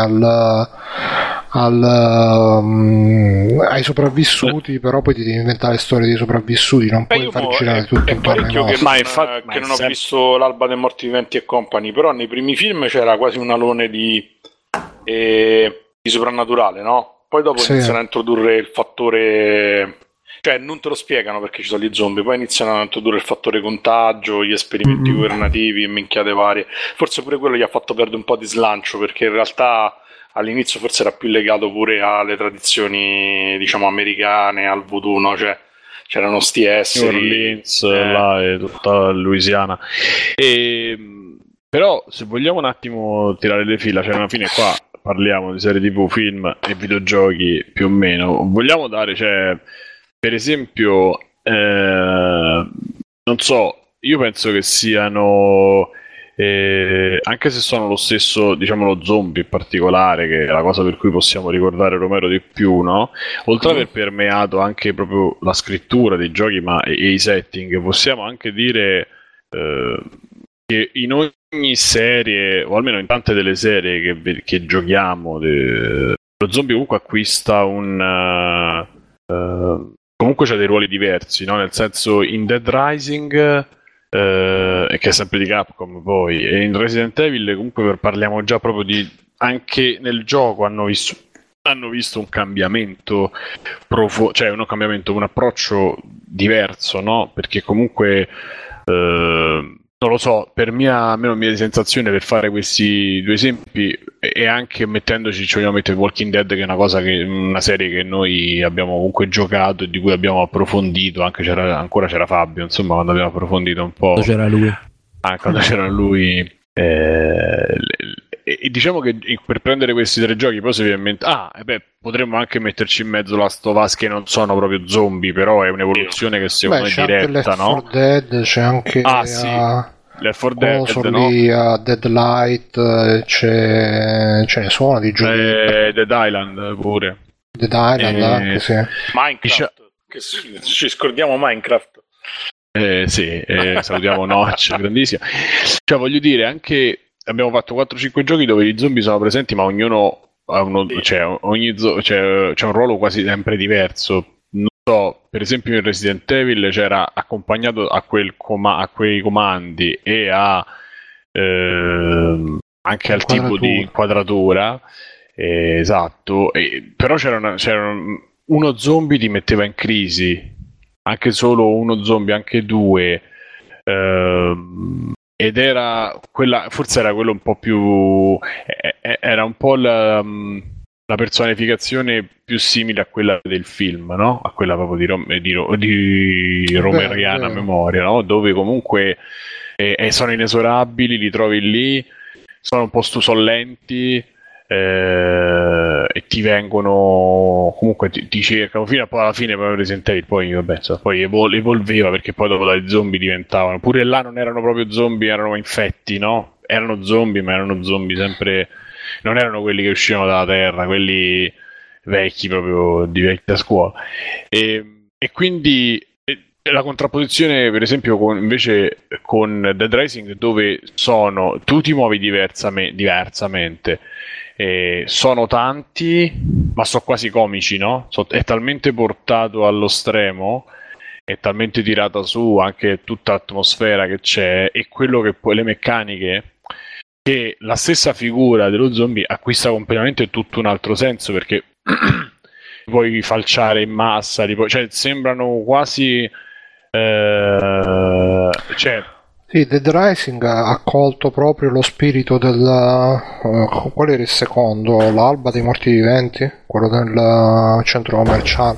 Speaker 2: ai sopravvissuti, però poi ti devi inventare storie dei sopravvissuti, non puoi far girare tutto intorno ai nostri.
Speaker 4: Che non ho visto l'Alba dei Morti Viventi e compagni, però nei primi film c'era quasi un alone di soprannaturale, no? Poi dopo iniziano a introdurre il fattore, cioè non te lo spiegano perché ci sono gli zombie, poi iniziano a introdurre il fattore contagio, gli esperimenti governativi e minchiate varie. Forse pure quello gli ha fatto perdere un po' di slancio, perché in realtà all'inizio forse era più legato pure alle tradizioni, diciamo, americane, al voodoo, no? Cioè c'erano sti esseri,
Speaker 1: New Orleans, là, e tutta la Louisiana. Però se vogliamo un attimo tirare le fila, cioè alla fine qua parliamo di serie TV, film e videogiochi più o meno, vogliamo dare, cioè, per esempio, non so, io penso che siano, anche se sono lo stesso, diciamo, lo zombie in particolare, che è la cosa per cui possiamo ricordare Romero di più, no? Oltre ad aver permeato anche proprio la scrittura dei giochi e i setting, possiamo anche dire che in ogni serie, o almeno in tante delle serie che giochiamo, lo zombie comunque acquista comunque c'ha dei ruoli diversi, no? Nel senso, in Dead Rising, che è sempre di Capcom poi, e in Resident Evil comunque parliamo già proprio di anche nel gioco hanno visto un cambiamento cioè un approccio diverso, no? Perché comunque non lo so, per mia sensazione, per fare questi due esempi, e anche mettendoci, ci vogliamo mettere Walking Dead, che è una serie che noi abbiamo comunque giocato e di cui abbiamo approfondito, anche ancora c'era Fabio, insomma, quando abbiamo approfondito un po'.
Speaker 5: Quando c'era lui.
Speaker 1: Quando c'era lui. E diciamo che per prendere questi tre giochi poi si viene in mente, potremmo anche metterci in mezzo Last of Us, che non sono proprio zombie, però è un'evoluzione che secondo me è diretta, no?
Speaker 2: Left 4 Dead, c'è anche
Speaker 1: Left 4 Dead, no?
Speaker 2: Lì, Deadlight, ce ne sono di giochi.
Speaker 1: Dead Island pure.
Speaker 2: Dead Island anche, sì.
Speaker 4: Minecraft, che ci scordiamo Minecraft.
Speaker 1: Sì, salutiamo Notch, grandissima. Cioè, voglio dire, anche abbiamo fatto 4-5 giochi dove gli zombie sono presenti, ma ognuno ha c'è un ruolo quasi sempre diverso. Non so, per esempio in Resident Evil c'era accompagnato a quei comandi e anche al tipo di inquadratura, esatto, però c'era uno zombie ti metteva in crisi, anche solo uno zombie, anche due, ed era quella, forse era quello un po' più, era un po' la personificazione più simile a quella del film, no? A quella proprio di romeriana memoria, no? Dove comunque sono inesorabili, li trovi lì, sono un po' sono lenti, e ti vengono, comunque ti cercano fino a poi alla fine. Poi Resident Evil poi evolveva, perché poi dopo dai zombie diventavano, pure là non erano proprio zombie, erano infetti, no? Erano zombie, ma erano zombie sempre, non erano quelli che uscivano dalla terra, quelli vecchi, proprio di vecchia scuola. E quindi la contrapposizione, per esempio, invece con Dead Rising, dove tu ti muovi diversamente. Sono tanti, ma sono quasi comici, no? È talmente portato allo stremo, è talmente tirata su anche tutta l'atmosfera che c'è, e quello che poi le meccaniche, che la stessa figura dello zombie acquista completamente tutto un altro senso, perché puoi falciare in massa, cioè sembrano quasi
Speaker 2: Sì, Dead Rising ha colto proprio lo spirito del qual era il secondo? L'Alba dei Morti Viventi, quello del centro commerciale,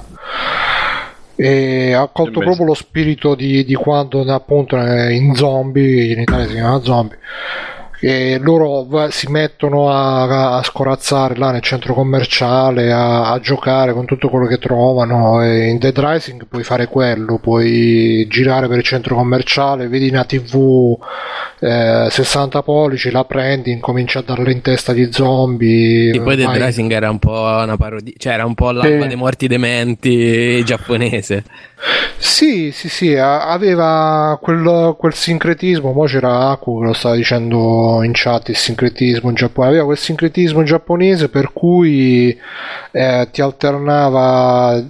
Speaker 2: e ha colto proprio lo spirito di quando appunto in Zombie, in Italia si chiama Zombie, che loro si mettono a scorazzare là nel centro commerciale, a giocare con tutto quello che trovano. E in Dead Rising puoi fare quello, puoi girare per il centro commerciale, vedi una TV 60 pollici, la prendi, incominci a darle in testa di zombie.
Speaker 5: E poi Dead Rising era un po' una parodia, cioè era un po' l'alba dei morti dementi giapponese.
Speaker 2: Sì, aveva quel sincretismo. Mo c'era Aku che lo stava dicendo in chat, il sincretismo in Giappone, aveva quel sincretismo giapponese per cui ti alternava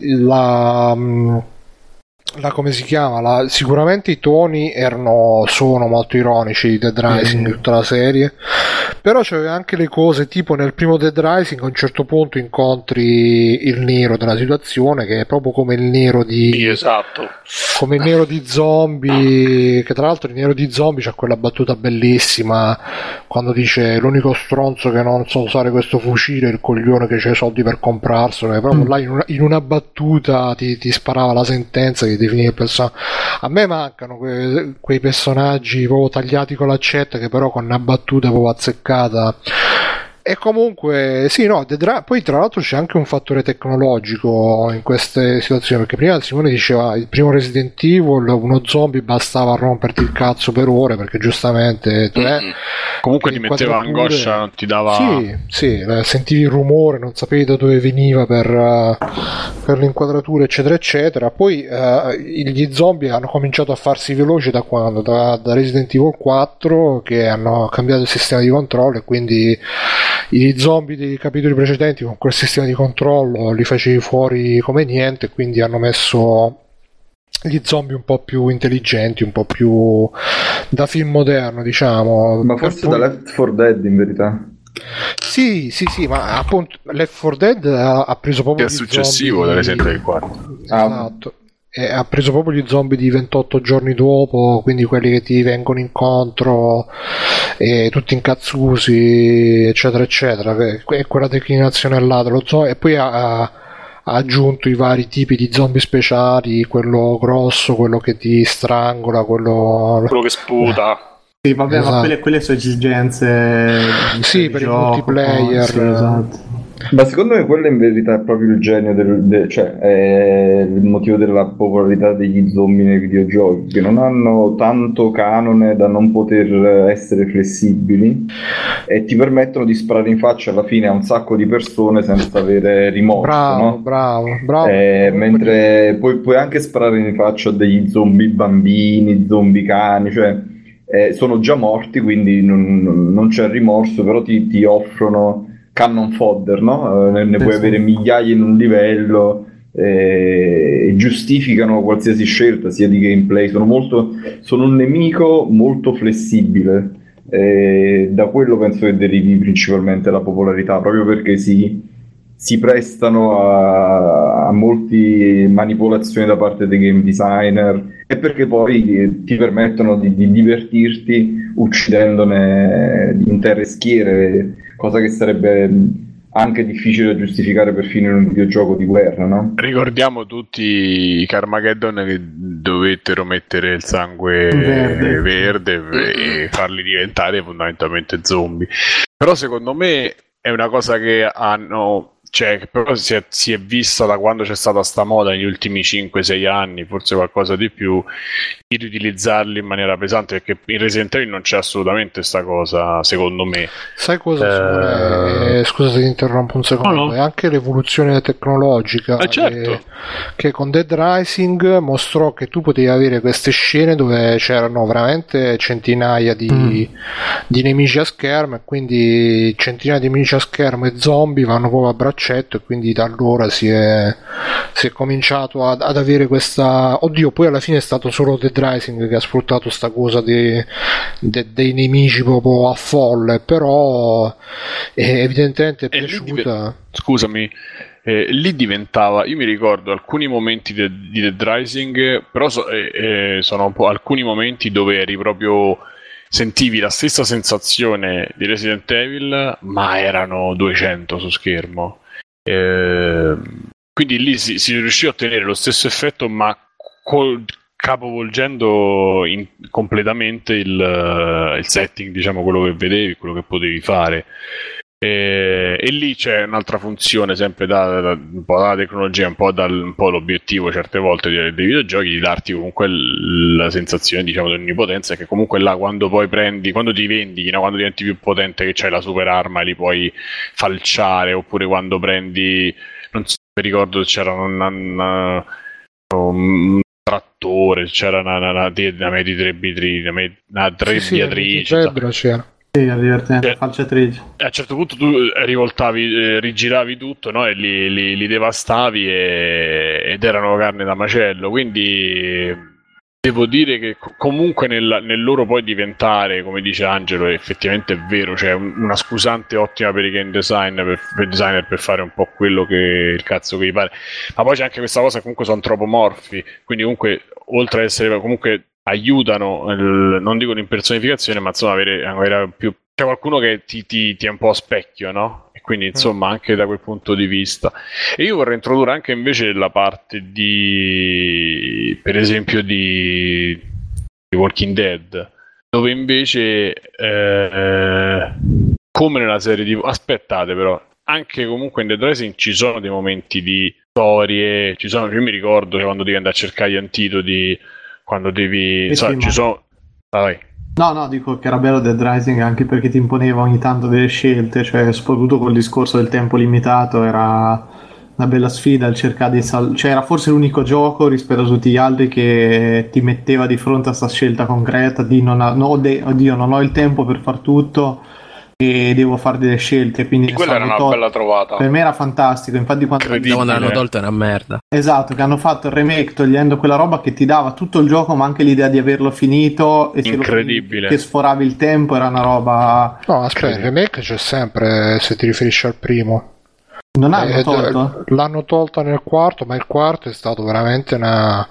Speaker 2: la come si chiama, sicuramente i toni sono molto ironici di Dead Rising, tutta la serie, però c'aveva anche le cose tipo nel primo Dead Rising a un certo punto incontri il nero della situazione, che è proprio come il nero come il nero di Zombie, che tra l'altro il nero di Zombie c'ha quella battuta bellissima quando dice: l'unico stronzo che non sa usare questo fucile è il coglione che c'ha i soldi per comprarselo, e proprio là in una battuta ti sparava la sentenza che definiva il personaggio. A me mancano quei personaggi proprio tagliati con l'accetta, che però con una battuta proprio azzeccata. E comunque sì, no, poi tra l'altro c'è anche un fattore tecnologico in queste situazioni, perché prima Simone diceva il primo Resident Evil uno zombie bastava romperti il cazzo per ore, perché giustamente
Speaker 1: comunque ti metteva angoscia, non ti dava,
Speaker 2: sì, sentivi il rumore, non sapevi da dove veniva per l'inquadratura, eccetera eccetera. Poi gli zombie hanno cominciato a farsi veloci da quando? Da Resident Evil 4, che hanno cambiato il sistema di controllo, e quindi i zombie dei capitoli precedenti con quel sistema di controllo li facevi fuori come niente, quindi hanno messo gli zombie un po' più intelligenti, un po' più da film moderno, diciamo.
Speaker 6: Ma forse da Left 4 Dead in verità.
Speaker 2: Sì, ma appunto Left 4 Dead ha preso proprio
Speaker 1: che è successivo da Resident Evil 4.
Speaker 2: Esatto. E ha preso proprio gli zombie di 28 giorni dopo, quindi quelli che ti vengono incontro tutti incazzusi, eccetera eccetera, è quella declinazione là dello zombie. E poi ha aggiunto i vari tipi di zombie speciali, quello grosso, quello che ti strangola, quello
Speaker 4: che sputa.
Speaker 3: Sì, vabbè,
Speaker 2: esatto.
Speaker 3: ma quelle sono esigenze
Speaker 2: sì, per
Speaker 3: gioco,
Speaker 2: il multiplayer.
Speaker 3: sì, esatto.
Speaker 6: Ma secondo me quello in verità è proprio il genio cioè è il motivo della popolarità degli zombie nei videogiochi, che non hanno tanto canone da non poter essere flessibili e ti permettono di sparare in faccia alla fine a un sacco di persone senza avere rimorso, no?
Speaker 2: Bravo.
Speaker 6: Mentre puoi anche sparare in faccia a degli zombie bambini, zombie cani, cioè sono già morti, quindi non c'è rimorso, però ti offrono cannon fodder, no? Ne puoi avere migliaia in un livello e giustificano qualsiasi scelta, sia di gameplay. Sono un nemico molto flessibile. Da quello penso che derivi principalmente la popolarità, proprio perché si prestano a molte manipolazioni da parte dei game designer e perché poi ti permettono di divertirti uccidendone intere schiere, cosa che sarebbe anche difficile da giustificare perfino in un videogioco di guerra, no?
Speaker 1: Ricordiamo tutti i Carmageddon che dovettero mettere il sangue verde e farli diventare fondamentalmente zombie. Però secondo me è una cosa che hanno... Cioè, che però si è vista da quando c'è stata sta moda negli ultimi 5-6 anni, forse qualcosa di più, di riutilizzarli in maniera pesante, perché in Resident Evil non c'è assolutamente sta cosa, secondo me.
Speaker 2: Sai cosa? Scusa se ti interrompo un secondo.
Speaker 1: No.
Speaker 2: È anche l'evoluzione tecnologica
Speaker 1: certo.
Speaker 2: che con Dead Rising mostrò che tu potevi avere queste scene dove c'erano veramente centinaia di nemici a schermo, e quindi centinaia di nemici a schermo e zombie vanno proprio a braccetto, e quindi da allora si è cominciato ad avere questa... Oddio, poi alla fine è stato solo Dead Rising che ha sfruttato sta cosa dei nemici proprio a folle, però evidentemente è piaciuta.
Speaker 1: Scusami, lì diventava, io mi ricordo alcuni momenti di Dead Rising, però sono un po' alcuni momenti dove eri proprio... sentivi la stessa sensazione di Resident Evil, ma erano 200 su schermo. Quindi lì si riuscì a ottenere lo stesso effetto, ma capovolgendo completamente il setting, diciamo, quello che vedevi, quello che potevi fare. E lì c'è un'altra funzione, sempre un po' dalla tecnologia, un po' l'obiettivo certe volte dei videogiochi, di darti comunque la sensazione, diciamo, di onnipotenza, che comunque là quando ti vendichi, no? Quando diventi più potente, che c'hai la super arma e li puoi falciare, oppure quando prendi, non so, mi ricordo c'era un trattore, c'era una trebbiatrice,
Speaker 3: c'era. Sì, è divertente, falciatrice.
Speaker 1: A un certo punto tu rivoltavi, rigiravi tutto, no? E li devastavi ed erano carne da macello, quindi devo dire che comunque nel loro poi diventare, come dice Angelo, effettivamente è vero, c'è una scusante ottima per i game designer per fare un po' quello che il cazzo che gli pare, ma poi c'è anche questa cosa che comunque sono antropomorfi, quindi comunque oltre ad essere comunque aiutano, non dico l'impersonificazione, ma insomma avere più, c'è qualcuno che ti è un po' a specchio, no? E quindi insomma anche da quel punto di vista. E io vorrei introdurre anche invece la parte per esempio di Walking Dead, dove invece come nella serie di... Aspettate però, anche comunque in Dead Rising ci sono dei momenti di storie, io mi ricordo che quando devi andare a cercare gli antidoti, quando devi... ci sono... Vai.
Speaker 3: No, dico che era bello Dead Rising anche perché ti imponeva ogni tanto delle scelte, cioè soprattutto col discorso del tempo limitato era una bella sfida il cercare di cioè era forse l'unico gioco rispetto a tutti gli altri che ti metteva di fronte a questa scelta concreta di oddio, non ho il tempo per far tutto, e devo fare delle scelte, quindi
Speaker 4: E quella era una bella trovata.
Speaker 3: Per me era fantastico, infatti
Speaker 5: quando l'hanno tolto è una merda.
Speaker 3: Esatto, che hanno fatto il remake togliendo quella roba che ti dava tutto il gioco, ma anche l'idea di averlo finito e
Speaker 1: incredibile,
Speaker 3: che sforavi il tempo, era una roba.
Speaker 2: No, aspetta, il remake c'è sempre, se ti riferisci al primo.
Speaker 3: Non hanno tolto?
Speaker 2: L'hanno tolta nel quarto, ma il quarto è stato veramente una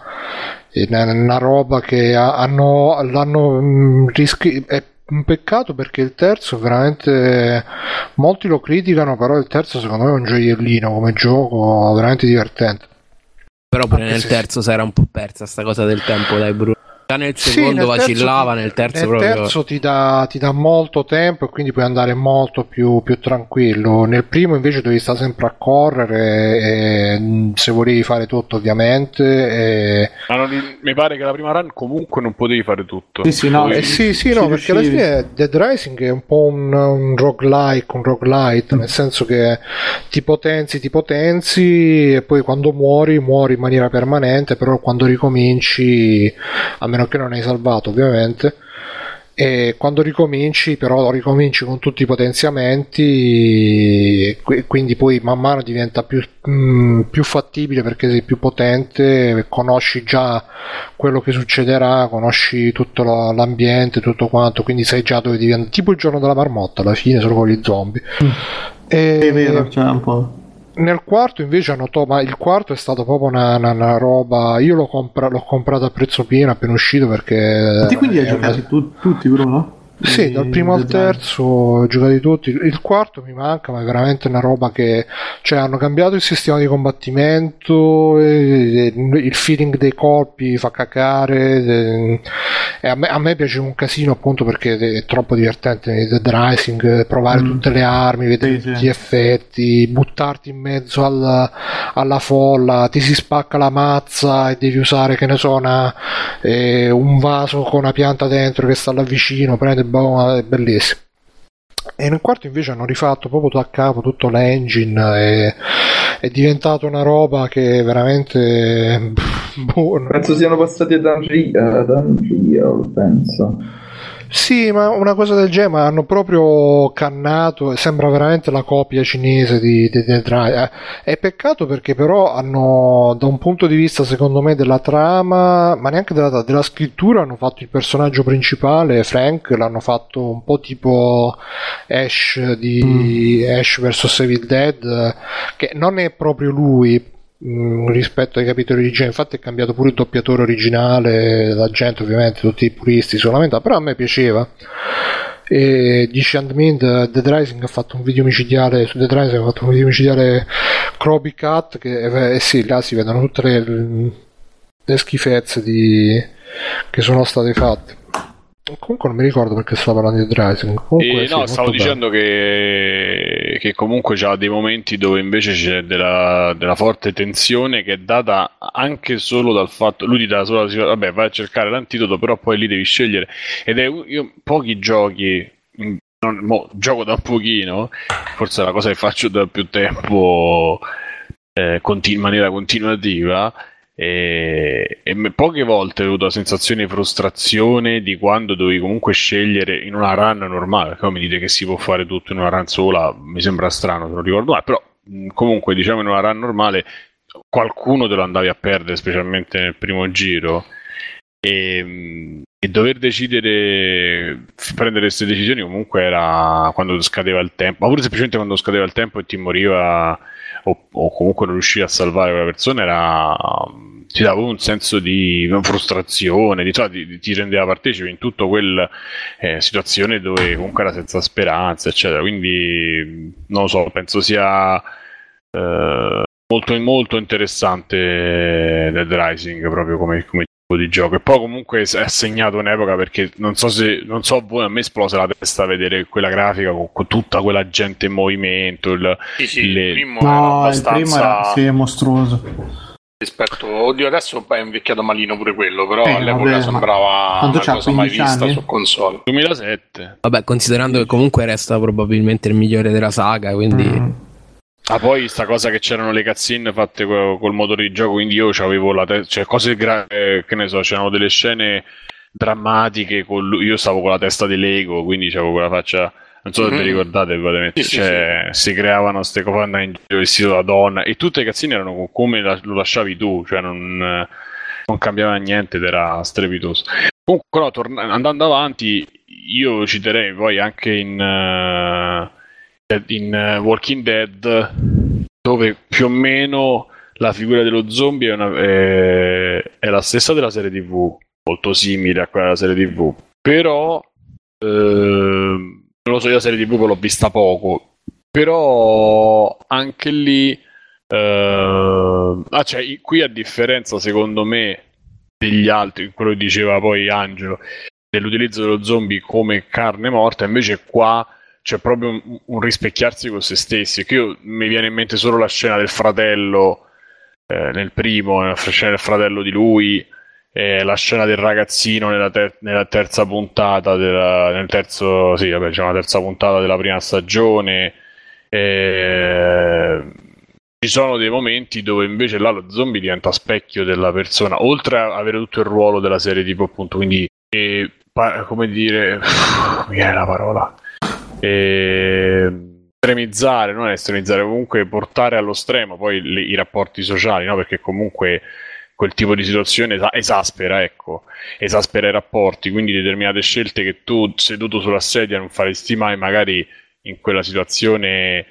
Speaker 2: roba che l'hanno riscritto. È un peccato perché il terzo veramente molti lo criticano, però il terzo secondo me è un gioiellino come gioco, veramente divertente.
Speaker 5: Però pure nel terzo si era un po' persa sta cosa del tempo, dai Bruno. Già nel secondo vacillava, nel terzo proprio.
Speaker 2: Nel terzo ti dà molto tempo e quindi puoi andare molto più tranquillo. Nel primo invece devi stare sempre a correre, se volevi fare tutto ovviamente.
Speaker 1: Ma mi pare che la prima run comunque non potevi fare tutto.
Speaker 3: Sì, no,
Speaker 2: perché alla fine Dead Rising è un po' un roguelike, un roguelite, nel senso che ti potenzi e poi quando muori in maniera permanente, però quando ricominci, a meno che non hai salvato ovviamente, e quando ricominci con tutti i potenziamenti, quindi poi man mano diventa più fattibile perché sei più potente, conosci già quello che succederà, conosci tutto l'ambiente, tutto quanto, quindi sai già dove devi andare, tipo il giorno della marmotta alla fine, solo con gli zombie.
Speaker 3: È vero, c'è un po'.
Speaker 2: Nel quarto invece ma il quarto è stato proprio una roba. Io l'ho comprato a prezzo pieno appena uscito perché.
Speaker 3: E quindi hai giocato tutti, Bruno?
Speaker 2: Sì, dal primo al terzo ho giocati tutti. Il quarto mi manca, ma è veramente una roba che, cioè, hanno cambiato il sistema di combattimento, il feeling dei colpi fa cacare, e a me piace un casino appunto perché è troppo divertente nel Dead Rising, provare tutte le armi, vedere tutti gli effetti, buttarti in mezzo alla folla, ti si spacca la mazza e devi usare, che ne so, un vaso con una pianta dentro che sta là vicino, prende, è bellissimo. E nel quarto invece hanno rifatto proprio da capo tutto l'engine, è diventato una roba che veramente
Speaker 6: penso siano passati ad Unreal, penso.
Speaker 2: Sì, ma una cosa del genere, ma hanno proprio cannato, sembra veramente la copia cinese di Dead Rising. È peccato perché però hanno, da un punto di vista secondo me della trama, ma neanche della scrittura, hanno fatto il personaggio principale, Frank, l'hanno fatto un po' tipo Ash di Ash vs Evil Dead, che non è proprio lui rispetto ai capitoli originali, infatti è cambiato pure il doppiatore originale, la gente ovviamente, tutti i puristi solamente, però a me piaceva. E dice Andmin, Dead Rising ha fatto un video micidiale su Dead Rising, ha fatto un video micidiale Krabby Cat, che sì, là si vedono tutte le schifezze che sono state fatte. Comunque non mi ricordo perché stavo parlando di Dead Rising. Comunque,
Speaker 1: no, stavo dicendo che comunque c'ha dei momenti dove invece c'è della forte tensione che è data anche solo dal fatto, lui ti dà solo vabbè, vai a cercare l'antidoto, però poi lì devi scegliere, ed è io pochi giochi, gioco da un pochino, forse è la cosa che faccio da più tempo in maniera continuativa, e poche volte ho avuto la sensazione di frustrazione di quando dovevi comunque scegliere in una run normale. Come mi dite che si può fare tutto in una run sola, mi sembra strano, se non ricordo male, però comunque diciamo in una run normale qualcuno te lo andavi a perdere, specialmente nel primo giro, e dover prendere queste decisioni comunque era quando scadeva il tempo, ma pure semplicemente quando scadeva il tempo e ti moriva o comunque non riuscivi a salvare quella persona, ti dava un senso di frustrazione, ti rendeva partecipe in tutto quella situazione dove comunque era senza speranza, eccetera. Quindi non lo so, penso sia molto molto interessante Dead Rising proprio come tipo di gioco, e poi comunque è segnato un'epoca, perché non so voi, a me esplose la testa a vedere quella grafica con tutta quella gente in movimento.
Speaker 4: Il primo era abbastanza
Speaker 3: è mostruoso.
Speaker 4: Rispetto, oddio, adesso è invecchiato malino pure quello, però all'epoca sembrava una cosa mai vista su console.
Speaker 1: 2007.
Speaker 5: Vabbè, considerando che comunque resta probabilmente il migliore della saga, quindi
Speaker 1: poi sta cosa che c'erano le cutscene fatte col motore di gioco, quindi io c'avevo la testa, cioè cose che ne so, c'erano delle scene drammatiche io stavo con la testa di Lego, quindi c'avevo quella faccia Non so se vi ricordate, probabilmente,
Speaker 4: Sì,
Speaker 1: si creavano queste cofane vestito da donna e tutte le cazzine erano come lo lasciavi tu, cioè non cambiava niente ed era strepitoso. Comunque, no, andando avanti, io citerei poi anche in Walking Dead, dove più o meno la figura dello zombie è la stessa della serie TV, molto simile a quella della serie TV, però non lo so, io la serie TV l'ho vista poco, però anche lì cioè, qui a differenza secondo me degli altri, quello che diceva poi Angelo, dell'utilizzo dello zombie come carne morta, invece qua c'è proprio un rispecchiarsi con se stessi, che mi viene in mente solo la scena del fratello nel primo, la scena del fratello di lui, la scena del ragazzino nella terza puntata nel terzo, sì, vabbè, c'è una terza puntata della prima stagione. Ci sono dei momenti dove invece là lo zombie diventa specchio della persona, oltre a avere tutto il ruolo della serie tipo, appunto, quindi come dire, mi viene la parola, estremizzare, non estremizzare, comunque portare allo stremo poi i rapporti sociali, no? Perché comunque quel tipo di situazione esaspera i rapporti, quindi determinate scelte che tu seduto sulla sedia non faresti mai, magari in quella situazione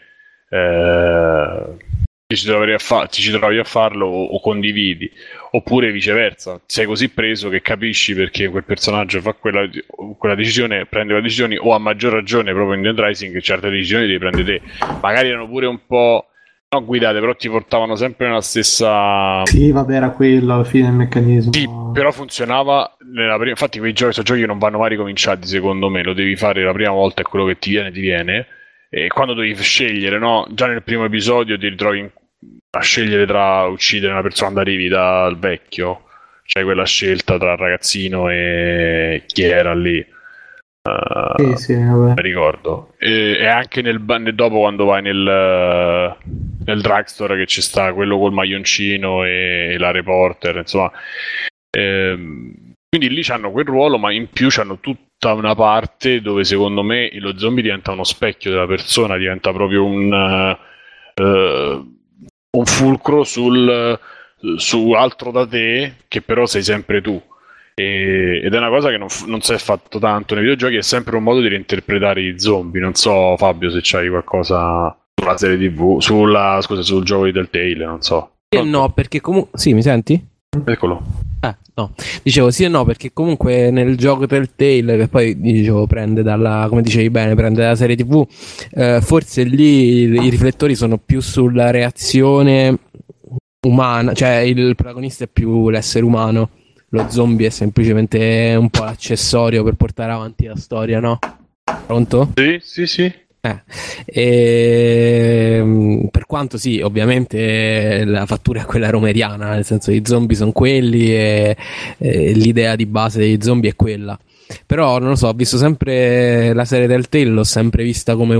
Speaker 1: ti ci trovi a farlo o condividi, oppure viceversa, sei così preso che capisci perché quel personaggio fa quella decisione, prende quelle decisioni, o a maggior ragione proprio in Dead Rising che certe decisioni devi prendere te, magari erano pure un po' non guidate, però ti portavano sempre nella stessa...
Speaker 3: Sì, vabbè, era quello alla fine il meccanismo.
Speaker 1: Sì, però funzionava infatti quei giochi non vanno mai ricominciati, secondo me, lo devi fare la prima volta e quello che ti viene, e quando devi scegliere, no? Già nel primo episodio ti ritrovi a scegliere tra uccidere una persona quando arrivi dal vecchio, c'è quella scelta tra il ragazzino e chi era lì.
Speaker 3: Sì, vabbè.
Speaker 1: Ricordo. E anche dopo, quando vai nel drugstore, che ci sta quello col maglioncino e la reporter, insomma, quindi lì c'hanno quel ruolo, ma in più c'hanno tutta una parte dove secondo me lo zombie diventa uno specchio della persona, diventa proprio un fulcro su altro da te, che però sei sempre tu. Ed è una cosa che non si è fatto tanto nei videogiochi, è sempre un modo di reinterpretare i zombie. Non so, Fabio, se c'hai qualcosa sulla serie TV, sul gioco di Telltale, non so.
Speaker 5: Sì e no, perché comunque... Sì, mi senti?
Speaker 1: Eccolo.
Speaker 5: No. Dicevo sì e no, perché comunque nel gioco Telltale, che poi dicevo prende come dicevi bene, prende dalla serie TV, forse lì i riflettori sono più sulla reazione umana, cioè il protagonista è più l'essere umano. Lo zombie è semplicemente un po' l'accessorio per portare avanti la storia, no? Pronto?
Speaker 1: Sì.
Speaker 5: Per quanto sì, ovviamente la fattura è quella romeriana, nel senso i zombie sono quelli e l'idea di base degli zombie è quella. Però non lo so, ho visto sempre la serie Telltale, l'ho sempre vista come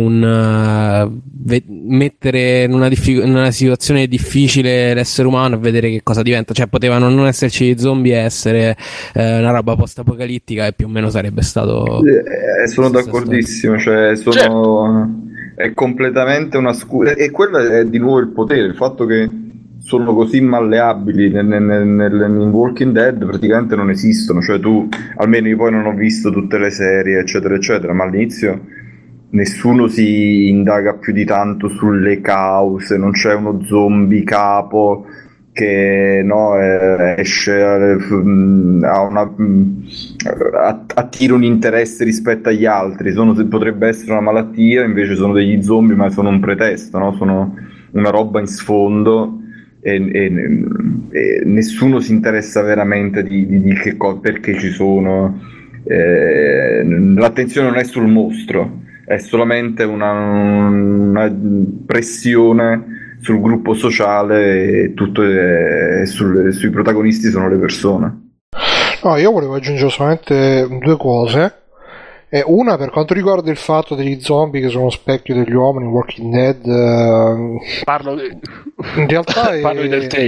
Speaker 5: mettere in una situazione difficile l'essere umano e vedere che cosa diventa. Cioè potevano non esserci zombie e essere una roba post-apocalittica, e più o meno sarebbe stato...
Speaker 6: sono d'accordissimo, cioè è completamente una scusa, e quello è di nuovo il potere, il fatto che sono così malleabili in Walking Dead praticamente non esistono, cioè tu, almeno io poi non ho visto tutte le serie eccetera eccetera, ma all'inizio nessuno si indaga più di tanto sulle cause, non c'è uno zombie capo che esce attira un interesse rispetto agli altri, potrebbe essere una malattia, invece sono degli zombie, ma sono un pretesto, no? Sono una roba in sfondo. E nessuno si interessa veramente di che cosa, perché ci sono. L'attenzione non è sul mostro, è solamente una pressione sul gruppo sociale, e tutto sui protagonisti sono le persone.
Speaker 2: No, io volevo aggiungere solamente due cose. Una, per quanto riguarda il fatto degli zombie che sono specchio degli uomini in Walking Dead,
Speaker 1: Parlo
Speaker 2: in realtà
Speaker 1: parlo di Telltale.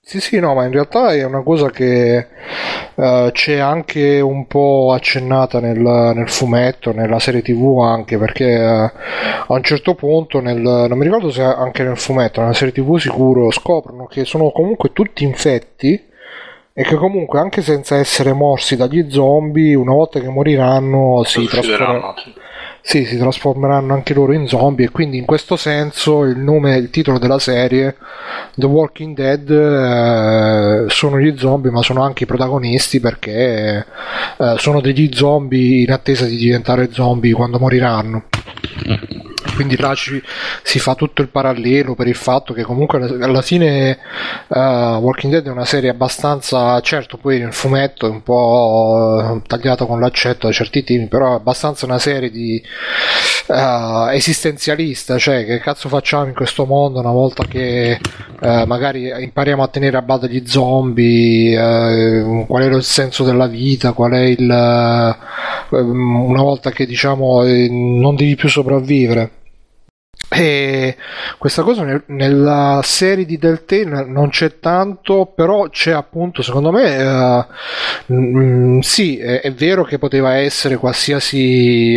Speaker 2: Sì, no, ma in realtà è una cosa che c'è anche un po' accennata nel fumetto, nella serie TV anche, perché a un certo punto, non mi ricordo se anche nel fumetto, nella serie TV sicuro, scoprono che sono comunque tutti infetti e che comunque anche senza essere morsi dagli zombie, una volta che moriranno si trasformeranno anche loro in zombie, e quindi in questo senso il titolo della serie, The Walking Dead, sono gli zombie ma sono anche i protagonisti, perché sono degli zombie in attesa di diventare zombie quando moriranno. Quindi là si fa tutto il parallelo per il fatto che comunque alla fine Walking Dead è una serie abbastanza, certo poi nel fumetto è un po' tagliata con l'accetto da certi temi, però è abbastanza una serie di esistenzialista, cioè che cazzo facciamo in questo mondo una volta che magari impariamo a tenere a bada gli zombie, qual è il senso della vita, qual è una volta che diciamo non devi più sopravvivere. E questa cosa nella serie di Telltale non c'è tanto, però c'è appunto, secondo me, sì, è vero che poteva essere qualsiasi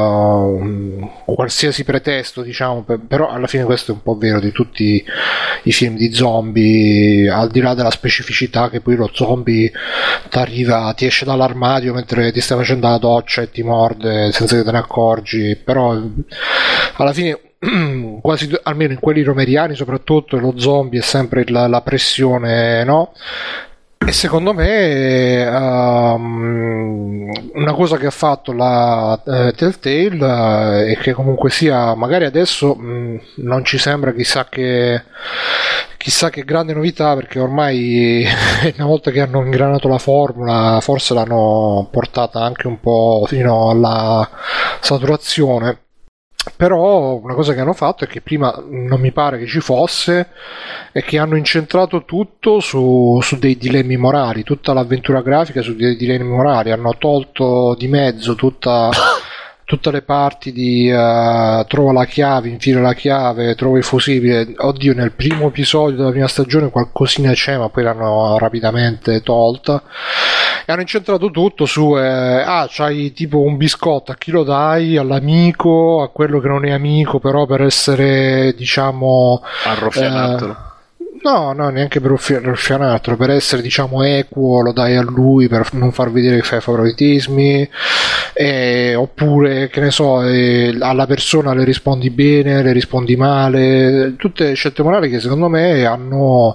Speaker 2: pretesto, diciamo, però alla fine questo è un po' vero di tutti i film di zombie, al di là della specificità che poi lo zombie ti esce dall'armadio mentre ti stai facendo la doccia e ti morde senza che te ne accorgi, però alla fine quasi, almeno in quelli romeriani soprattutto, lo zombie è sempre la pressione, no? E secondo me una cosa che ha fatto la Telltale è che comunque sia, magari adesso non ci sembra chissà che grande novità, perché ormai una volta che hanno ingranato la formula forse l'hanno portata anche un po' fino alla saturazione. Però una cosa che hanno fatto è che prima non mi pare che ci fosse, è che hanno incentrato tutto su dei dilemmi morali, tutta l'avventura grafica su dei dilemmi morali, hanno tolto di mezzo tutte le parti di trova la chiave, infila la chiave, trova il fusibile. Oddio, nel primo episodio della prima stagione qualcosina c'è, ma poi l'hanno rapidamente tolta e hanno incentrato tutto su c'hai tipo un biscotto, a chi lo dai? All'amico, a quello che non è amico però per essere, diciamo,
Speaker 1: arroffianartelo.
Speaker 2: No, neanche per ruffianartelo, per essere, diciamo, equo, lo dai a lui per non far vedere che fai favoritismi, oppure, che ne so, alla persona le rispondi bene, le rispondi male, tutte scelte morali che secondo me hanno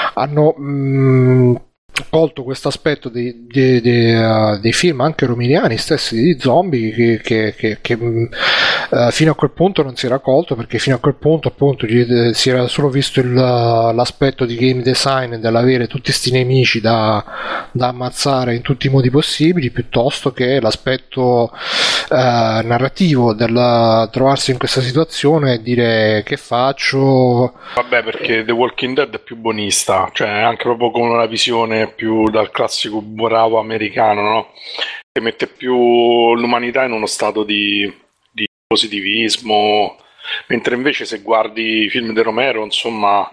Speaker 2: colto questo aspetto dei film anche romaniani stessi di zombie che fino a quel punto non si era colto, perché fino a quel punto appunto si era solo visto l'aspetto di game design dell'avere tutti sti nemici da ammazzare in tutti i modi possibili, piuttosto che l'aspetto narrativo del trovarsi in questa situazione e dire che faccio.
Speaker 4: Vabbè, perché The Walking Dead è più buonista, cioè anche proprio con una visione più dal classico bravo americano, no? Che mette più l'umanità in uno stato di positivismo, mentre invece se guardi i film di Romero, insomma,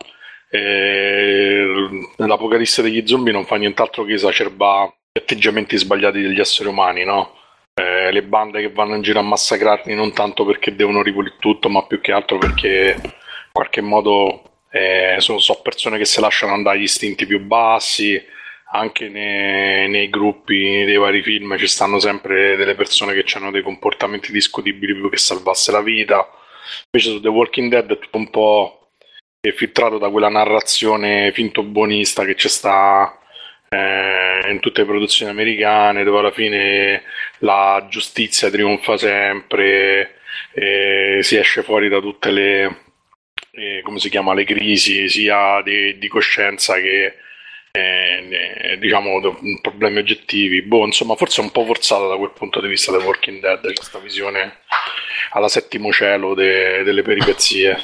Speaker 4: l'apocalisse degli zombie non fa nient'altro che esacerba gli atteggiamenti sbagliati degli esseri umani, no? Le bande che vanno in giro a massacrarli non tanto perché devono ripulire tutto, ma più che altro perché in qualche modo sono persone che si lasciano andare agli istinti più bassi. Anche nei gruppi dei vari film ci stanno sempre delle persone che hanno dei comportamenti discutibili più che salvasse la vita. Invece su The Walking Dead è tutto un po' filtrato da quella narrazione finto buonista che c'è sta in tutte le produzioni americane, dove alla fine la giustizia trionfa sempre, si esce fuori da tutte le come si chiama, le crisi sia di coscienza che diciamo problemi oggettivi. Insomma, forse è un po' forzata da quel punto di vista The Walking Dead, questa visione alla settimo cielo delle peripezie.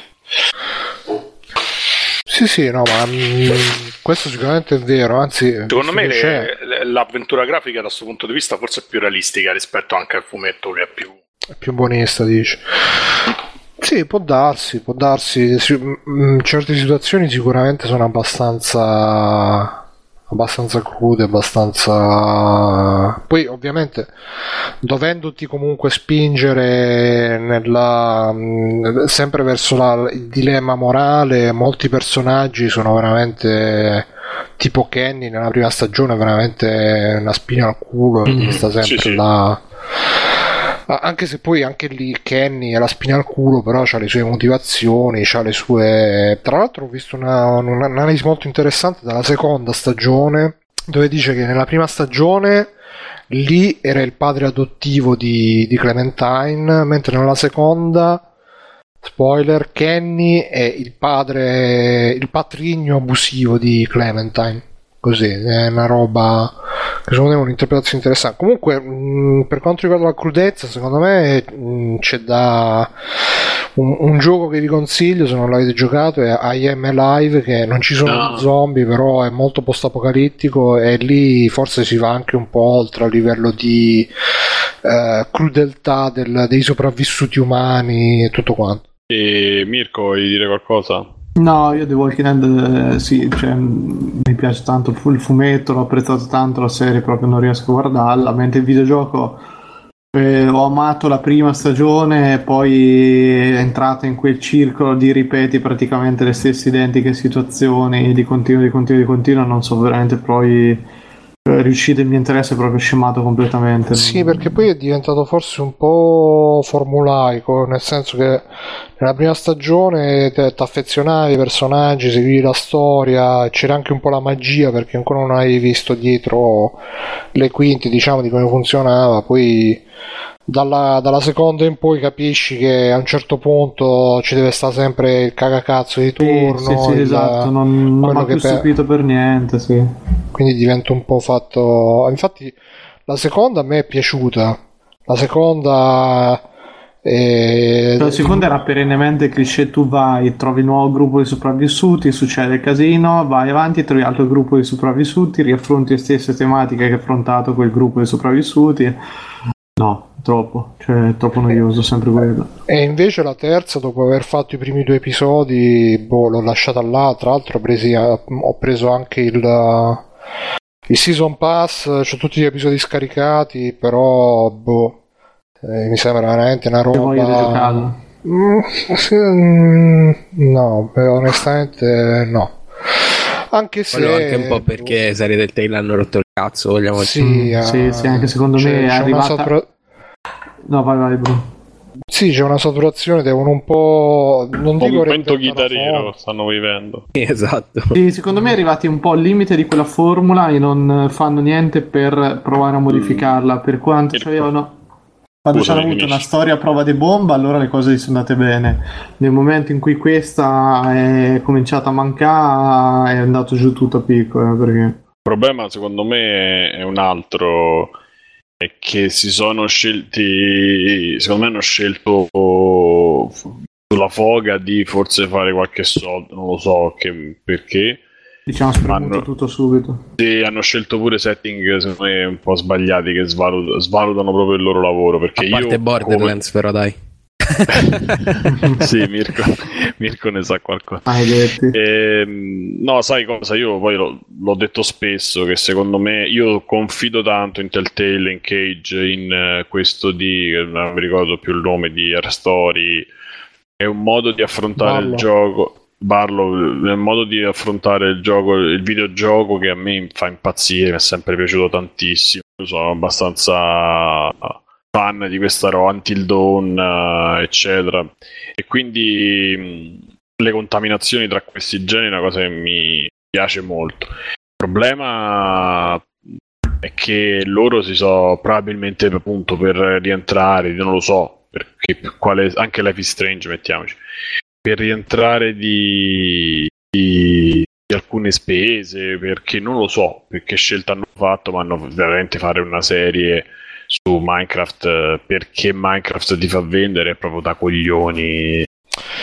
Speaker 2: Sì, no, ma questo sicuramente è vero, anzi
Speaker 4: secondo me l'avventura grafica da questo punto di vista forse è più realistica rispetto anche al fumetto, che è più
Speaker 2: buonista, dici. Sì, può darsi. Certe situazioni sicuramente sono abbastanza crude, abbastanza. Poi ovviamente dovendoti comunque spingere sempre verso il dilemma morale, molti personaggi sono veramente tipo Kenny nella prima stagione, veramente una spina al culo, sta sempre
Speaker 4: sì.
Speaker 2: là. Anche se poi anche lì Kenny è la spina al culo, però ha le sue motivazioni, ha le sue. Tra l'altro ho visto un'analisi molto interessante dalla seconda stagione, dove dice che nella prima stagione Lee era il padre adottivo di Clementine, mentre nella seconda, spoiler, Kenny è il patrigno abusivo di Clementine. Così, è una roba che secondo me è un'interpretazione interessante. Comunque, per quanto riguarda la crudezza, secondo me c'è da un gioco che vi consiglio se non l'avete giocato, è I Am Alive, che non ci sono zombie, però è molto post-apocalittico e lì forse si va anche un po' oltre a livello di crudeltà dei sopravvissuti umani e tutto quanto.
Speaker 1: E Mirko, vuoi dire qualcosa?
Speaker 3: No, io The Walking Dead sì, cioè, mi piace tanto il fumetto, l'ho apprezzato tanto, la serie proprio non riesco a guardarla, mentre il videogioco ho amato la prima stagione e poi è entrata in quel circolo di ripeti praticamente le stesse identiche situazioni di continuo, non so veramente poi riuscito, il mio interesse è proprio scemato completamente.
Speaker 2: Sì, perché poi è diventato forse un po' formulaico, nel senso che nella prima stagione ti affezionavi ai personaggi, seguivi la storia, c'era anche un po' la magia perché ancora non hai visto dietro le quinte, diciamo, di come funzionava. Poi dalla seconda in poi capisci che a un certo punto ci deve stare sempre il cagacazzo di turno.
Speaker 3: Sì, esatto, non mi ha più stupito per niente, sì.
Speaker 2: Quindi diventa un po' fatto. Infatti la seconda a me è piaciuta. La seconda
Speaker 3: era perennemente cliché: tu vai, trovi il nuovo gruppo di sopravvissuti, succede casino, vai avanti, trovi altro gruppo di sopravvissuti, riaffronti le stesse tematiche che ha affrontato quel gruppo di sopravvissuti. No, troppo noioso, sempre quello.
Speaker 2: E invece la terza, dopo aver fatto i primi 2 episodi, l'ho lasciata là. Tra l'altro ho preso anche il Season Pass, c'ho tutti gli episodi scaricati, però mi sembra veramente una roba.
Speaker 3: Voglio giocarlo.
Speaker 2: No, onestamente no. Anche se
Speaker 5: anche un po' perché serie del Tale hanno rotto il cazzo, vogliamo
Speaker 2: dire.
Speaker 3: Sì, anche secondo me è arrivata. No, vai Bruno.
Speaker 2: Sì, c'è una saturazione, devono un po'. Non dico
Speaker 1: un momento chitarriero stanno vivendo.
Speaker 5: Esatto.
Speaker 3: Sì, secondo me è arrivati un po' al limite di quella formula e non fanno niente per provare a modificarla. Per quanto c'avevano. Quando c'hanno avuto una storia a prova di bomba, allora le cose gli sono andate bene. Nel momento in cui questa è cominciata a mancare, è andato giù tutto a picco. Perché...
Speaker 1: Il problema, secondo me, è un altro. È che si sono scelti. Secondo me hanno scelto sulla foga di forse fare qualche soldo. Non lo so perché.
Speaker 3: Diciamo spremuto tutto subito.
Speaker 1: Sì, hanno scelto pure setting secondo me un po' sbagliati che svalutano proprio il loro lavoro, perché
Speaker 5: a parte Borderlands però dai.
Speaker 1: Sì, Mirko ne sa qualcosa. No, sai cosa, io poi l'ho detto spesso che secondo me io confido tanto in Telltale, in Cage, in questo non mi ricordo più il nome, di R-Story. È un modo di affrontare il gioco. Barlow è un modo di affrontare il gioco, il videogioco, che a me fa impazzire, mi è sempre piaciuto tantissimo. Io sono abbastanza fan di questa roba, Until Dawn, eccetera, e quindi le contaminazioni tra questi generi è una cosa che mi piace molto. Il problema è che loro si sono probabilmente, appunto, per rientrare, non lo so perché, anche Life is Strange, mettiamoci, per rientrare di alcune spese, perché non lo so perché scelta hanno fatto, ma hanno veramente fare una serie su Minecraft perché Minecraft ti fa vendere è proprio da coglioni.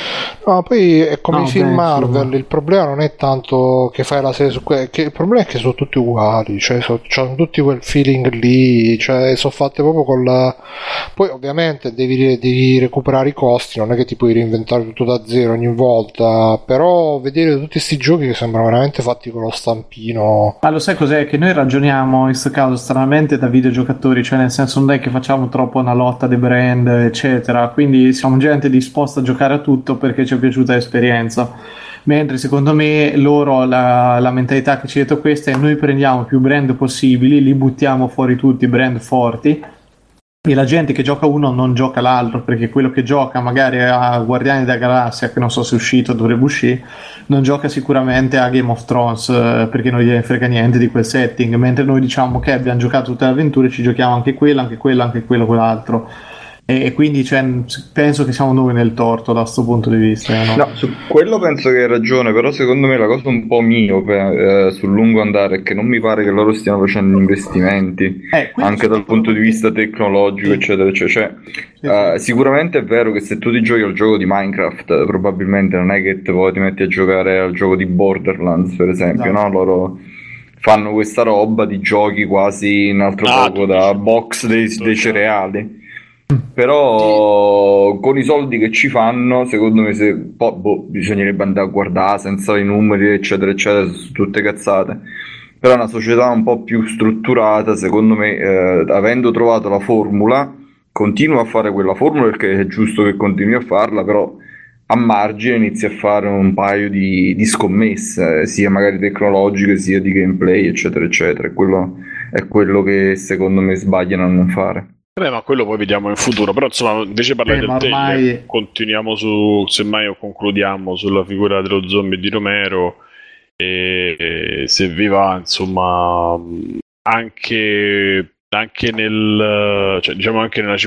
Speaker 2: No, poi è come i film Marvel,
Speaker 3: insomma.
Speaker 2: il problema non è tanto che fai la serie su che il problema è che sono tutti uguali, cioè c'hanno tutti quel feeling lì, cioè sono fatte proprio con la... Poi ovviamente devi recuperare i costi, non è che ti puoi reinventare tutto da zero ogni volta, però vedere tutti questi giochi che sembrano veramente fatti con lo stampino...
Speaker 3: Ma lo sai cos'è? Che noi ragioniamo in questo caso stranamente da videogiocatori, cioè nel senso non è che facciamo troppo una lotta dei brand, eccetera, quindi siamo gente disposta a giocare a tutto perché ci è piaciuta l'esperienza. Mentre secondo me loro la mentalità che ci ha detto questa è: noi prendiamo più brand possibili, li buttiamo fuori tutti, brand forti, e la gente che gioca uno non gioca l'altro, perché quello che gioca magari a Guardiani della Galassia, che non so se è uscito, dovrebbe uscire, non gioca sicuramente a Game of Thrones, perché non gliene frega niente di quel setting, mentre noi diciamo che abbiamo giocato tutte le avventure, ci giochiamo anche quello, quell'altro. E quindi penso che siamo noi nel torto da questo punto di vista, no?
Speaker 6: No, su quello penso che hai ragione, però secondo me la cosa un po' miope sul lungo andare è che non mi pare che loro stiano facendo investimenti anche dal punto di vista tecnologico, eccetera, eccetera. Cioè, sicuramente è vero che se tu ti giochi al gioco di Minecraft, probabilmente non è che poi ti metti a giocare al gioco di Borderlands, per esempio, no? Loro fanno questa roba di giochi quasi in altro poco da box dei cereali. Però con i soldi che ci fanno, secondo me bisognerebbe andare a guardare senza i numeri eccetera eccetera, sono tutte cazzate. Però una società un po' più strutturata, secondo me, avendo trovato la formula, continua a fare quella formula, perché è giusto che continui a farla, però a margine inizi a fare un paio di scommesse, sia magari tecnologiche sia di gameplay eccetera eccetera. Quello è quello che secondo me sbagliano a non fare.
Speaker 1: Ma quello poi vediamo in futuro. Però insomma, invece parlare del trailer, continuiamo semmai o concludiamo sulla figura dello zombie di Romero, e se vi va, insomma, anche nel, cioè, diciamo anche nella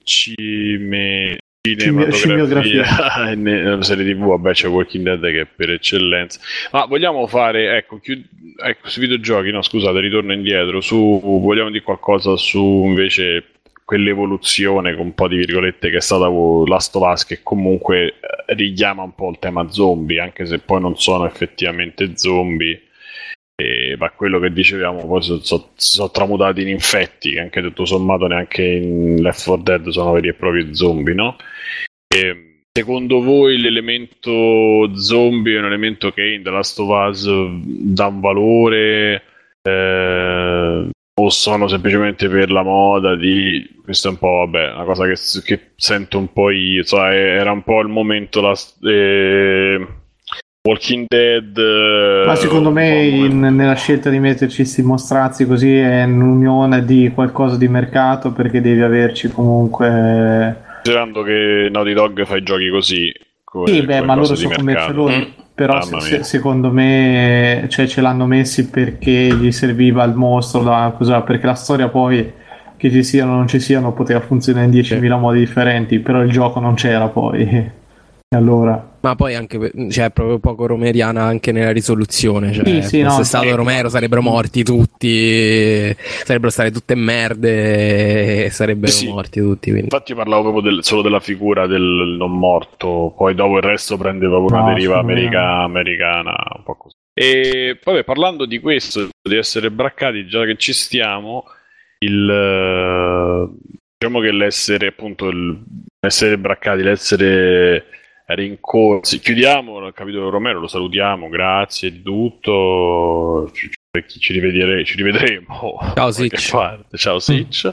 Speaker 1: cinematografia e nella serie TV, vabbè, c'è Walking Dead che è per eccellenza. Ma vogliamo fare, ecco, sui videogiochi, no, scusate, ritorno indietro, vogliamo dire qualcosa su invece quell'evoluzione con un po' di virgolette che è stata Last of Us, che comunque richiama un po' il tema zombie, anche se poi non sono effettivamente zombie, ma quello che dicevamo poi sono tramutati in infetti, che anche tutto sommato neanche in Left 4 Dead sono veri e propri zombie, no? E secondo voi l'elemento zombie è un elemento che in The Last of Us dà un valore, o sono semplicemente per la moda di... Questo è un po', vabbè, una cosa che sento un po' io, cioè, era un po' il momento Walking Dead,
Speaker 3: ma secondo me nella scelta di metterci questi mostrazzi così è un'unione di qualcosa di mercato, perché devi averci comunque,
Speaker 1: considerando che Naughty Dog fa i giochi così,
Speaker 3: sì, beh, ma loro sono commercialoni, però secondo me, cioè, ce l'hanno messi perché gli serviva il mostro perché la storia poi, che ci siano o non ci siano, poteva funzionare in 10.000 modi differenti, però il gioco non c'era poi, e allora...
Speaker 5: Ma poi anche, cioè, è proprio poco romeriana anche nella risoluzione, cioè,
Speaker 3: sì,
Speaker 5: fosse stato Romero sarebbero morti tutti, sarebbero state tutte merde e sarebbero morti tutti, quindi.
Speaker 1: Infatti parlavo proprio solo della figura del non morto, poi dopo il resto prende proprio una deriva americana, un po' così. E vabbè, parlando di questo, di essere braccati, già che ci stiamo, diciamo che l'essere appunto l'essere braccati, l'essere rincorsi, chiudiamo il capitolo Romero, lo salutiamo, grazie di tutto, ci rivedremo. Ciao Sitch. Ciao Sitch.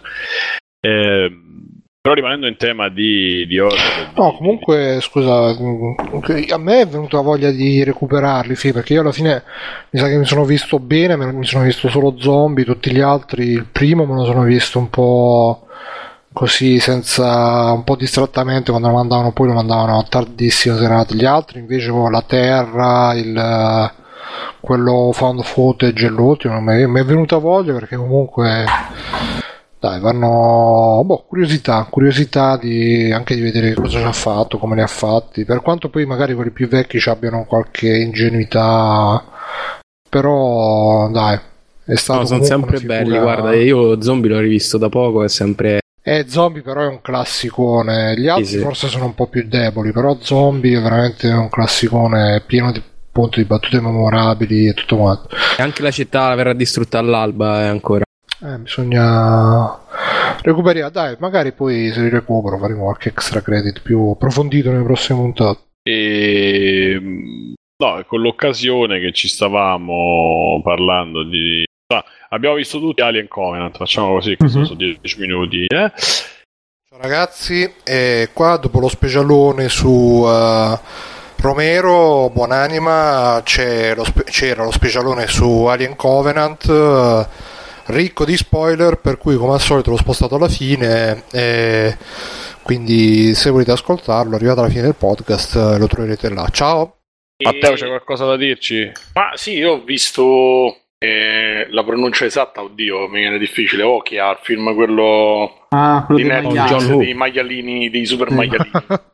Speaker 1: Però rimanendo in tema di horror,
Speaker 2: no, comunque scusa, a me è venuta voglia di recuperarli, perché io alla fine mi sa che mi sono visto bene, mi sono visto solo zombie, tutti gli altri, il primo me lo sono visto un po' così, senza, un po' distrattamente, quando lo mandavano tardissimo serate. Gli altri invece la Terra, quello found footage e l'ultimo mi è venuta voglia, perché comunque dai, vanno curiosità anche di vedere cosa ci ha fatto, come li ha fatti, per quanto poi magari quelli più vecchi ci abbiano qualche ingenuità, però dai, è stato
Speaker 5: sono sempre belli, guarda, io Zombie l'ho rivisto da poco, è sempre
Speaker 2: Zombie però è un classicone, gli altri
Speaker 5: Sì.
Speaker 2: forse sono un po' più deboli, però Zombie è veramente un classicone pieno di punti di battute memorabili e tutto quanto.
Speaker 5: E anche la città verrà distrutta all'alba è ancora.
Speaker 2: Bisogna recuperare, dai, magari poi se li recupero faremo qualche extra credit più approfondito nelle prossime puntate.
Speaker 1: E no, con l'occasione che ci stavamo parlando di abbiamo visto tutti Alien Covenant, facciamo così, sono 10 minuti.
Speaker 2: Ciao ragazzi, qua dopo lo specialone su Romero, buonanima, c'era lo specialone su Alien Covenant, ricco di spoiler, per cui come al solito l'ho spostato alla fine, quindi se volete ascoltarlo arrivate alla fine del podcast lo troverete là. Ciao!
Speaker 1: Matteo, c'è qualcosa da dirci?
Speaker 4: Ma sì, io ho visto la pronuncia esatta, oddio, mi viene difficile. Okia, il film quello
Speaker 3: quello
Speaker 4: di
Speaker 3: dei
Speaker 4: Netflix,
Speaker 5: John
Speaker 4: dei maialini, dei super maialini.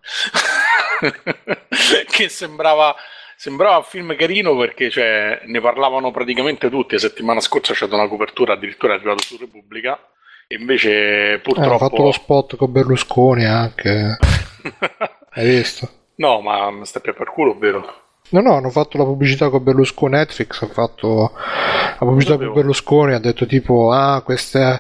Speaker 4: Che sembrava un film carino perché cioè, ne parlavano praticamente tutti. La settimana scorsa c'è stata una copertura, addirittura è arrivato su Repubblica. E invece purtroppo
Speaker 2: Ho fatto lo spot con Berlusconi anche. Hai visto?
Speaker 4: No, ma mi stai per culo, vero?
Speaker 2: No, hanno fatto la pubblicità con Berlusconi. Netflix ha fatto la pubblicità con Berlusconi, ha detto tipo questa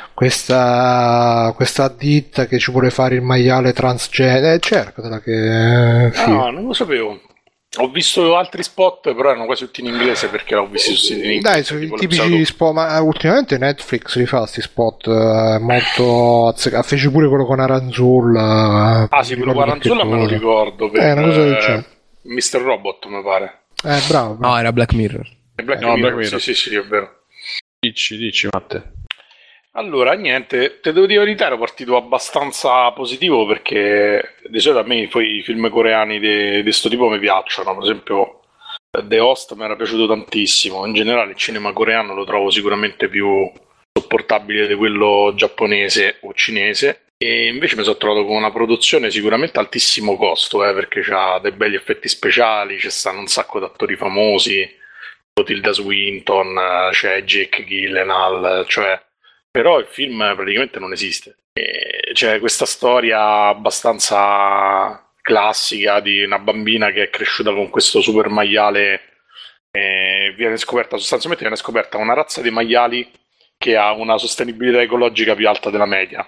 Speaker 2: ditta che ci vuole fare il maiale transgender, cercatela che
Speaker 4: no, non lo sapevo. Ho visto altri spot, però erano quasi tutti in inglese perché l'ho visto su in inglese.
Speaker 2: Dai, sono i tipici spot, ma ultimamente Netflix li fa sti spot molto fece pure quello con Aranzulla.
Speaker 4: Sì, quello con Aranzulla me lo ricordo
Speaker 2: una cosa del genere.
Speaker 4: Mr. Robot mi pare.
Speaker 2: Bravo.
Speaker 5: No, era Black Mirror.
Speaker 4: Black Mirror. Sì, è vero.
Speaker 1: Dici, Matte.
Speaker 4: Allora, niente, te devo dire la verità, ero partito abbastanza positivo perché di solito a me i film coreani di questo tipo mi piacciono. Per esempio The Host mi era piaciuto tantissimo. In generale il cinema coreano lo trovo sicuramente più sopportabile di quello giapponese o cinese. E invece mi sono trovato con una produzione sicuramente altissimo costo, perché c'ha dei belli effetti speciali, ci stanno un sacco di attori famosi, Tilda Swinton, c'è Jake Gyllenhaal, cioè, però il film praticamente non esiste. C'è questa storia abbastanza classica di una bambina che è cresciuta con questo super maiale, viene scoperta una razza di maiali che ha una sostenibilità ecologica più alta della media.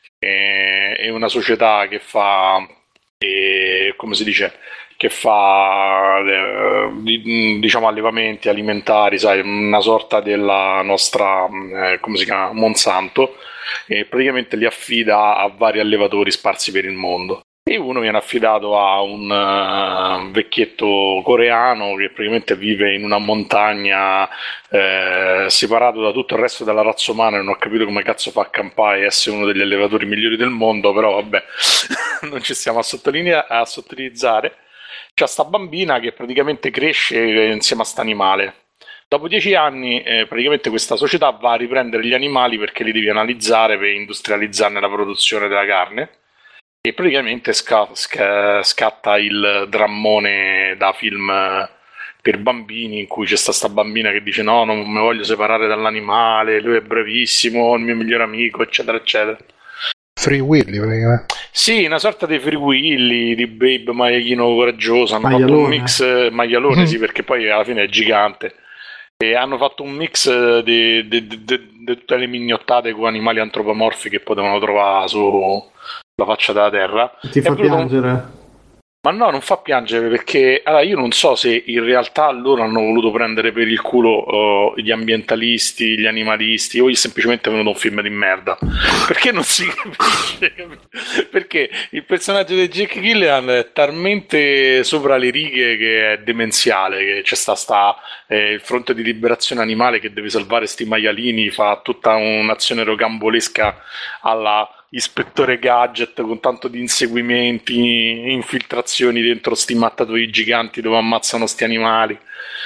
Speaker 4: È una società che fa come si dice, che fa diciamo allevamenti alimentari, sai, una sorta della nostra come si chiama, Monsanto, e praticamente li affida a vari allevatori sparsi per il mondo. E uno viene affidato a un vecchietto coreano che praticamente vive in una montagna separato da tutto il resto della razza umana. Non ho capito come cazzo fa a campare e essere uno degli allevatori migliori del mondo, però vabbè, non ci stiamo a sottolineare. C'è sta bambina che praticamente cresce insieme a sta animale. Dopo 10 anni praticamente questa società va a riprendere gli animali perché li devi analizzare per industrializzarne la produzione della carne. E praticamente scatta il drammone da film per bambini in cui c'è sta bambina che dice no, non mi voglio separare dall'animale, lui è bravissimo, il mio migliore amico, eccetera eccetera.
Speaker 2: Free Willy praticamente.
Speaker 4: Sì, una sorta di Free Willy, di Babe maialino coraggioso. Hanno fatto un mix maialone, sì, perché poi alla fine è gigante. E hanno fatto un mix di tutte le mignottate con animali antropomorfi che potevano trovare sulla faccia della terra.
Speaker 3: Ti fa piangere?
Speaker 4: Ma no, non fa piangere perché allora, io non so se in realtà loro hanno voluto prendere per il culo gli ambientalisti, gli animalisti, o gli è semplicemente venuto un film di merda. Perché non si capisce? Perché il personaggio di Jake Gyllenhaal è talmente sopra le righe che è demenziale, che c'è il fronte di liberazione animale che deve salvare sti maialini, fa tutta un'azione rocambolesca alla Ispettore Gadget con tanto di inseguimenti, infiltrazioni dentro sti mattatoi giganti dove ammazzano sti animali.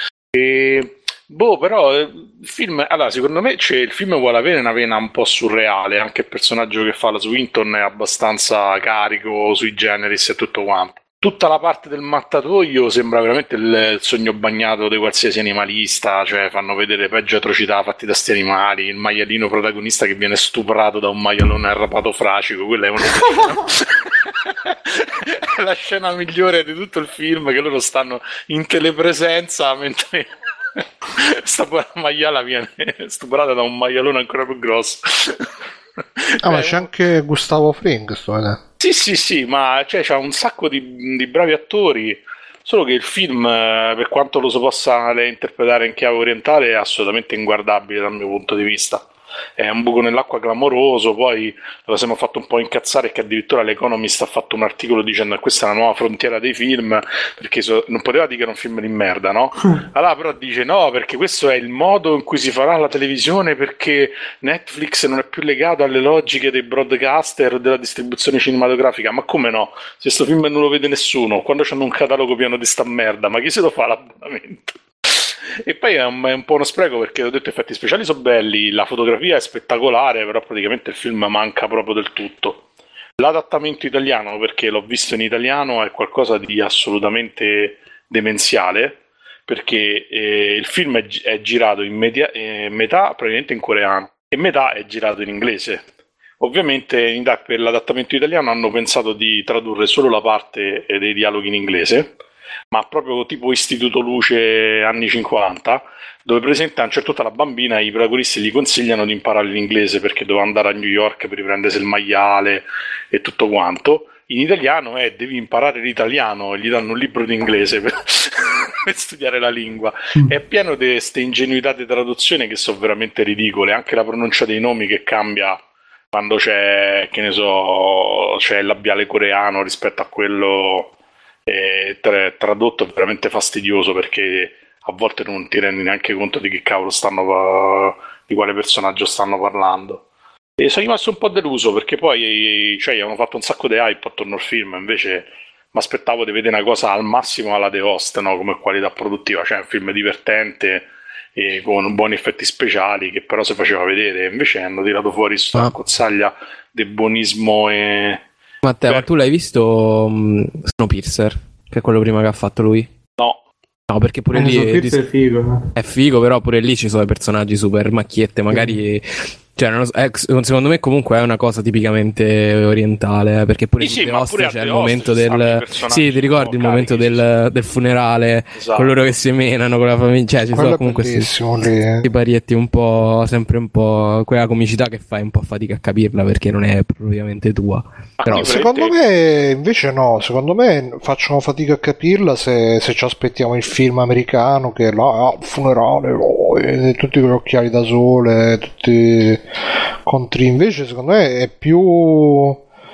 Speaker 4: Però il film, allora secondo me il film vuole avere una vena un po' surreale, anche il personaggio che fa la Swinton è abbastanza carico sui generis e tutto quanto. tutta la parte del mattatoio sembra veramente il sogno bagnato di qualsiasi animalista, cioè fanno vedere peggio atrocità fatti da sti animali, il maialino protagonista che viene stuprato da un maialone arrapato fracico, quella è una la scena migliore di tutto il film, che loro stanno in telepresenza mentre sta maiala viene stuprata da un maialone ancora più grosso.
Speaker 2: Ma c'è anche Gustavo Fring, sto vedendo.
Speaker 4: Sì, ma cioè, c'ha un sacco di bravi attori, solo che il film, per quanto lo si possa interpretare in chiave orientale, è assolutamente inguardabile dal mio punto di vista. È un buco nell'acqua clamoroso. Poi lo siamo fatto un po' incazzare che addirittura l'Economist ha fatto un articolo dicendo che questa è la nuova frontiera dei film, perché non poteva dire che era un film di merda, no? Allora però dice no, perché questo è il modo in cui si farà la televisione, perché Netflix non è più legato alle logiche dei broadcaster della distribuzione cinematografica. Ma come no? Se sto film non lo vede nessuno, quando c'hanno un catalogo pieno di sta merda, ma chi se lo fa l'abbonamento? E poi è un po' uno spreco, perché ho detto, effetti speciali sono belli, la fotografia è spettacolare, però praticamente il film manca proprio del tutto. L'adattamento italiano, perché l'ho visto in italiano, è qualcosa di assolutamente demenziale, perché il film è girato in metà probabilmente in coreano e metà è girato in inglese. Ovviamente per l'adattamento italiano hanno pensato di tradurre solo la parte dei dialoghi in inglese, ma proprio tipo Istituto Luce anni 50, dove presenta a un certo punto la bambina, i protagonisti gli consigliano di imparare l'inglese perché doveva andare a New York per riprendersi il maiale e tutto quanto. In italiano devi imparare l'italiano, e gli danno un libro di inglese per studiare la lingua. È pieno di queste ingenuità di traduzione che sono veramente ridicole, anche la pronuncia dei nomi che cambia quando c'è, che ne so, c'è il labiale coreano rispetto a quello tradotto. È veramente fastidioso, perché a volte non ti rendi neanche conto di che cavolo di quale personaggio stanno parlando. E sono rimasto un po' deluso, perché poi avevano fatto un sacco di hype attorno al film, invece mi aspettavo di vedere una cosa al massimo alla The Host, no? Come qualità produttiva, cioè un film divertente e con buoni effetti speciali, che però si faceva vedere. Invece hanno tirato fuori questa cozzaglia di buonismo e...
Speaker 5: Matteo, ma tu l'hai visto Snowpiercer? Che è quello prima che ha fatto lui? No, perché pure lì
Speaker 3: è figo, no?
Speaker 5: È figo, però pure lì ci sono dei personaggi super macchiette, magari... Cioè, secondo me comunque è una cosa tipicamente orientale, perché pure
Speaker 4: sì,
Speaker 5: in The
Speaker 4: ma
Speaker 5: Host
Speaker 4: pure
Speaker 5: c'è il momento del... Sì, ti ricordi il momento
Speaker 4: carichi,
Speaker 5: del funerale,
Speaker 4: esatto,
Speaker 5: con loro che si menano con la famiglia, cioè ci sono comunque questi parietti un po', sempre un po', quella comicità che fai un po' fatica a capirla perché non è propriamente tua. Però
Speaker 2: secondo me invece no, secondo me facciamo fatica a capirla se ci aspettiamo il film americano che là, funerale, tutti con gli occhiali da sole, tutti contri. Invece secondo me è più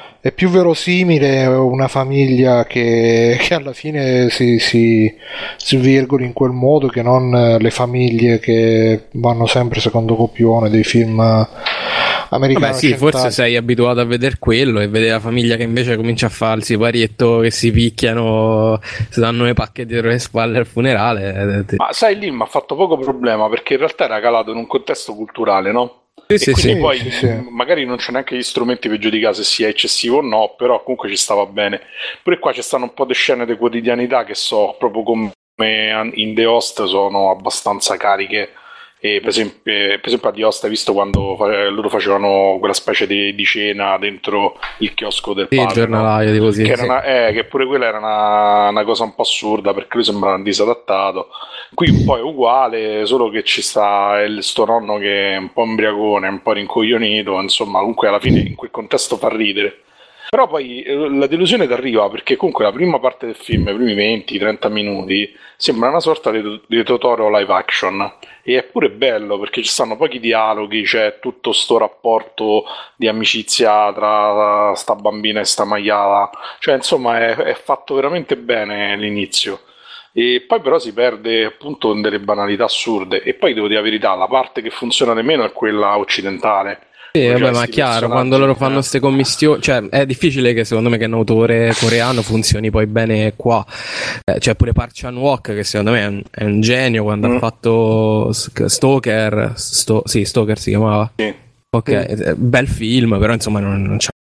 Speaker 2: verosimile una famiglia che alla fine si virgoli in quel modo, che non le famiglie che vanno sempre secondo copione dei film americani.
Speaker 5: Vabbè, sì, forse sei abituato a vedere quello e vedere la famiglia che invece comincia a farsi parietto, che si picchiano, si danno le pacche dietro le spalle al funerale.
Speaker 4: Ma sai, lì mi ha fatto poco problema, perché in realtà era calato in un contesto culturale, no?
Speaker 5: Sì,
Speaker 4: poi magari non c'è neanche gli strumenti per giudicare se sia eccessivo o no, però comunque ci stava bene. Pure qua ci stanno un po' di scene di quotidianità che so proprio come in The Host sono abbastanza cariche. E per esempio a The Host hai visto quando loro facevano quella specie di cena dentro il chiosco del padre,
Speaker 5: il giornalaio,
Speaker 4: no?
Speaker 5: così,
Speaker 4: che pure quella era una cosa un po' assurda, perché lui sembrava un disadattato. Qui un po' è uguale, solo che ci sta sto nonno che è un po' embriagone, un po' rincoglionito, insomma, comunque alla fine in quel contesto fa ridere. Però poi la delusione ti arriva, perché comunque la prima parte del film, i primi 20-30 minuti, sembra una sorta di Totoro live action, e è pure bello perché ci stanno pochi dialoghi, c'è tutto sto rapporto di amicizia tra sta bambina e sta maiala, cioè insomma è fatto veramente bene l'inizio. E poi però si perde appunto in delle banalità assurde. E poi devo dire la verità, la parte che funziona nemmeno è quella occidentale.
Speaker 5: Sì, vabbè, ma è chiaro, quando loro fanno queste commistioni, cioè è difficile che secondo me che un autore coreano funzioni poi bene qua. Cioè pure Park Chan-wook, che secondo me è un genio, quando ha fatto Stalker, Stalker si chiamava.
Speaker 4: Sì.
Speaker 5: Ok, bel film, però insomma non c'è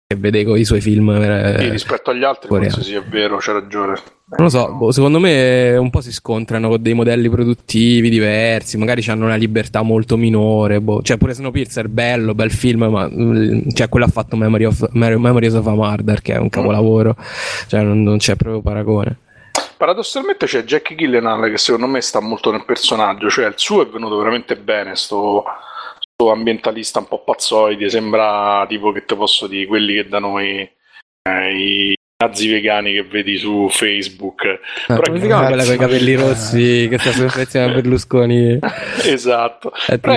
Speaker 5: che vede con i suoi film
Speaker 4: sì, rispetto agli altri
Speaker 5: coreani.
Speaker 4: forse sì, è vero, c'è ragione.
Speaker 5: Non lo so, secondo me un po' si scontrano con dei modelli produttivi diversi, magari hanno una libertà molto minore, cioè pure Snowpiercer bello, bel film, ma cioè quello ha fatto Memories of a Murder, che è un capolavoro, cioè non c'è proprio paragone.
Speaker 4: Paradossalmente c'è Jackie Gyllenhaal che secondo me sta molto nel personaggio, cioè il suo è venuto veramente bene, sto ambientalista un po' pazzoide, sembra tipo, che te posso dire, quelli che da noi i nazi vegani che vedi su Facebook.
Speaker 5: Come si chiama quella con i capelli rossi che sta sempre insieme a Berlusconi?
Speaker 4: Esatto. Però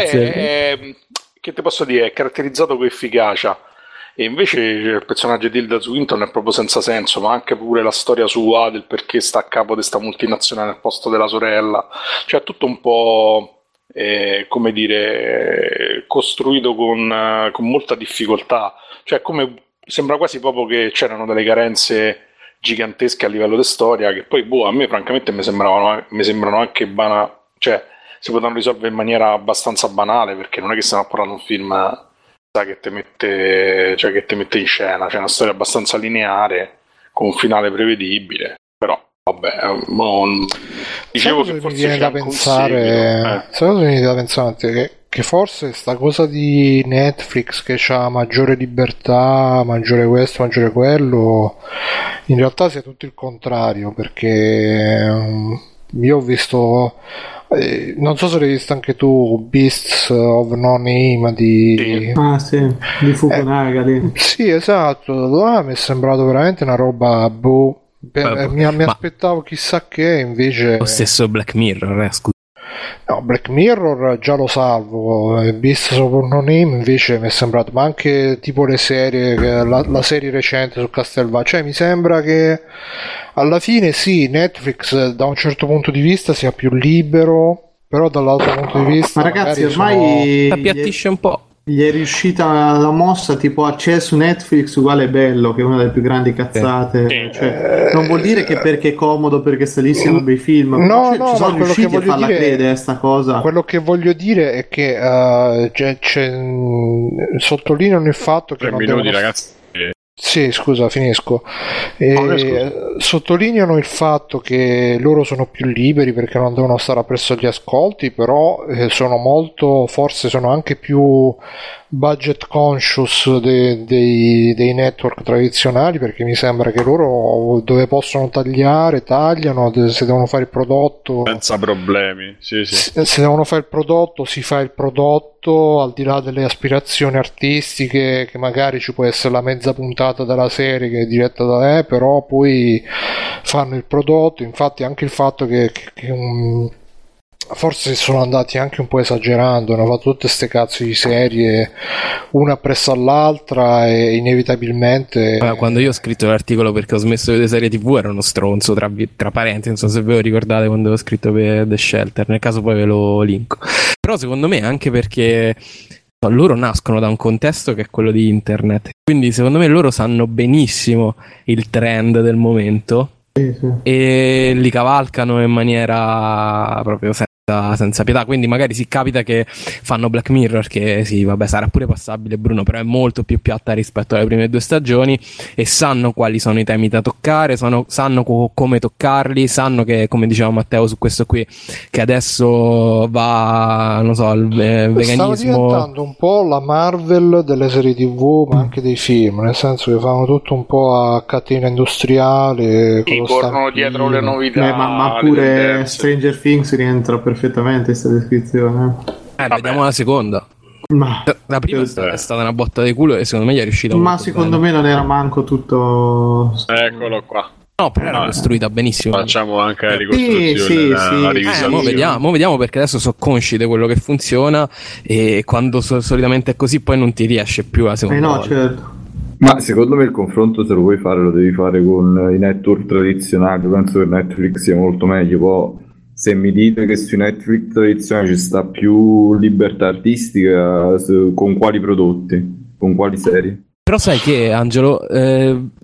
Speaker 4: che te posso dire, è caratterizzato con efficacia. E invece il personaggio di Tilda Swinton è proprio senza senso, ma anche pure la storia sua del perché sta a capo di questa multinazionale al posto della sorella, cioè tutto un po' come dire, costruito con molta difficoltà, cioè come sembra quasi proprio che c'erano delle carenze gigantesche a livello di storia che poi a me francamente mi sembrano anche cioè si potevano risolvere in maniera abbastanza banale, perché non è che stiamo a parlare di un film che ti mette in scena, c'è una storia abbastanza lineare con un finale prevedibile, però vabbè, dicevo che forse
Speaker 2: viene da pensare, che forse sta cosa di Netflix che ha maggiore libertà, maggiore questo, maggiore quello, in realtà sia tutto il contrario, perché io ho visto, non so se l'hai visto anche tu, Beasts of No Name di
Speaker 3: Fukunaga lì.
Speaker 2: Sì, esatto, mi è sembrato veramente una roba mi aspettavo chissà che, invece
Speaker 5: lo stesso Black Mirror, scusa.
Speaker 2: No, Black Mirror già lo salvo, Beasts of No Name invece mi è sembrato, ma anche tipo le serie, la serie recente su Castlevania, cioè mi sembra che alla fine sì, Netflix da un certo punto di vista sia più libero, però dall'altro punto di vista
Speaker 3: ma ragazzi ormai
Speaker 5: appiattisce un po'.
Speaker 3: Gli è riuscita la mossa tipo accesso Netflix uguale bello, che è una delle più grandi cazzate, cioè, non vuol dire che perché è comodo, perché sta lì siano bei film,
Speaker 2: no,
Speaker 3: ci sono riusciti a farla credere sta cosa.
Speaker 2: Quello che voglio dire è che sottolineano il fatto che
Speaker 1: 3 minuti ragazzi.
Speaker 2: Sì, scusa, finisco. Sottolineano il fatto che loro sono più liberi perché non devono stare appresso agli ascolti, però forse sono anche più budget conscious dei network tradizionali, perché mi sembra che loro dove possono tagliano, se devono fare il prodotto
Speaker 1: senza problemi, sì.
Speaker 2: Se devono fare il prodotto si fa il prodotto, al di là delle aspirazioni artistiche, che magari ci può essere la mezza puntata della serie che è diretta da però poi fanno il prodotto. Infatti anche il fatto che forse sono andati anche un po' esagerando, hanno fatto tutte queste cazzo di serie una appresso all'altra e inevitabilmente
Speaker 5: quando io ho scritto l'articolo perché ho smesso di vedere serie TV ero uno stronzo tra parentesi, non so se ve lo ricordate quando avevo scritto per The Shelter, nel caso poi ve lo linko, però secondo me anche perché loro nascono da un contesto che è quello di internet, quindi secondo me loro sanno benissimo il trend del momento e li cavalcano in maniera proprio senza pietà, quindi magari si capita che fanno Black Mirror, che sì, vabbè, sarà pure passabile, Bruno, però è molto più piatta rispetto alle prime 2 stagioni e sanno quali sono i temi da toccare, sanno come toccarli, sanno che, come diceva Matteo su questo qui, che adesso va, non so, il veganismo
Speaker 2: stava diventando un po' la Marvel delle serie TV, ma anche dei film, nel senso che fanno tutto un po' a catena industriale,
Speaker 4: corrono dietro le novità,
Speaker 3: ma pure Stranger Things rientra perfettamente in questa descrizione.
Speaker 5: Vediamo la seconda.
Speaker 3: Ma
Speaker 5: la prima è stata una botta di culo e secondo me gli è riuscita
Speaker 3: ma
Speaker 5: molto
Speaker 3: secondo
Speaker 5: bene.
Speaker 3: me non era manco tutto.
Speaker 1: Eccolo qua.
Speaker 5: No, però era costruita benissimo.
Speaker 1: Facciamo anche la ricostruzione, la revisione.
Speaker 5: Mo vediamo perché adesso sono consci di quello che funziona e quando solitamente è così poi non ti riesce più la seconda volta.
Speaker 3: Certo.
Speaker 6: Ma secondo me il confronto, se lo vuoi fare, lo devi fare con i network tradizionali. Penso che Netflix sia molto meglio. Poi, se mi dite che sui Netflix tradizionali ci sta più libertà artistica, con quali prodotti, con quali serie?
Speaker 5: Però sai che, Angelo,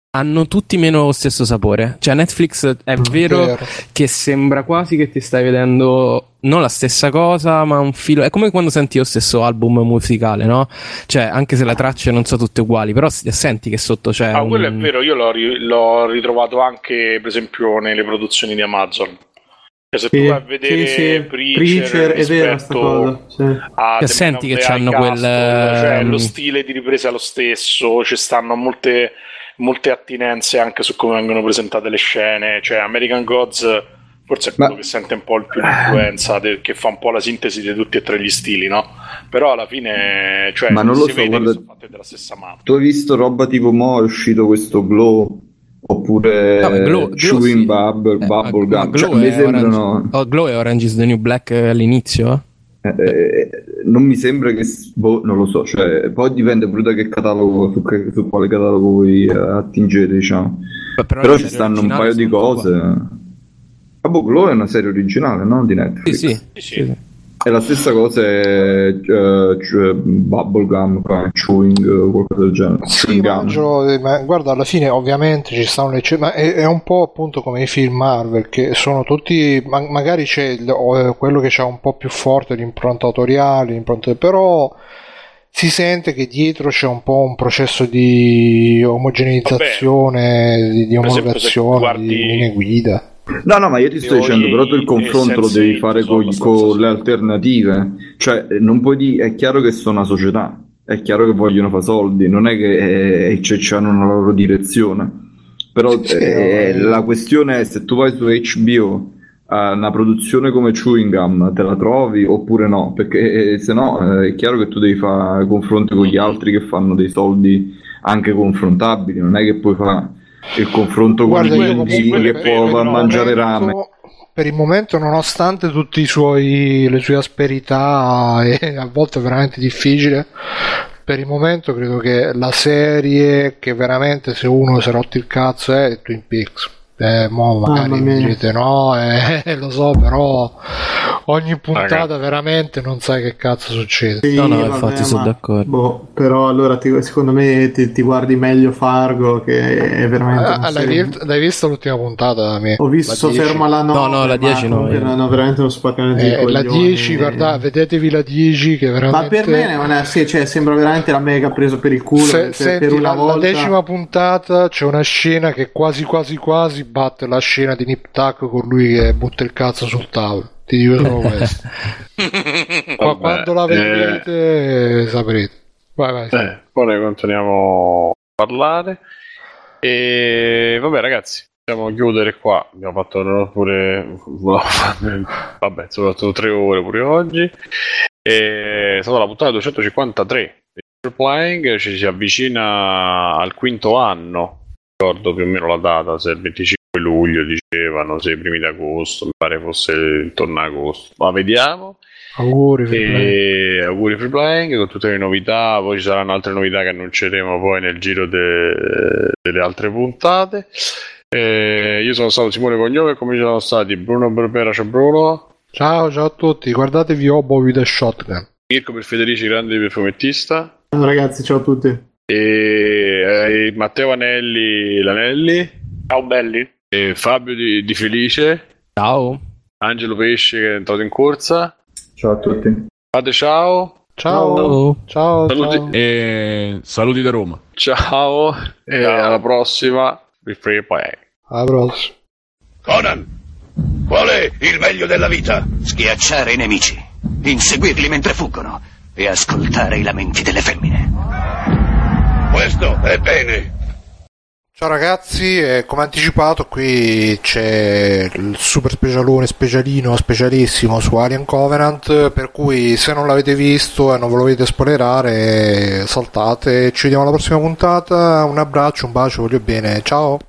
Speaker 5: hanno tutti meno lo stesso sapore. Cioè Netflix è vero che sembra quasi che ti stai vedendo non la stessa cosa, ma un filo. È come quando senti lo stesso album musicale, no? Cioè anche se le tracce non sono tutte uguali, però senti che sotto c'è
Speaker 4: quello è vero, io l'ho ritrovato anche per esempio nelle produzioni di Amazon. Cioè, se tu vai a vedere Preacher
Speaker 3: è vero sta cosa,
Speaker 5: che senti che c'hanno
Speaker 4: cioè lo stile di ripresa è lo stesso, ci stanno molte attinenze anche su come vengono presentate le scene. Cioè American Gods forse è quello che sente un po' il più l'influenza, che fa un po' la sintesi di tutti e tre gli stili, no? Però alla fine, cioè,
Speaker 6: ma non lo so,
Speaker 4: vede
Speaker 6: guarda,
Speaker 4: che sono fatte della stessa mappa.
Speaker 6: Tu hai visto roba tipo è uscito questo Glow oppure Chewing Bubble Gum?
Speaker 5: Glow,
Speaker 6: mi sembrano...
Speaker 5: Glow è Orange is the New Black all'inizio?
Speaker 6: Non mi sembra che non lo so, cioè, poi dipende pure da che catalogo, su quale catalogo voi attingete, diciamo. Però ci stanno un paio di cose. Glow è una serie originale, no? Di Netflix.
Speaker 5: Sì.
Speaker 6: È la stessa cosa, è Bubblegum, Chewing, qualcosa del genere.
Speaker 2: Sì, ma guarda, alla fine ovviamente ci stanno le ma è un po' appunto come i film Marvel, che sono tutti, magari c'è quello che c'ha un po' più forte l'impronta autoriale, però si sente che dietro c'è un po' un processo di omogeneizzazione, di omologazione, di linee guida.
Speaker 6: No, ma io ti sto dicendo, però tu il confronto lo devi fare con le alternative. Cioè, non puoi dire, è chiaro che sono una società, è chiaro che vogliono fare soldi, non è che hanno una loro direzione. Però la questione è, se tu vai su HBO, una produzione come Chewing Gum, te la trovi oppure no? Perché se no è chiaro che tu devi fare confronti con gli altri che fanno dei soldi anche confrontabili, non è che puoi fare il confronto con quelli che può mangiare rame.
Speaker 2: Per il momento, nonostante tutte le sue asperità e a volte veramente difficile, per il momento credo che la serie che veramente, se uno si è rotto il cazzo, è Twin Peaks. Magari direte no, lo so, però ogni puntata veramente non sai che cazzo succede.
Speaker 3: Sì,
Speaker 5: infatti sono d'accordo.
Speaker 3: Però allora secondo me ti guardi meglio Fargo, che è veramente
Speaker 2: l'hai visto l'ultima puntata da me?
Speaker 3: Ho visto fermo alla 9.
Speaker 5: No, la 10 no.
Speaker 3: Veramente lo spaccamento di coglioni.
Speaker 2: La 10, guarda, vedetevi la 10 che veramente...
Speaker 3: Ma per me non è, cioè, sembra veramente la mega preso per il culo. Per una volta.
Speaker 2: La 10ª puntata c'è una scena che quasi batte la scena di Nip Tuck con lui che butta il cazzo sul tavolo. Ti dico solo questo. Ma quando la vedrete saprete. Vai.
Speaker 1: Poi ne continuiamo a parlare. E vabbè, ragazzi, possiamo chiudere qua. Abbiamo fatto pure vabbè, sono fatto 3 ore pure oggi. È stata la puntata 253 di Playing. Ci si avvicina al 5º anno. Ricordo più o meno la data, se è il 25 luglio dicevano, se i primi d'agosto, mi pare fosse intorno a agosto, ma vediamo.
Speaker 2: Auguri
Speaker 1: Free Playing con tutte le novità. Poi ci saranno altre novità che annunceremo poi nel giro delle altre puntate. Io sono stato Simone Cognome, come ci sono stati Bruno Berbera. Ciao Bruno.
Speaker 2: Ciao a tutti, guardatevi Obo with a Shotgun.
Speaker 1: Mirko per Federici, grande fumettista.
Speaker 3: Ciao ragazzi, ciao a tutti.
Speaker 1: E Matteo L'Anelli.
Speaker 4: Ciao belli.
Speaker 1: E Fabio di Felice.
Speaker 5: Ciao.
Speaker 1: Angelo Pesce che è entrato in corsa.
Speaker 6: Ciao a tutti.
Speaker 1: Fate ciao.
Speaker 2: Ciao.
Speaker 1: Saluti.
Speaker 7: E saluti da Roma.
Speaker 1: Ciao. E alla prossima. Free Play.
Speaker 2: Alla prossima.
Speaker 8: Conan, qual è il meglio della vita? Schiacciare i nemici, inseguirli mentre fuggono e ascoltare i lamenti delle femmine. Questo è bene.
Speaker 2: Ciao ragazzi, come anticipato qui c'è il super specialissimo su Alien Covenant, per cui se non l'avete visto e non ve lo volete spoilerare saltate. Ci vediamo alla prossima puntata, un abbraccio, un bacio, voglio bene, ciao.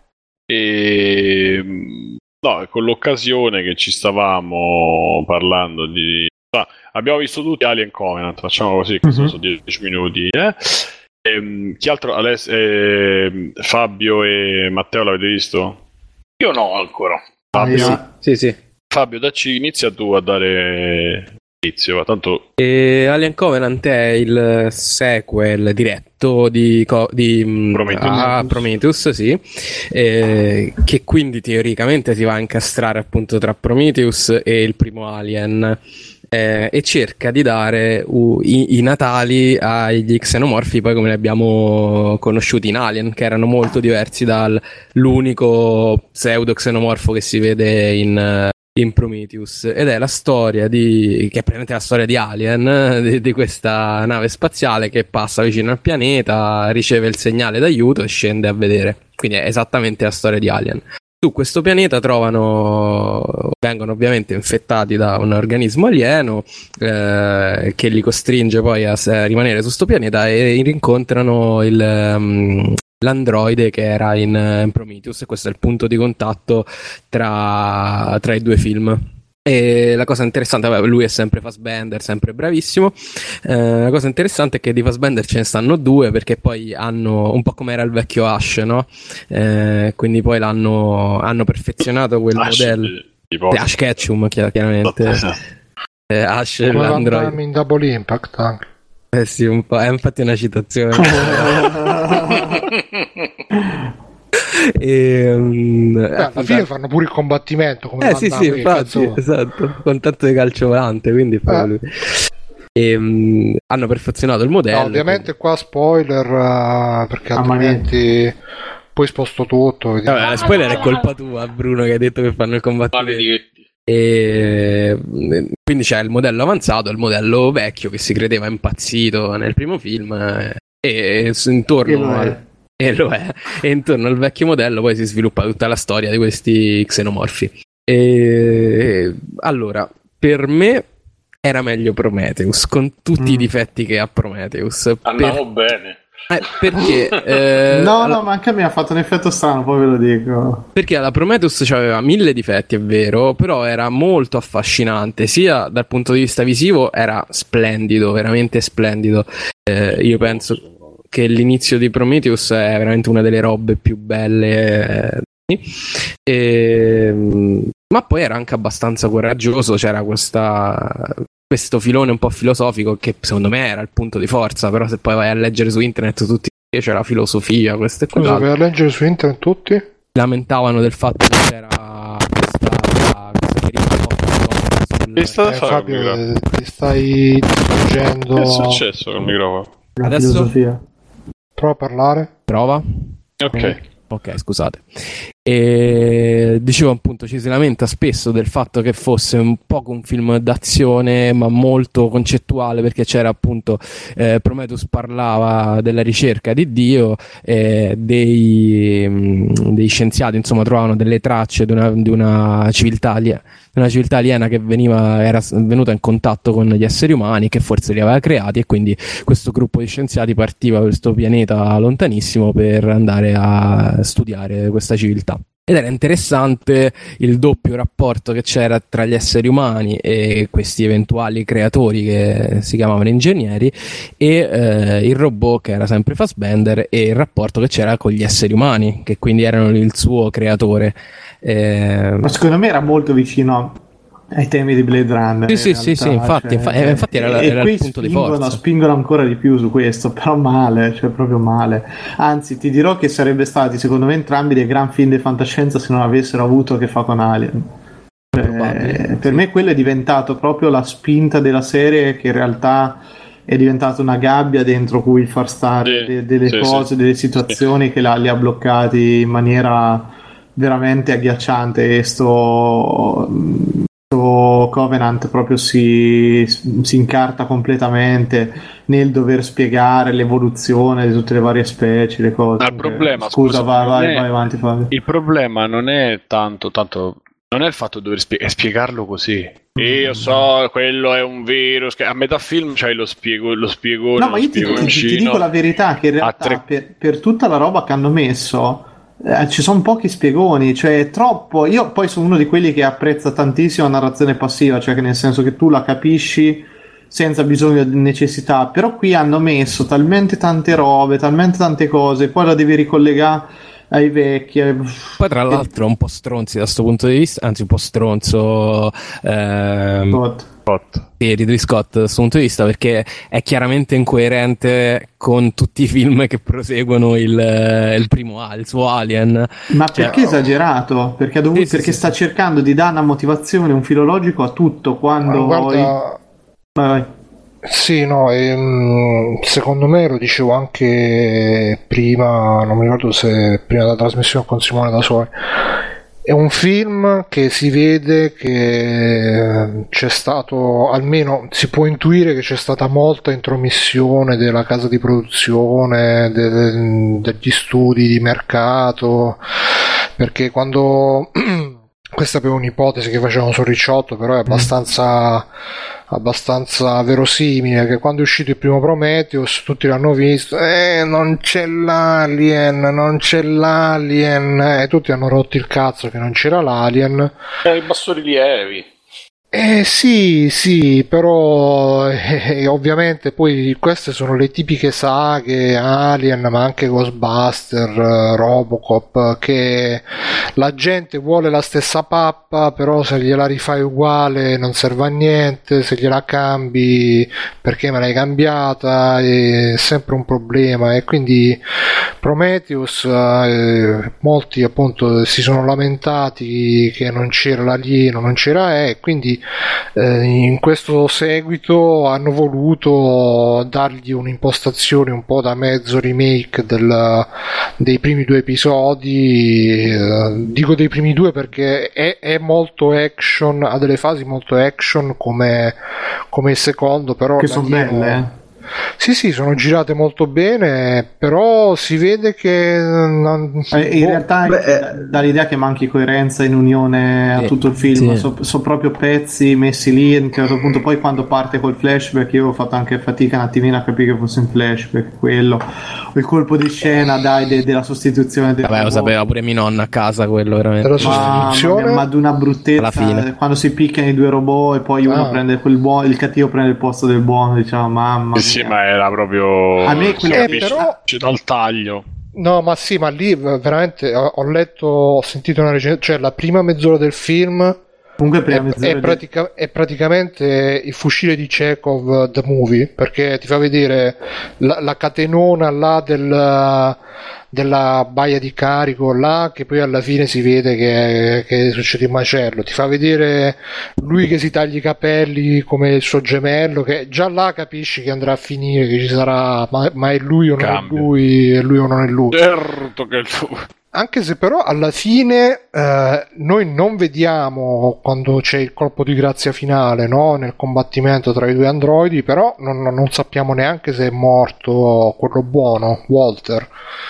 Speaker 1: No, con l'occasione che ci stavamo parlando di... abbiamo visto tutti Alien Covenant, facciamo così, sono 10 minuti, chi altro? Fabio e Matteo l'avete visto?
Speaker 4: Io no ancora.
Speaker 5: Fabio. Sì.
Speaker 1: Fabio, inizia tu a dare tanto...
Speaker 5: E Alien Covenant è il sequel diretto di Prometheus, sì, che quindi teoricamente si va a incastrare appunto tra Prometheus e il primo Alien, e cerca di dare i natali agli xenomorfi poi come li abbiamo conosciuti in Alien, che erano molto diversi dall'unico pseudo xenomorfo che si vede in Prometheus, ed è la storia che è praticamente la storia di Alien, di questa nave spaziale che passa vicino al pianeta, riceve il segnale d'aiuto e scende a vedere. Quindi è esattamente la storia di Alien. Su questo pianeta vengono ovviamente infettati da un organismo alieno che li costringe poi a rimanere su sto pianeta, e rincontrano l'androide che era in Prometheus, e questo è il punto di contatto tra i due film. E la cosa interessante, lui è sempre Fassbender, sempre bravissimo. La cosa interessante è che di Fassbender ce ne stanno due, perché poi hanno un po' come era il vecchio Ash, no? Quindi poi hanno perfezionato quel modello. Ash Ketchum, chiaramente. Ash
Speaker 2: come
Speaker 5: l'android
Speaker 2: in Double Impact anche.
Speaker 5: Sì, un po', è infatti una citazione.
Speaker 2: Alla fine fanno pure il combattimento come
Speaker 5: sì, infatti, esatto, con tanto di calcio volante, quindi lui. Hanno perfezionato il modello.
Speaker 2: No, ovviamente qua spoiler, perché altrimenti poi sposto tutto.
Speaker 5: Vabbè, spoiler è colpa tua, Bruno, che hai detto che fanno il combattimento. E quindi c'è il modello avanzato, il modello vecchio che si credeva impazzito nel primo film, e intorno e intorno al vecchio modello poi si sviluppa tutta la storia di questi xenomorfi. E allora, per me era meglio Prometheus, con tutti i difetti che ha Prometheus.
Speaker 4: Andavo bene.
Speaker 5: Perché
Speaker 3: no, ma anche a me ha fatto un effetto strano, poi ve lo dico.
Speaker 5: Perché la Prometheus aveva 1000 difetti, è vero, però era molto affascinante, sia dal punto di vista visivo era splendido, veramente splendido. Io penso che l'inizio di Prometheus è veramente una delle robe più belle, ma poi era anche abbastanza coraggioso, c'era questo filone un po' filosofico che secondo me era il punto di forza, però se poi vai a leggere su internet tutti c'era la filosofia, queste cose.
Speaker 2: Cosa vai a leggere su internet tutti?
Speaker 5: Lamentavano del fatto che c'era questa
Speaker 1: deriva
Speaker 2: Fabio, ti stai distruggendo.
Speaker 1: Che è successo col microfono?
Speaker 5: Adesso
Speaker 3: filosofia.
Speaker 2: Prova a parlare.
Speaker 5: Prova. Ok, scusate. E dicevo appunto, ci si lamenta spesso del fatto che fosse un po' un film d'azione ma molto concettuale, perché c'era appunto Prometheus parlava della ricerca di Dio, dei scienziati insomma trovavano delle tracce di una civiltà aliena che era venuta in contatto con gli esseri umani, che forse li aveva creati, e quindi questo gruppo di scienziati partiva per questo pianeta lontanissimo per andare a studiare questa civiltà. Ed era interessante il doppio rapporto che c'era tra gli esseri umani e questi eventuali creatori che si chiamavano ingegneri, e il robot che era sempre Fassbender, e il rapporto che c'era con gli esseri umani, che quindi erano il suo creatore.
Speaker 3: Ma secondo me era molto vicino ai temi di Blade Runner.
Speaker 5: Sì, infatti era il punto di forza.
Speaker 3: Spingono ancora di più su questo, però male, cioè proprio male. Anzi, ti dirò che sarebbe stati, secondo me, entrambi dei gran film di fantascienza se non avessero avuto a che fa con Alien. Per me quello è diventato proprio la spinta della serie, che in realtà è diventata una gabbia dentro cui far stare delle cose, delle situazioni che li ha bloccati in maniera veramente agghiacciante. E sto Covenant proprio si incarta completamente nel dover spiegare l'evoluzione di tutte le varie specie, le cose.
Speaker 1: Il problema,
Speaker 3: vai avanti, Fabio.
Speaker 1: Il problema non è tanto non è il fatto di dover spiegarlo così. Io so, quello è un virus, che a metà film c'hai lo spiego. No,
Speaker 3: ma io ti dico la verità, che in realtà per tutta la roba che hanno messo ci sono pochi spiegoni, cioè è troppo. Io poi sono uno di quelli che apprezza tantissimo la narrazione passiva, cioè che nel senso che tu la capisci senza bisogno di necessità, però qui hanno messo talmente tante robe, talmente tante cose, poi la devi ricollegare ai vecchi.
Speaker 5: Poi tra l'altro un po' stronzi da questo punto di vista, anzi un po' stronzo Ridley Scott da questo punto di vista, perché è chiaramente incoerente con tutti i film che proseguono il primo il suo Alien.
Speaker 3: Ma perché esagerato? Perché, perché sta cercando di dare una motivazione, un filologico a tutto, quando vai.
Speaker 2: Sì, no, secondo me lo dicevo anche prima, non mi ricordo se prima della trasmissione con Simone da Soli. È un film che si vede che c'è stato, almeno si può intuire che c'è stata molta intromissione della casa di produzione, degli studi di mercato, perché quando questa è un'ipotesi che facevano sul Ricciotto, però è abbastanza verosimile, che quando è uscito il primo Prometheus tutti l'hanno visto, non c'è l'alien, e tutti hanno rotto il cazzo che non c'era l'alien.
Speaker 4: I bastori lievi.
Speaker 2: Sì, però ovviamente poi queste sono le tipiche saghe Alien, ma anche Ghostbuster, Robocop, che la gente vuole la stessa pappa, però se gliela rifai uguale non serve a niente, se gliela cambi perché me l'hai cambiata è sempre un problema. E quindi Prometheus, molti appunto si sono lamentati che non c'era l'alieno, non c'era, e quindi in questo seguito hanno voluto dargli un'impostazione un po' da mezzo remake dei primi due episodi. Dico dei primi due perché è molto action, ha delle fasi molto action come il secondo, però
Speaker 3: che sono belle.
Speaker 2: Sì, sono girate molto bene, però si vede che
Speaker 3: in realtà dà l'idea che manchi coerenza in unione a tutto il film. Sono proprio pezzi messi lì, a un certo punto poi quando parte col flashback io ho fatto anche fatica un attimino a capire che fosse un flashback quello, o il colpo di scena della sostituzione del
Speaker 5: lo sapeva pure mia nonna a casa quello, veramente.
Speaker 2: Della sostituzione?
Speaker 3: Ma di una bruttezza alla fine, quando si picchiano i due robot e poi uno prende quel buono, il cattivo prende il posto del buono, diciamo, mamma mia.
Speaker 1: Sì, ma era proprio,
Speaker 3: a me
Speaker 1: però dal taglio.
Speaker 2: No, ma sì, ma lì veramente ho letto, ho sentito una recensione, cioè la prima mezz'ora del film è praticamente il fucile di Chekhov The Movie, perché ti fa vedere la catenona là della baia di carico là, che poi alla fine si vede che succede il macello, ti fa vedere lui che si taglia i capelli come il suo gemello, che già là capisci che andrà a finire, che ci sarà ma è lui o non è lui, è lui o non è lui.
Speaker 1: Certo che è lui.
Speaker 2: Anche se però alla fine noi non vediamo quando c'è il colpo di grazia finale, no? Nel combattimento tra i due androidi, però non sappiamo neanche se è morto quello buono, Walter.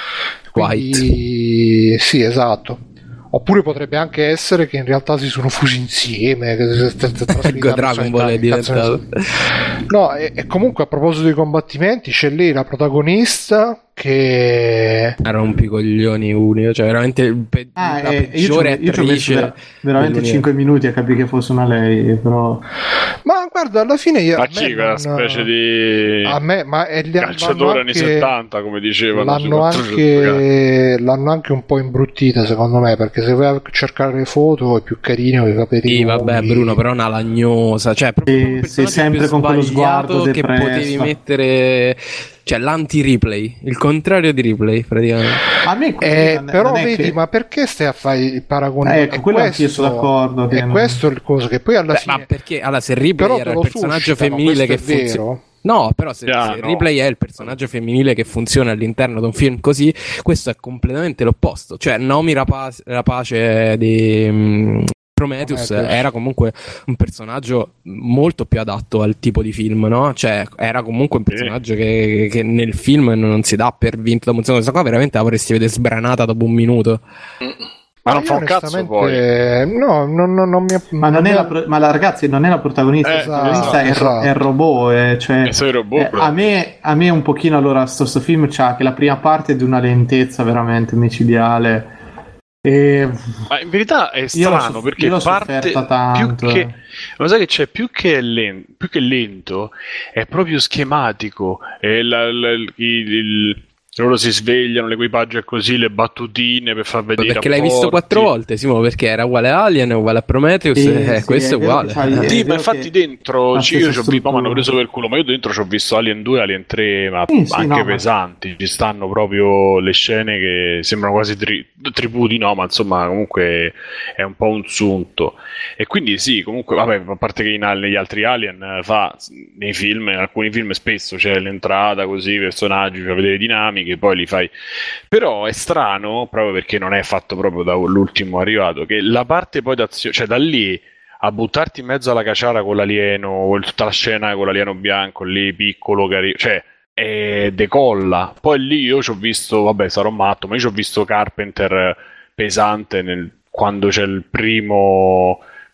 Speaker 2: Quindi, sì, esatto. Oppure potrebbe anche essere che in realtà si sono fusi insieme.
Speaker 5: Dragon Ball è diventato.
Speaker 2: No, e comunque a proposito dei combattimenti, c'è lì la protagonista che
Speaker 5: era un picoglioni unico, cioè veramente la peggiore
Speaker 3: io ci ho messo veramente 5 minuti a capire che fosse una lei, però.
Speaker 2: Ma guarda, alla fine io.
Speaker 1: Ma chi quella specie di calciatore anni 70, come dicevano.
Speaker 2: L'hanno anche un po' imbruttita, secondo me, perché se vai a cercare le foto è più carino che i capelli.
Speaker 5: Sì, vabbè, Bruno, però una lagnosa, cioè proprio
Speaker 3: sei sempre con quello sguardo
Speaker 5: che potevi mettere, cioè l'anti-replay, il contrario di replay praticamente.
Speaker 2: A me però vedi, ma perché stai a fare il paragone?
Speaker 3: Quello anch'io sono d'accordo.
Speaker 2: Questo è il coso che poi alla fine.
Speaker 5: Ma perché se Ripley era il personaggio femminile che funziona. No, però se Ripley è il personaggio femminile che funziona all'interno di un film così, questo è completamente l'opposto. Cioè Naomi Rapace di Prometheus era comunque un personaggio molto più adatto al tipo di film, no? Cioè era comunque un personaggio che nel film non si dà per vinto da funzione. Questa qua veramente la vorresti vedere sbranata dopo un minuto.
Speaker 1: Ma non fa un cazzo poi.
Speaker 2: No, non mi.
Speaker 3: Ma non è la ragazzi non è la protagonista, la protagonista è il robot. Cioè, a me un pochino allora sto film c'ha che la prima parte è di una lentezza veramente micidiale.
Speaker 1: Ma in verità è strano perché parte più che, ma sai che c'è, più che lento è proprio schematico, loro si svegliano, l'equipaggio è così, le battutine per far vedere.
Speaker 5: Perché l'hai visto 4 volte, Simo, perché era uguale a Alien, uguale a Prometheus, questo è uguale.
Speaker 1: Sì, ma infatti dentro io ci ho visto, mi hanno preso per culo, ma io dentro ci ho visto Alien 2, Alien 3, ma anche pesanti, ci stanno proprio le scene che sembrano quasi tributi, no, ma insomma comunque è un po' un sunto. E quindi sì, comunque, vabbè, a parte che negli altri Alien fa, nei film, in alcuni film spesso c'è l'entrata così, i personaggi, fa vedere dinamiche, poi li fai. Però è strano, proprio perché non è fatto proprio dall'ultimo arrivato, che la parte poi d'azione, cioè da lì a buttarti in mezzo alla caciara con l'alieno, tutta la scena con l'alieno bianco lì, piccolo, carino, cioè decolla. Poi lì io ci ho visto, vabbè, sarò matto, ma io ci ho visto Carpenter pesante quando c'è il primo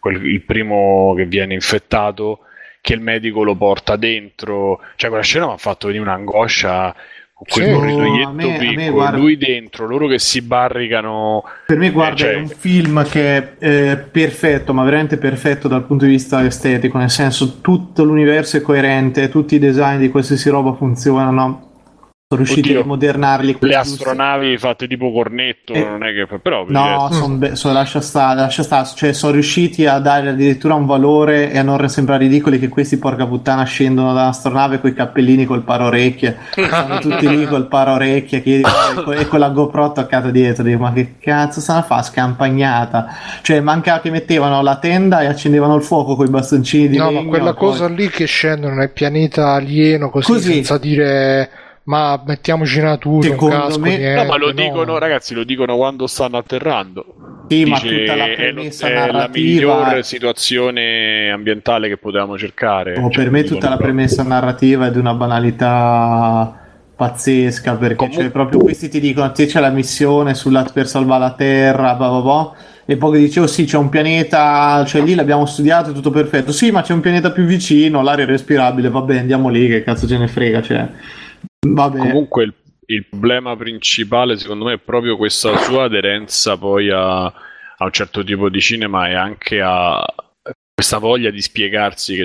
Speaker 1: che viene infettato, che il medico lo porta dentro, cioè quella scena mi ha fatto venire un'angoscia con quel corridoietto piccolo, guarda, lui dentro, loro che si barricano. Per me guarda, è un film che è perfetto, ma veramente perfetto dal punto di vista estetico, nel senso tutto l'universo è coerente, tutti i design di qualsiasi roba funzionano. Sono riusciti a modernarli. Le astronavi fatte tipo cornetto, non è che però no, lascia stare, cioè sono riusciti a dare addirittura un valore e a non sembrare ridicoli che questi porca puttana scendono dall'astronave con i cappellini col paraorecchie, sono tutti lì col paraorecchie e con la GoPro attaccata dietro. Dico, ma che cazzo stanno a fare scampagnata? Cioè manca che mettevano la tenda e accendevano il fuoco con i bastoncini di legno.
Speaker 2: Ma quella cosa lì che scendono nel pianeta alieno così. Senza dire ma mettiamoci una tuta, un casco, niente,
Speaker 1: no, ma lo dicono, ragazzi, lo dicono quando stanno atterrando.
Speaker 3: Sì, ma tutta la premessa narrativa
Speaker 1: è la miglior situazione ambientale che potevamo cercare.
Speaker 3: Per me tutta la premessa narrativa è di una banalità pazzesca, perché cioè, proprio questi ti dicono te c'è la missione per salvare la Terra, blah blah blah, e poi dicevo sì, c'è un pianeta, cioè lì l'abbiamo studiato, è tutto perfetto. Sì, ma c'è un pianeta più vicino, l'aria è respirabile, vabbè, andiamo lì, che cazzo ce ne frega, cioè. Vabbè.
Speaker 1: Comunque il problema principale secondo me è proprio questa sua aderenza poi a un certo tipo di cinema e anche a questa voglia di spiegarsi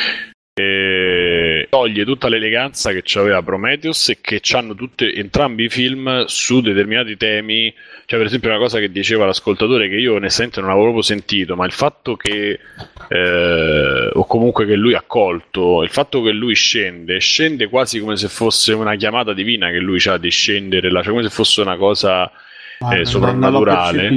Speaker 1: che toglie tutta l'eleganza che c'aveva Prometheus e che c'hanno entrambi i film su determinati temi. Cioè, per esempio, una cosa che diceva l'ascoltatore che io onestamente non avevo proprio sentito, ma il fatto che o comunque che lui ha colto, il fatto che lui scende quasi come se fosse una chiamata divina che lui ha di scendere là, cioè come se fosse una cosa soprannaturale,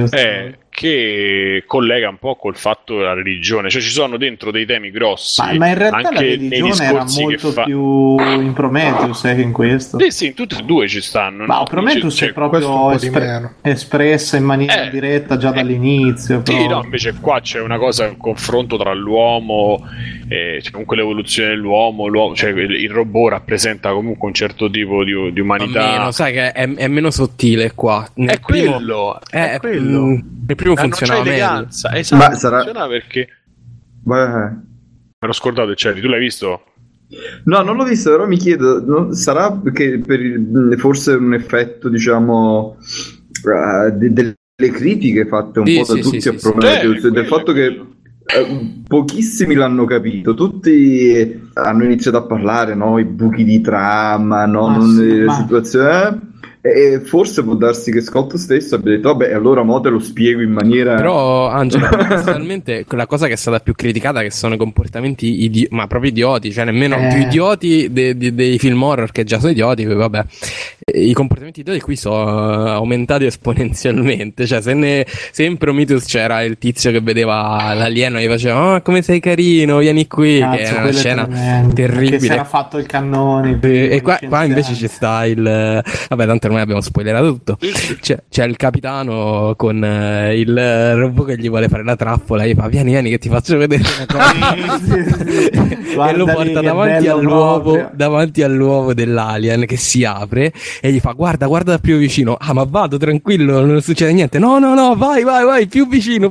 Speaker 1: che collega un po' col fatto della religione, cioè ci sono dentro dei temi grossi,
Speaker 3: ma in realtà anche la religione era molto più in Prometheus che in questo.
Speaker 1: Sì, in tutti e due ci stanno,
Speaker 3: ma Prometheus è proprio espressa in maniera diretta già dall'inizio.
Speaker 1: Sì, no, invece qua c'è una cosa, un confronto tra l'uomo c'è comunque l'evoluzione dell'uomo, cioè il robot rappresenta comunque un certo tipo di umanità,
Speaker 5: meno, sai che è meno sottile qua.
Speaker 1: È quello.
Speaker 5: Il primo funzionava meglio.
Speaker 1: Esatto, ma funziona perché me l'ho scordato, cioè, tu l'hai visto?
Speaker 6: No, non l'ho visto, però mi chiedo, sarà perché forse un effetto, diciamo, delle critiche fatte un po' da tutti a Prometheus, del fatto che pochissimi l'hanno capito, tutti hanno iniziato a parlare, no, i buchi di trama, no, situazioni. E forse può darsi che Scott stesso abbia detto vabbè, allora mo te lo spiego in maniera.
Speaker 5: Però Angelo, personalmente la cosa che è stata più criticata che sono i comportamenti ma proprio idioti, cioè nemmeno più idioti dei film horror, che già sono idioti, vabbè. I comportamenti idioti qui sono aumentati esponenzialmente, cioè se in Prometheus c'era il tizio che vedeva l'alieno e gli faceva come sei carino, vieni qui, che era una scena terribile, che
Speaker 3: si era fatto il cannone
Speaker 5: e qua invece ci sta vabbè, tanto noi abbiamo spoilerato tutto. C'è il capitano con il robot che gli vuole fare la trappola, gli fa vieni che ti faccio vedere una cosa. E lo porta davanti all'uovo dell'alien che si apre e gli fa guarda da più vicino. Ma vado tranquillo, non succede niente. No, vai più vicino.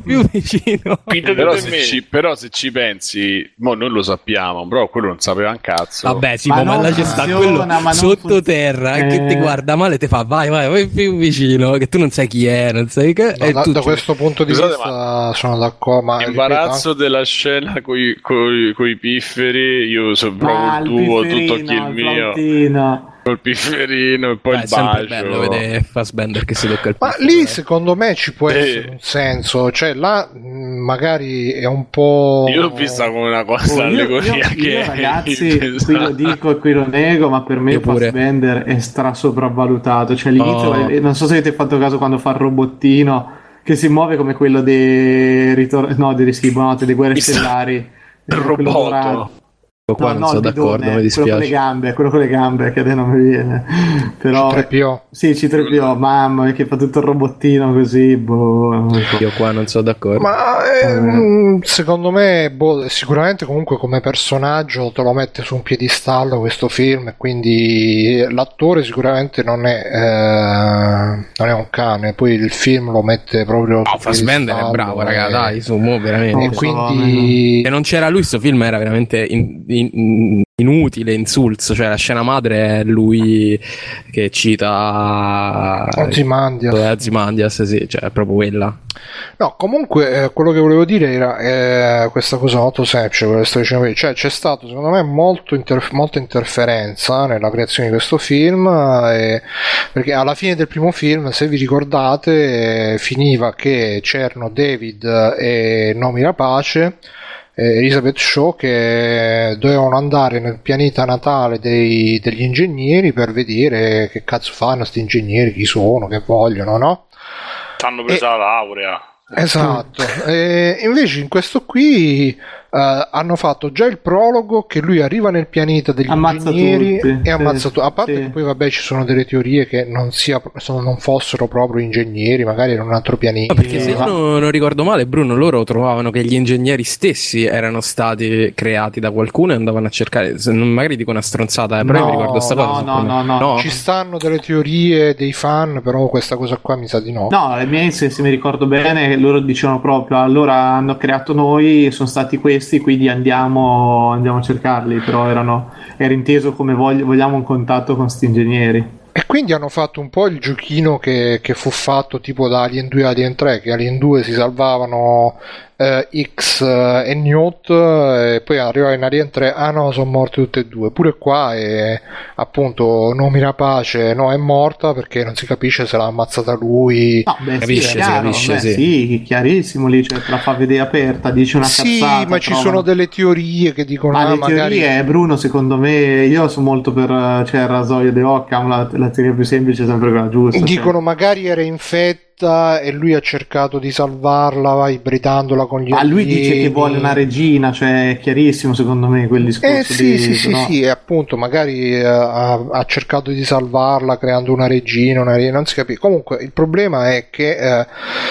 Speaker 1: Però se ci pensi, mo noi lo sappiamo, però quello non sapeva un cazzo.
Speaker 5: Vabbè, sì, ma là c'è sta quello sottoterra che ti guarda male, ti fa vai più vicino, che tu non sai chi è, non sai che.
Speaker 2: Da questo punto di vista sono d'accordo, ma
Speaker 1: l'imbarazzo della scena coi pifferi, io so proprio il tuo, tutto chi il mio. col pifferino e poi il
Speaker 5: È sempre
Speaker 1: bacio.
Speaker 5: bello vedere Fassbender che si tocca il
Speaker 2: Ma
Speaker 5: piffero.
Speaker 2: lì secondo me ci può essere un senso, cioè là magari è un po'...
Speaker 1: Io l'ho vista come una cosa allegoria che
Speaker 3: io,
Speaker 1: è
Speaker 3: ragazzi, qui lo
Speaker 1: impensabile.
Speaker 3: dico e qui lo nego, ma per me
Speaker 5: Io pure.
Speaker 3: Fassbender è sopravvalutato. Cioè all'inizio, non so se avete fatto caso quando fa il robottino che si muove come quello dei Rischibuonate, dei Guerre Stellari. Quello dorato.
Speaker 5: Robot. Qua non sono
Speaker 3: il
Speaker 5: d'accordo,
Speaker 3: bidone,
Speaker 5: mi dispiace.
Speaker 3: quello con le gambe che adesso non mi viene. Però
Speaker 2: C3PO.
Speaker 3: sì, C3PO, mamma mia, che fa tutto il robottino così, boh.
Speaker 5: Io qua non sono d'accordo.
Speaker 2: Ma secondo me sicuramente comunque come personaggio te lo mette su un piedistallo questo film, e quindi l'attore sicuramente non è un cane, poi il film lo mette proprio su
Speaker 5: Fassbender è
Speaker 2: piedistallo,
Speaker 5: bravo, raga, dai, su, mo veramente.
Speaker 2: e quindi
Speaker 5: Se non c'era lui, sto film era veramente inutile, insulso. Cioè, la scena madre è lui che cita Ozymandias, sì, cioè è proprio quella.
Speaker 2: no, comunque quello che volevo dire era questa cosa molto semplice, quello che sto dicendo prima. Cioè c'è stato secondo me molta interferenza nella creazione di questo film, perché alla fine del primo film, se vi ricordate, finiva che c'erano David e Noomi Rapace, Elizabeth Shaw, che dovevano andare nel pianeta natale degli ingegneri per vedere che cazzo fanno sti ingegneri, chi sono, che vogliono, no?
Speaker 4: T'hanno preso la laurea.
Speaker 2: Esatto. Invece in questo qui hanno fatto già il prologo che lui arriva nel pianeta degli ingegneri e ammazza tutti. A parte che poi vabbè ci sono delle teorie che non fossero proprio ingegneri, magari erano un altro pianeta.
Speaker 5: No, perché se io non ricordo male, Bruno, loro trovavano che gli ingegneri stessi erano stati creati da qualcuno e andavano a cercare, magari dico una stronzata, però io mi ricordo sta cosa.
Speaker 2: No. Ci stanno delle teorie dei fan, però questa cosa qua mi sa di no.
Speaker 3: No, le mie, se mi ricordo bene, loro dicevano proprio, allora hanno creato noi, sono stati questi, quindi andiamo a cercarli, però era inteso come vogliamo un contatto con sti ingegneri.
Speaker 2: E quindi hanno fatto un po' il giochino che fu fatto tipo da Alien 2 e Alien 3, che Alien 2 si salvavano X e Newt, e poi arrivava in Alien 3, sono morti tutte e due. Pure qua è appunto Noomi Rapace è morta perché non si capisce se l'ha ammazzata lui.
Speaker 3: No,
Speaker 5: capisce,
Speaker 3: sì, chiarissimo, lì te la fa vedere aperta, dice una cazzata.
Speaker 2: Sì, ma ci sono delle teorie che dicono
Speaker 3: le
Speaker 2: magari...
Speaker 3: teorie, Bruno, secondo me, io sono molto per il rasoio de Occam, la teoria più semplice è sempre quella giusta.
Speaker 2: Dicono magari era infetta e lui ha cercato di salvarla ibridandola con gli alieni.
Speaker 3: Lui dice che vuole una regina, cioè è chiarissimo secondo me quel discorso.
Speaker 2: Sì, e appunto magari ha cercato di salvarla creando una regina, non si capisce. Comunque il problema è che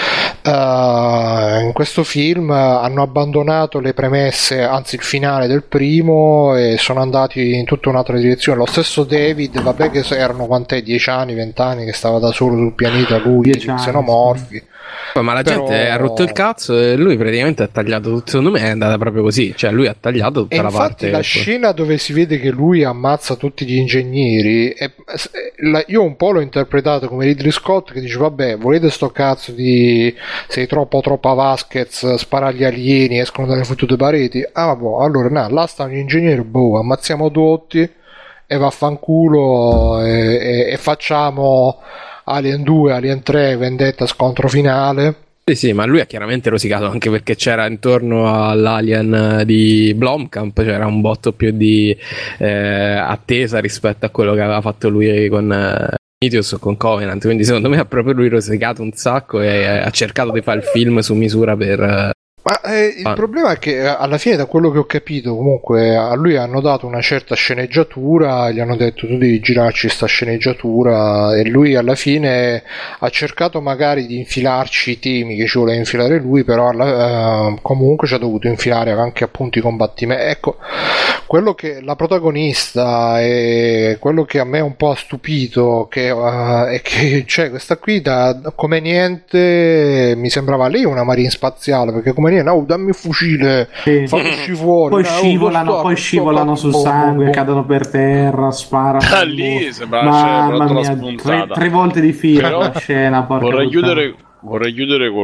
Speaker 2: in questo film hanno abbandonato le premesse, anzi il finale del primo, e sono andati in tutta un'altra direzione. Lo stesso David, vabbè che erano 10 anni, 20 anni che stava da solo sul pianeta, lui, gli xenomorfi.
Speaker 5: Ma la gente ha rotto il cazzo e lui praticamente ha tagliato tutto. Secondo me è andata proprio così, cioè lui ha tagliato tutta
Speaker 2: e
Speaker 5: la parte.
Speaker 2: La scena dove si vede che lui ammazza tutti gli ingegneri, io un po' l'ho interpretato come Ridley Scott che dice vabbè, volete sto cazzo di sei troppo Vasquez, spara agli alieni, escono dalle fottute pareti, allora là stanno gli ingegneri, ammazziamo tutti e vaffanculo e facciamo Alien 2, Alien 3, vendetta, scontro finale.
Speaker 5: Sì, ma lui ha chiaramente rosicato anche perché c'era intorno all'Alien di Blomkamp, c'era un botto più di attesa rispetto a quello che aveva fatto lui con Prometheus o con Covenant, quindi secondo me ha proprio lui rosicato un sacco e ha cercato di fare il film su misura per...
Speaker 2: Ma il problema è che alla fine, da quello che ho capito, comunque a lui hanno dato una certa sceneggiatura, gli hanno detto tu devi girarci sta sceneggiatura, e lui alla fine ha cercato magari di infilarci i temi che ci voleva infilare lui, però comunque ci ha dovuto infilare anche appunto i combattimenti. Ecco, quello che la protagonista e quello che a me un po' ha stupito è che cioè, questa qui come niente mi sembrava lei una marine spaziale, perché come dammi il fucile, fammi fuori,
Speaker 3: poi scivolano sul sangue, cadono per terra, sparano.
Speaker 1: Lì sembra la spuntata.
Speaker 3: Tre volte di fila la scena.
Speaker 1: Vorrei chiudere il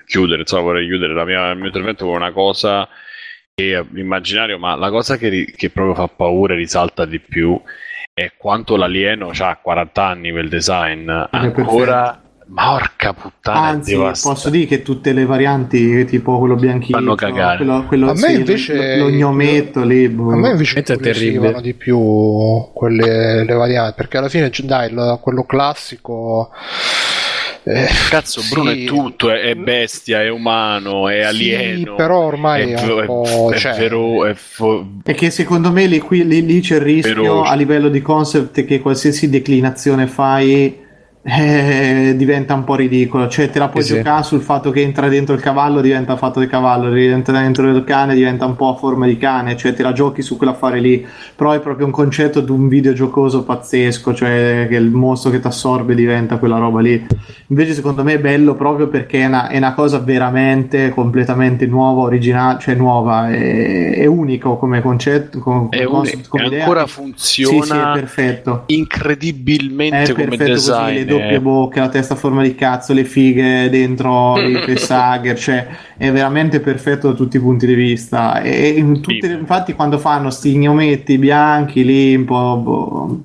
Speaker 1: mio intervento con una cosa che è immaginario, ma la cosa che proprio fa paura e risalta di più è quanto l'alieno c'ha 40 anni quel design ancora. Porca puttana,
Speaker 3: anzi posso dire che tutte le varianti tipo quello bianchino
Speaker 1: fanno cagare.
Speaker 3: quello
Speaker 2: a me invece
Speaker 3: lo gnometto lì,
Speaker 2: a me invece
Speaker 5: è terribile
Speaker 2: di più quelle le varianti, perché alla fine dai, quello classico
Speaker 1: cazzo, Bruno è tutto, è bestia, è umano, è alieno,
Speaker 2: però ormai è un po',
Speaker 3: è che secondo me lì c'è il rischio a livello di concept che qualsiasi declinazione fai diventa un po' ridicolo, cioè te la puoi giocare sul fatto che entra dentro il cavallo, diventa fatto di cavallo, entra dentro il cane, diventa un po' a forma di cane, cioè te la giochi su quell'affare lì, però è proprio un concetto di un videogiocoso pazzesco, cioè che il mostro che ti assorbe diventa quella roba lì. Invece secondo me è bello proprio perché è una cosa veramente completamente nuova, originale, cioè nuova, è unico come concetto, come idea.
Speaker 1: Ancora funziona,
Speaker 3: sì, è perfetto,
Speaker 1: incredibilmente come
Speaker 3: perfetto,
Speaker 1: design,
Speaker 3: così, le doppie bocche, la testa a forma di cazzo, le fighe dentro i facehugger, cioè è veramente perfetto da tutti i punti di vista, e infatti quando fanno sti gnometti bianchi lì un po'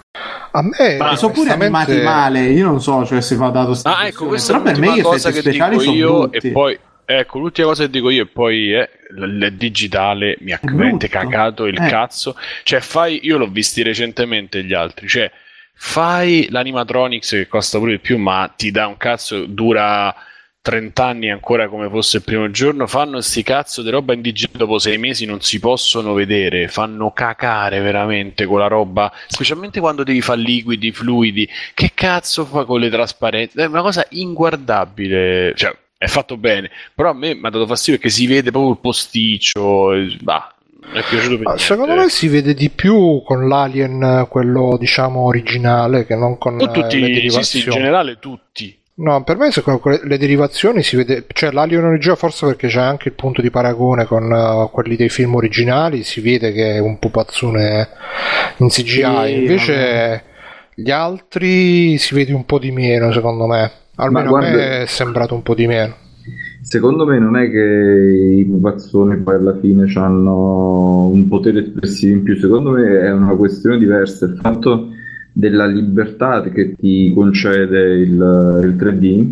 Speaker 2: a me
Speaker 3: sono pure animati male, io non so, cioè se va dato
Speaker 1: ecco, questa è l'ultima cosa che dico io, e poi ecco l'ultima cosa che dico io, e poi il digitale mi ha veramente cagato il cazzo, cioè io l'ho visti recentemente gli altri, cioè fai l'animatronics che costa pure di più ma ti dà un cazzo, dura 30 anni ancora come fosse il primo giorno, fanno sti cazzo di roba in digitale, dopo 6 mesi non si possono vedere, fanno cacare veramente con la roba, specialmente quando devi fare liquidi, fluidi, che cazzo fa con le trasparenze, è una cosa inguardabile, cioè è fatto bene, però a me mi ha dato fastidio perché si vede proprio il posticcio, mi è piaciuto per
Speaker 2: secondo me si vede di più con l'Alien, quello diciamo originale, che non con
Speaker 1: tutti,
Speaker 2: le derivazioni.
Speaker 1: sì, in generale tutti.
Speaker 2: No, per me le derivazioni si vede, cioè l'Alien originale forse perché c'è anche il punto di paragone con quelli dei film originali, si vede che è un pupazzone in CGI, invece gli altri si vede un po' di meno secondo me, almeno a me è sembrato un po' di meno.
Speaker 6: Secondo me non è che i pupazzoni poi alla fine hanno un potere espressivo in più, secondo me è una questione diversa, il fatto della libertà che ti concede il 3D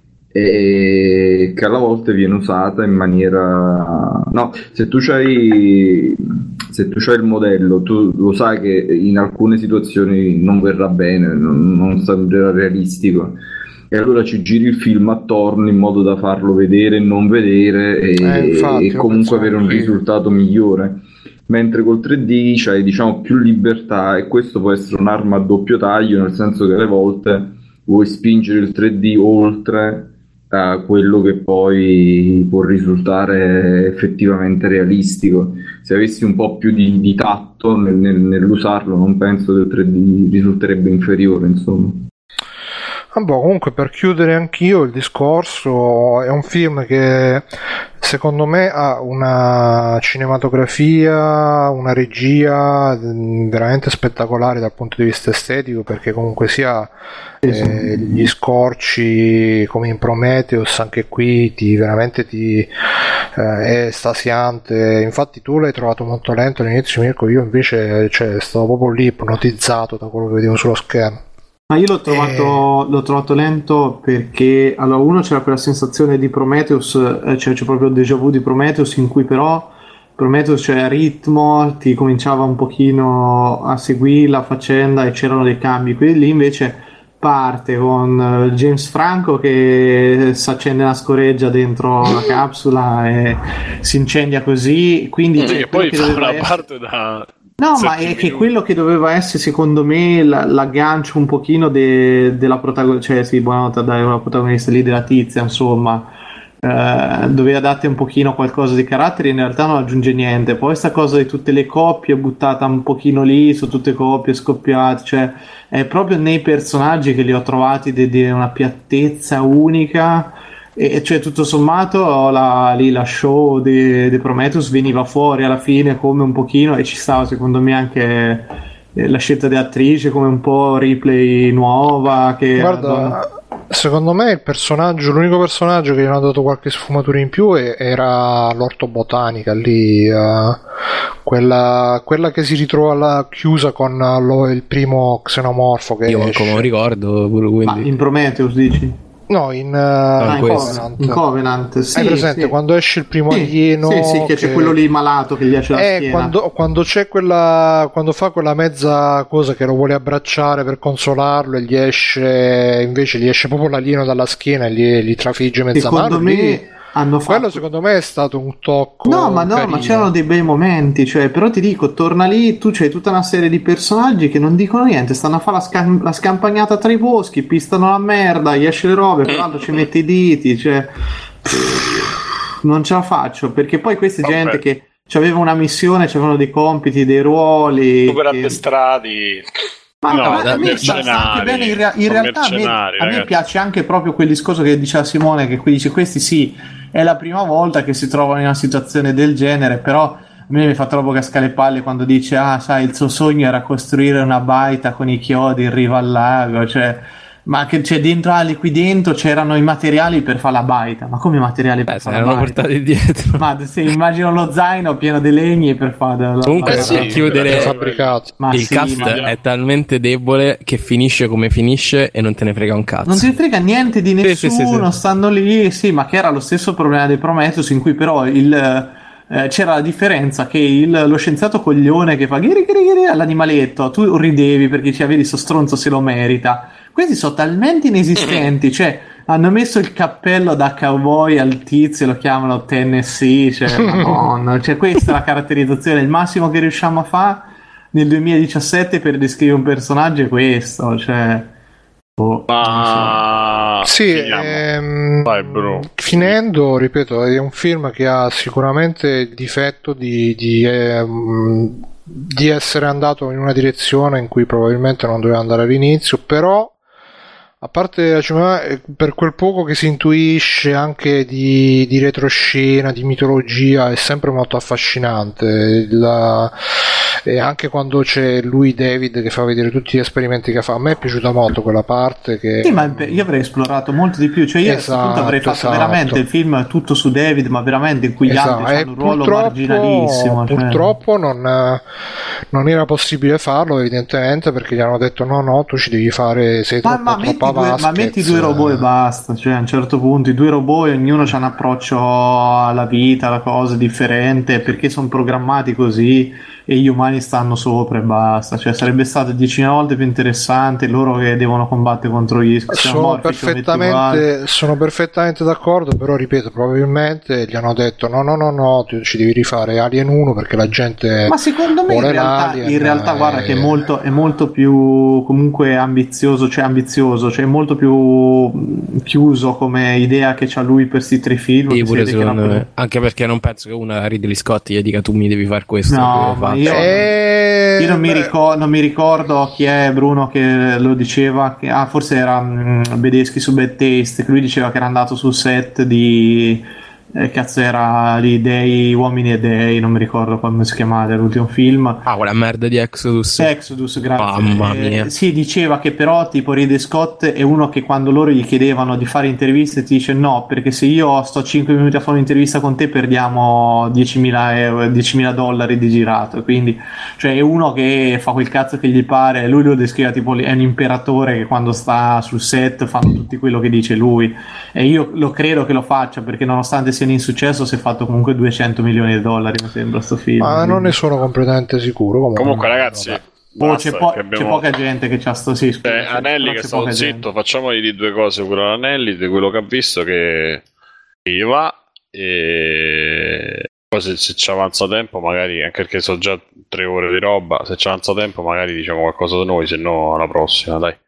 Speaker 6: e che alla volta viene usata in maniera... No, se tu c'hai il modello, tu lo sai che in alcune situazioni non verrà bene, non sembrerà realistico, e allora ci giri il film attorno in modo da farlo vedere e non vedere e comunque avere un risultato migliore, mentre col 3D c'hai diciamo più libertà, e questo può essere un'arma a doppio taglio, nel senso che alle volte vuoi spingere il 3D oltre a quello che poi può risultare effettivamente realistico. Se avessi un po' più di tatto nell'usarlo, non penso che il 3D risulterebbe inferiore, insomma.
Speaker 2: Comunque, per chiudere anch'io il discorso, è un film che secondo me ha una cinematografia, una regia veramente spettacolare dal punto di vista estetico, perché comunque sia gli scorci come in Prometheus, anche qui veramente è estasiante. Infatti tu l'hai trovato molto lento all'inizio, Mirko, io invece stavo proprio lì ipnotizzato da quello che vedevo sullo schermo.
Speaker 3: Ma io l'ho trovato lento perché allora uno c'era quella sensazione di Prometheus, c'è proprio il déjà vu di Prometheus, in cui però Prometheus c'era ritmo, ti cominciava un pochino a seguire la faccenda e c'erano dei cambi. Qui lì invece parte con James Franco che si accende una scoreggia dentro la capsula e si incendia così, quindi
Speaker 1: e poi fa una parte da...
Speaker 3: No, ma è che quello che doveva essere secondo me l'aggancio un pochino della protagonista, cioè sì, buonanotte, dai, una protagonista lì della tizia, insomma, doveva darti un pochino qualcosa di carattere, in realtà non aggiunge niente. Poi sta cosa di tutte le coppie buttata un pochino lì, su tutte coppie scoppiate, cioè è proprio nei personaggi che li ho trovati di una piattezza unica. E cioè tutto sommato la show di Prometheus veniva fuori alla fine come un pochino, e ci stava secondo me anche la scelta di attrice come un po' Ripley nuova che
Speaker 2: guarda Secondo me l'unico personaggio che gli hanno dato qualche sfumatura in più era l'ortobotanica lì, quella che si ritrova chiusa con il primo xenomorfo che
Speaker 5: io
Speaker 2: esce.
Speaker 5: come lo ricordo pure, quindi.
Speaker 3: Ma in Prometheus dici?
Speaker 2: No, in
Speaker 3: Covenant. In Covenant, sì.
Speaker 2: Hai presente quando esce il primo alieno?
Speaker 3: Sì, che c'è quello lì malato che gli esce la schiena.
Speaker 2: Quando c'è quando fa quella mezza cosa che lo vuole abbracciare per consolarlo e invece gli esce proprio l'alieno dalla schiena e gli trafigge mezza mano.
Speaker 3: Secondo me hanno fatto...
Speaker 2: Quello secondo me è stato un tocco.
Speaker 3: Ma c'erano dei bei momenti, cioè, però ti dico, torna lì, tu c'hai tutta una serie di personaggi che non dicono niente, stanno a fare la scampagnata tra i boschi, pistano la merda, gli esce le robe, peraltro ci mette i diti, cioè non ce la faccio, perché poi questa gente che c'aveva una missione, c'avevano dei compiti, dei ruoli
Speaker 4: super addestrati.
Speaker 3: Ma a me sta anche bene in realtà a me piace anche proprio quel discorso che diceva Simone, che qui dice questi sì, è la prima volta che si trovano in una situazione del genere, però a me mi fa troppo cascare le palle quando dice sai, il suo sogno era costruire una baita con i chiodi in riva al lago, cioè ma che c'è dentro, qui dentro c'erano i materiali per fare la baita, ma come i materiali per fare la baita?
Speaker 5: Se erano portati dietro.
Speaker 3: Ma se immagino lo zaino pieno di legni per fare
Speaker 5: comunque chiudere
Speaker 2: fabbricato.
Speaker 5: Il cast è talmente debole che finisce come finisce e non te ne frega un cazzo.
Speaker 3: Non te ne frega niente di nessuno, stanno lì, sì, ma che era lo stesso problema dei Prometheus, in cui però c'era la differenza che lo scienziato coglione che fa ghiri all'animaletto, tu ridevi perché vedi sto stronzo se lo merita. Questi sono talmente inesistenti, cioè hanno messo il cappello da cowboy al tizio, lo chiamano Tennessee, cioè madonna, cioè questa è la caratterizzazione, il massimo che riusciamo a fare nel 2017 per descrivere un personaggio è questo, cioè
Speaker 2: sì,
Speaker 1: vai, bro.
Speaker 2: Finendo, ripeto, è un film che ha sicuramente il difetto di essere andato in una direzione in cui probabilmente non doveva andare all'inizio, però a parte per quel poco che si intuisce anche di retroscena, di mitologia, è sempre molto affascinante. E anche quando c'è lui, David, che fa vedere tutti gli esperimenti che fa, a me è piaciuta molto quella parte che...
Speaker 3: Sì, ma io avrei esplorato molto di più, cioè io a questo punto avrei fatto veramente il film tutto su David, ma veramente in cui gli altri hanno un ruolo marginalissimo,
Speaker 2: purtroppo non era possibile farlo, evidentemente, perché gli hanno detto no, tu ci devi fare, sei troppo
Speaker 3: ma metti due robot e basta, cioè a un certo punto i due robot ognuno ha un approccio alla vita, alla cosa differente, perché sono programmati così e gli umani stanno sopra e basta, cioè sarebbe stato 10.000 volte più interessante loro che devono combattere contro gli
Speaker 2: sono perfettamente d'accordo, però ripeto, probabilmente gli hanno detto no, tu ci devi rifare Alien 1 perché la gente,
Speaker 3: ma secondo me in realtà guarda che è molto più comunque ambizioso, cioè molto più chiuso come idea che c'ha lui per sti tre film.
Speaker 5: Sì, pure secondo me. Anche perché non penso che una Ridley Scott gli dica tu mi devi fare questo.
Speaker 3: No, ma io non mi ricordo chi è Bruno che lo diceva, che forse era Bedeschi su Bad Taste, che lui diceva che era andato sul set di cazzo era lì Dei, Uomini e Dei, non mi ricordo come si chiamava l'ultimo film.
Speaker 5: Quella merda di Exodus,
Speaker 3: grazie.
Speaker 5: Mamma mia.
Speaker 3: Sì, diceva che però tipo Ridley Scott è uno che quando loro gli chiedevano di fare interviste ti dice no, perché se io sto 5 minuti a fare un'intervista con te perdiamo $10.000 di girato, quindi cioè è uno che fa quel cazzo che gli pare, lui lo descrive tipo è un imperatore che quando sta sul set fanno tutti quello che dice lui, e io lo credo che lo faccia, perché nonostante sia un insuccesso si è fatto comunque $200 milioni, mi sembra sto film.
Speaker 2: Ma non ne sono completamente sicuro.
Speaker 4: Comunque ragazzi,
Speaker 3: c'è poca gente che c'ha sto
Speaker 4: Anelli che sta zitto, facciamogli di due cose quello all'Anelli, di quello che ha visto che gli va, e poi se ci avanza tempo magari, anche perché sono già 3 ore di roba, se ci avanza tempo magari diciamo qualcosa da noi, se no alla prossima, dai.